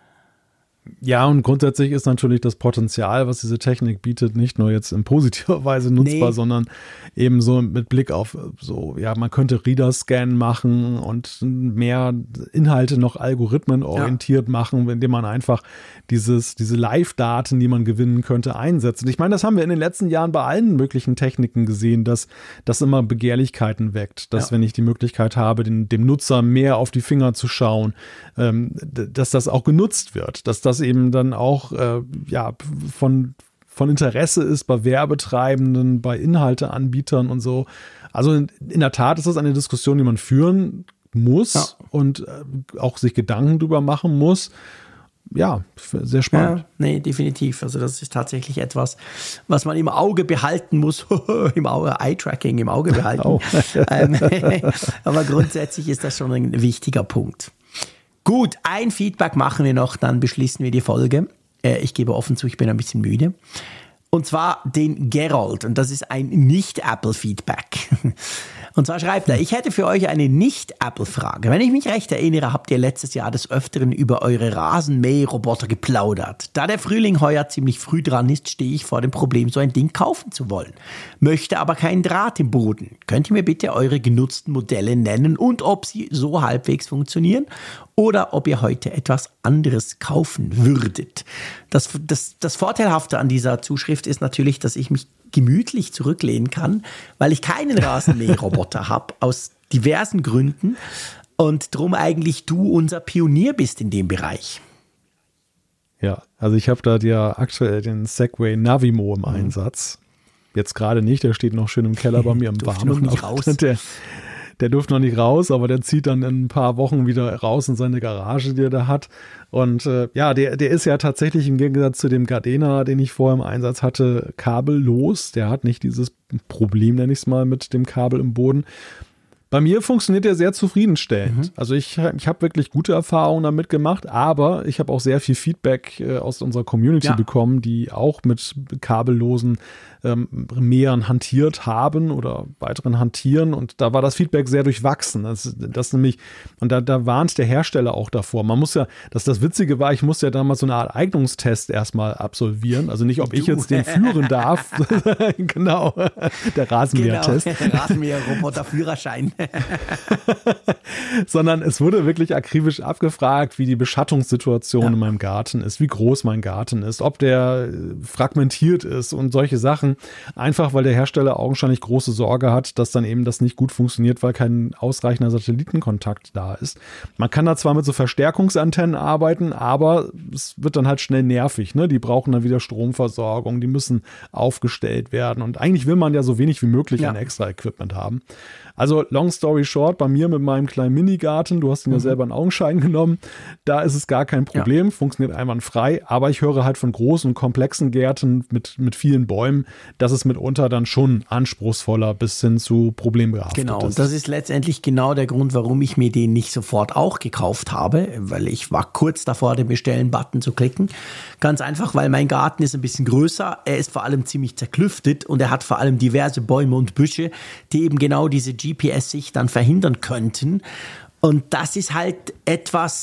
Ja, und grundsätzlich ist natürlich das Potenzial, was diese Technik bietet, nicht nur jetzt in positiver Weise nutzbar, nee. sondern eben so mit Blick auf so, ja, man könnte Reader-Scan machen und mehr Inhalte noch algorithmenorientiert ja. machen, indem man einfach dieses, diese Live-Daten, die man gewinnen könnte, einsetzt. Und ich meine, das haben wir in den letzten Jahren bei allen möglichen Techniken gesehen, dass das immer Begehrlichkeiten weckt, dass ja. wenn ich die Möglichkeit habe, den, dem Nutzer mehr auf die Finger zu schauen, ähm, dass das auch genutzt wird, dass das eben dann auch äh, ja, von, von Interesse ist bei Werbetreibenden, bei Inhalteanbietern und so. Also in, in der Tat ist das eine Diskussion, die man führen muss ja. und äh, auch sich Gedanken drüber machen muss. Ja, sehr spannend. Ja, nee, definitiv. Also das ist tatsächlich etwas, was man im Auge behalten muss. Im Auge, Eye-Tracking im Auge behalten. Oh. ähm, aber grundsätzlich ist das schon ein wichtiger Punkt. Gut, ein Feedback machen wir noch, dann beschließen wir die Folge. Äh, ich gebe offen zu, ich bin ein bisschen müde. Und zwar den Gerold. Und das ist ein Nicht-Apple-Feedback. Und zwar schreibt er, ich hätte für euch eine Nicht-Apple-Frage. Wenn ich mich recht erinnere, habt ihr letztes Jahr des Öfteren über eure Rasenmäherroboter geplaudert. Da der Frühling heuer ziemlich früh dran ist, stehe ich vor dem Problem, so ein Ding kaufen zu wollen. Möchte aber keinen Draht im Boden. Könnt ihr mir bitte eure genutzten Modelle nennen und ob sie so halbwegs funktionieren oder ob ihr heute etwas anderes kaufen würdet? Das, das, das Vorteilhafte an dieser Zuschrift ist natürlich, dass ich mich gemütlich zurücklehnen kann, weil ich keinen Rasenmäherroboter habe, aus diversen Gründen und drum eigentlich du unser Pionier bist in dem Bereich. Ja, also ich habe da ja aktuell den Segway Navimo im mhm. Einsatz. Jetzt gerade nicht, der steht noch schön im Keller bei mir im Warmen. Noch nicht raus. Der, der durfte noch nicht raus, aber der zieht dann in ein paar Wochen wieder raus in seine Garage, die er da hat. Und äh, ja, der, der ist ja tatsächlich im Gegensatz zu dem Gardena, den ich vorher im Einsatz hatte, kabellos. Der hat nicht dieses Problem, nenne ich es mal, mit dem Kabel im Boden. Bei mir funktioniert der sehr zufriedenstellend. Mhm. Also ich, ich habe wirklich gute Erfahrungen damit gemacht, aber ich habe auch sehr viel Feedback äh, aus unserer Community ja. bekommen, die auch mit kabellosen ähm, Mähern hantiert haben oder weiteren hantieren, und da war das Feedback sehr durchwachsen. Das, das nämlich, und da, da warnt der Hersteller auch davor. Man muss ja, das, das Witzige war, ich musste ja damals so eine Art Eignungstest erstmal absolvieren. Also nicht, ob du. ich jetzt den führen darf. Genau, der Rasenmäher-Test. Genau, der Rasenmäher-Roboter-Führerschein. Sondern es wurde wirklich akribisch abgefragt, wie die Beschattungssituation ja. in meinem Garten ist, wie groß mein Garten ist, ob der fragmentiert ist und solche Sachen. Einfach, weil der Hersteller augenscheinlich große Sorge hat, dass dann eben das nicht gut funktioniert, weil kein ausreichender Satellitenkontakt da ist. Man kann da zwar mit so Verstärkungsantennen arbeiten, aber es wird dann halt schnell nervig, ne? Die brauchen dann wieder Stromversorgung, die müssen aufgestellt werden, und eigentlich will man ja so wenig wie möglich ja. an extra Equipment haben. Also long story short, bei mir mit meinem kleinen Minigarten, du hast ihn ja mhm. selber in Augenschein genommen, da ist es gar kein Problem, ja. funktioniert einwandfrei, aber ich höre halt von großen, komplexen Gärten mit, mit vielen Bäumen, dass es mitunter dann schon anspruchsvoller bis hin zu problembehaftet genau, ist. Genau, und das ist letztendlich genau der Grund, warum ich mir den nicht sofort auch gekauft habe, weil ich war kurz davor, den Bestellen-Button zu klicken. Ganz einfach, weil mein Garten ist ein bisschen größer, er ist vor allem ziemlich zerklüftet und er hat vor allem diverse Bäume und Büsche, die eben genau diese G P S-Sicht dann verhindern könnten. Und das ist halt etwas,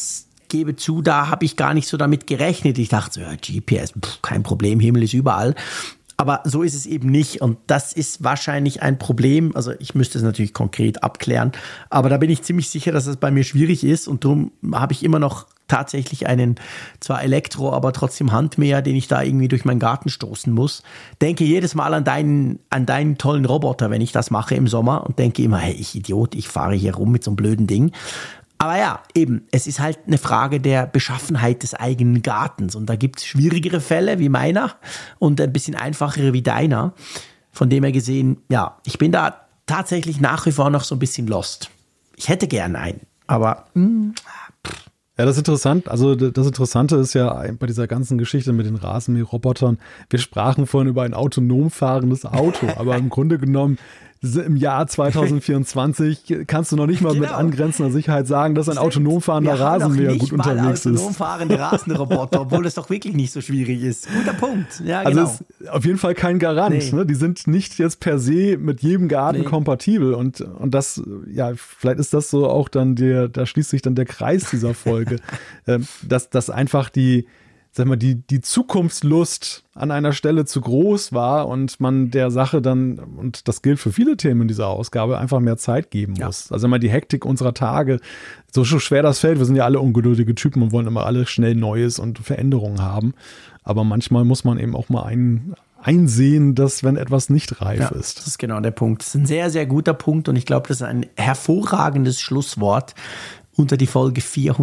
gebe zu, da habe ich gar nicht so damit gerechnet. Ich dachte so, ja, G P S, pff, kein Problem, Himmel ist überall. Aber so ist es eben nicht und das ist wahrscheinlich ein Problem. Also ich müsste es natürlich konkret abklären, aber da bin ich ziemlich sicher, dass es bei mir schwierig ist und darum habe ich immer noch tatsächlich einen, zwar Elektro, aber trotzdem Handmäher, den ich da irgendwie durch meinen Garten stoßen muss. Denke jedes Mal an deinen, an deinen tollen Roboter, wenn ich das mache im Sommer und denke immer, hey, ich Idiot, ich fahre hier rum mit so einem blöden Ding. Aber ja, eben, es ist halt eine Frage der Beschaffenheit des eigenen Gartens. Und da gibt es schwierigere Fälle wie meiner und ein bisschen einfachere wie deiner. Von dem her gesehen, ja, ich bin da tatsächlich nach wie vor noch so ein bisschen lost. Ich hätte gern einen, aber... Mh, Ja, das ist interessant. Also das Interessante ist ja bei dieser ganzen Geschichte mit den Rasenmäherrobotern, wir sprachen vorhin über ein autonom fahrendes Auto, aber im Grunde genommen im Jahr zwanzig vierundzwanzig kannst du noch nicht mal genau. mit angrenzender Sicherheit sagen, dass ein autonom fahrender Rasenmäher gut unterwegs ist. Autonom fahrende Rasenroboter, obwohl es doch wirklich nicht so schwierig ist. Guter Punkt. Ja, also genau. Ist auf jeden Fall kein Garant. Nee. Ne? Die sind nicht jetzt per se mit jedem Garten nee. kompatibel und, und das, ja, vielleicht ist das so auch dann der, da schließt sich dann der Kreis dieser Folge, dass, dass einfach die sag mal, die, die Zukunftslust an einer Stelle zu groß war und man der Sache dann, und das gilt für viele Themen in dieser Ausgabe, einfach mehr Zeit geben muss. Ja. Also immer die Hektik unserer Tage, so schwer das fällt, wir sind ja alle ungeduldige Typen und wollen immer alle schnell Neues und Veränderungen haben. Aber manchmal muss man eben auch mal ein, einsehen, dass wenn etwas nicht reif ja, ist. Das ist genau der Punkt. Das ist ein sehr, sehr guter Punkt und ich glaube, das ist ein hervorragendes Schlusswort unter die Folge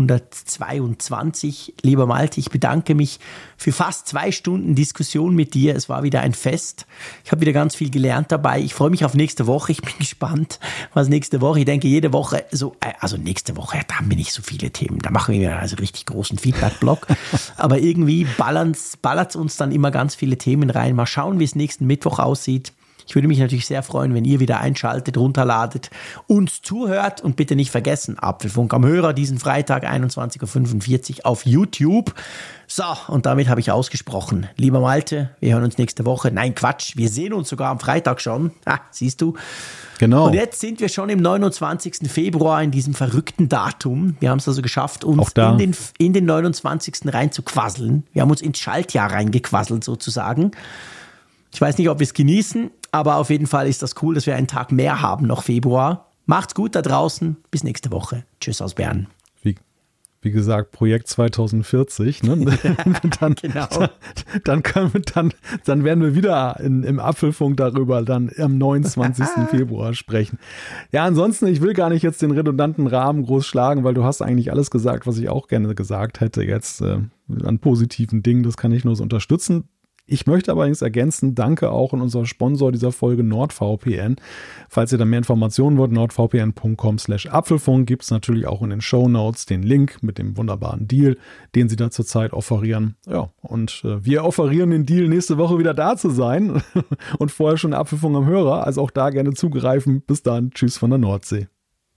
vierhundertzweiundzwanzig. Lieber Malte, ich bedanke mich für fast zwei Stunden Diskussion mit dir. Es war wieder ein Fest. Ich habe wieder ganz viel gelernt dabei. Ich freue mich auf nächste Woche. Ich bin gespannt, was nächste Woche. Ich denke, jede Woche, so, also nächste Woche, da haben wir nicht so viele Themen. Da machen wir also richtig großen Feedback-Block. Aber irgendwie ballert es uns dann immer ganz viele Themen rein. Mal schauen, wie es nächsten Mittwoch aussieht. Ich würde mich natürlich sehr freuen, wenn ihr wieder einschaltet, runterladet, uns zuhört und bitte nicht vergessen, Apfelfunk am Hörer diesen Freitag einundzwanzig Uhr fünfundvierzig auf YouTube. So, und damit habe ich ausgesprochen. Lieber Malte, wir hören uns nächste Woche. Nein, Quatsch, wir sehen uns sogar am Freitag schon. Ah, siehst du? Genau. Und jetzt sind wir schon im neunundzwanzigsten Februar in diesem verrückten Datum. Wir haben es also geschafft, uns in den, in den neunundzwanzigsten reinzuquasseln. Wir haben uns ins Schaltjahr reingequasselt sozusagen. Ich weiß nicht, ob wir es genießen, aber auf jeden Fall ist das cool, dass wir einen Tag mehr haben, noch Februar. Macht's gut da draußen. Bis nächste Woche. Tschüss aus Bern. Wie, wie gesagt, Projekt zwanzig vierzig. Ne? dann, genau. dann, dann, können wir, dann, dann werden wir wieder in, im Apfelfunk darüber dann am neunundzwanzigsten Februar sprechen. Ja, ansonsten, ich will gar nicht jetzt den redundanten Rahmen groß schlagen, weil du hast eigentlich alles gesagt, was ich auch gerne gesagt hätte jetzt äh, an positiven Dingen. Das kann ich nur so unterstützen. Ich möchte allerdings ergänzen, danke auch an unser Sponsor dieser Folge NordVPN. Falls ihr da mehr Informationen wollt, nordvpn punkt com slash Apfelfunk, gibt es natürlich auch in den Shownotes den Link mit dem wunderbaren Deal, den sie da zurzeit offerieren. Ja, und äh, wir offerieren den Deal, nächste Woche wieder da zu sein und vorher schon Apfelfunk am Hörer, also auch da gerne zugreifen. Bis dann, tschüss von der Nordsee.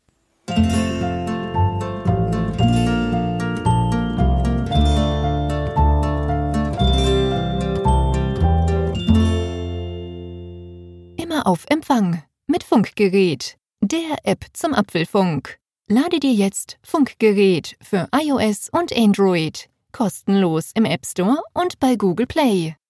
Auf Empfang mit Funkgerät, der App zum Apfelfunk. Lade dir jetzt Funkgerät für iOS und Android kostenlos im App Store und bei Google Play.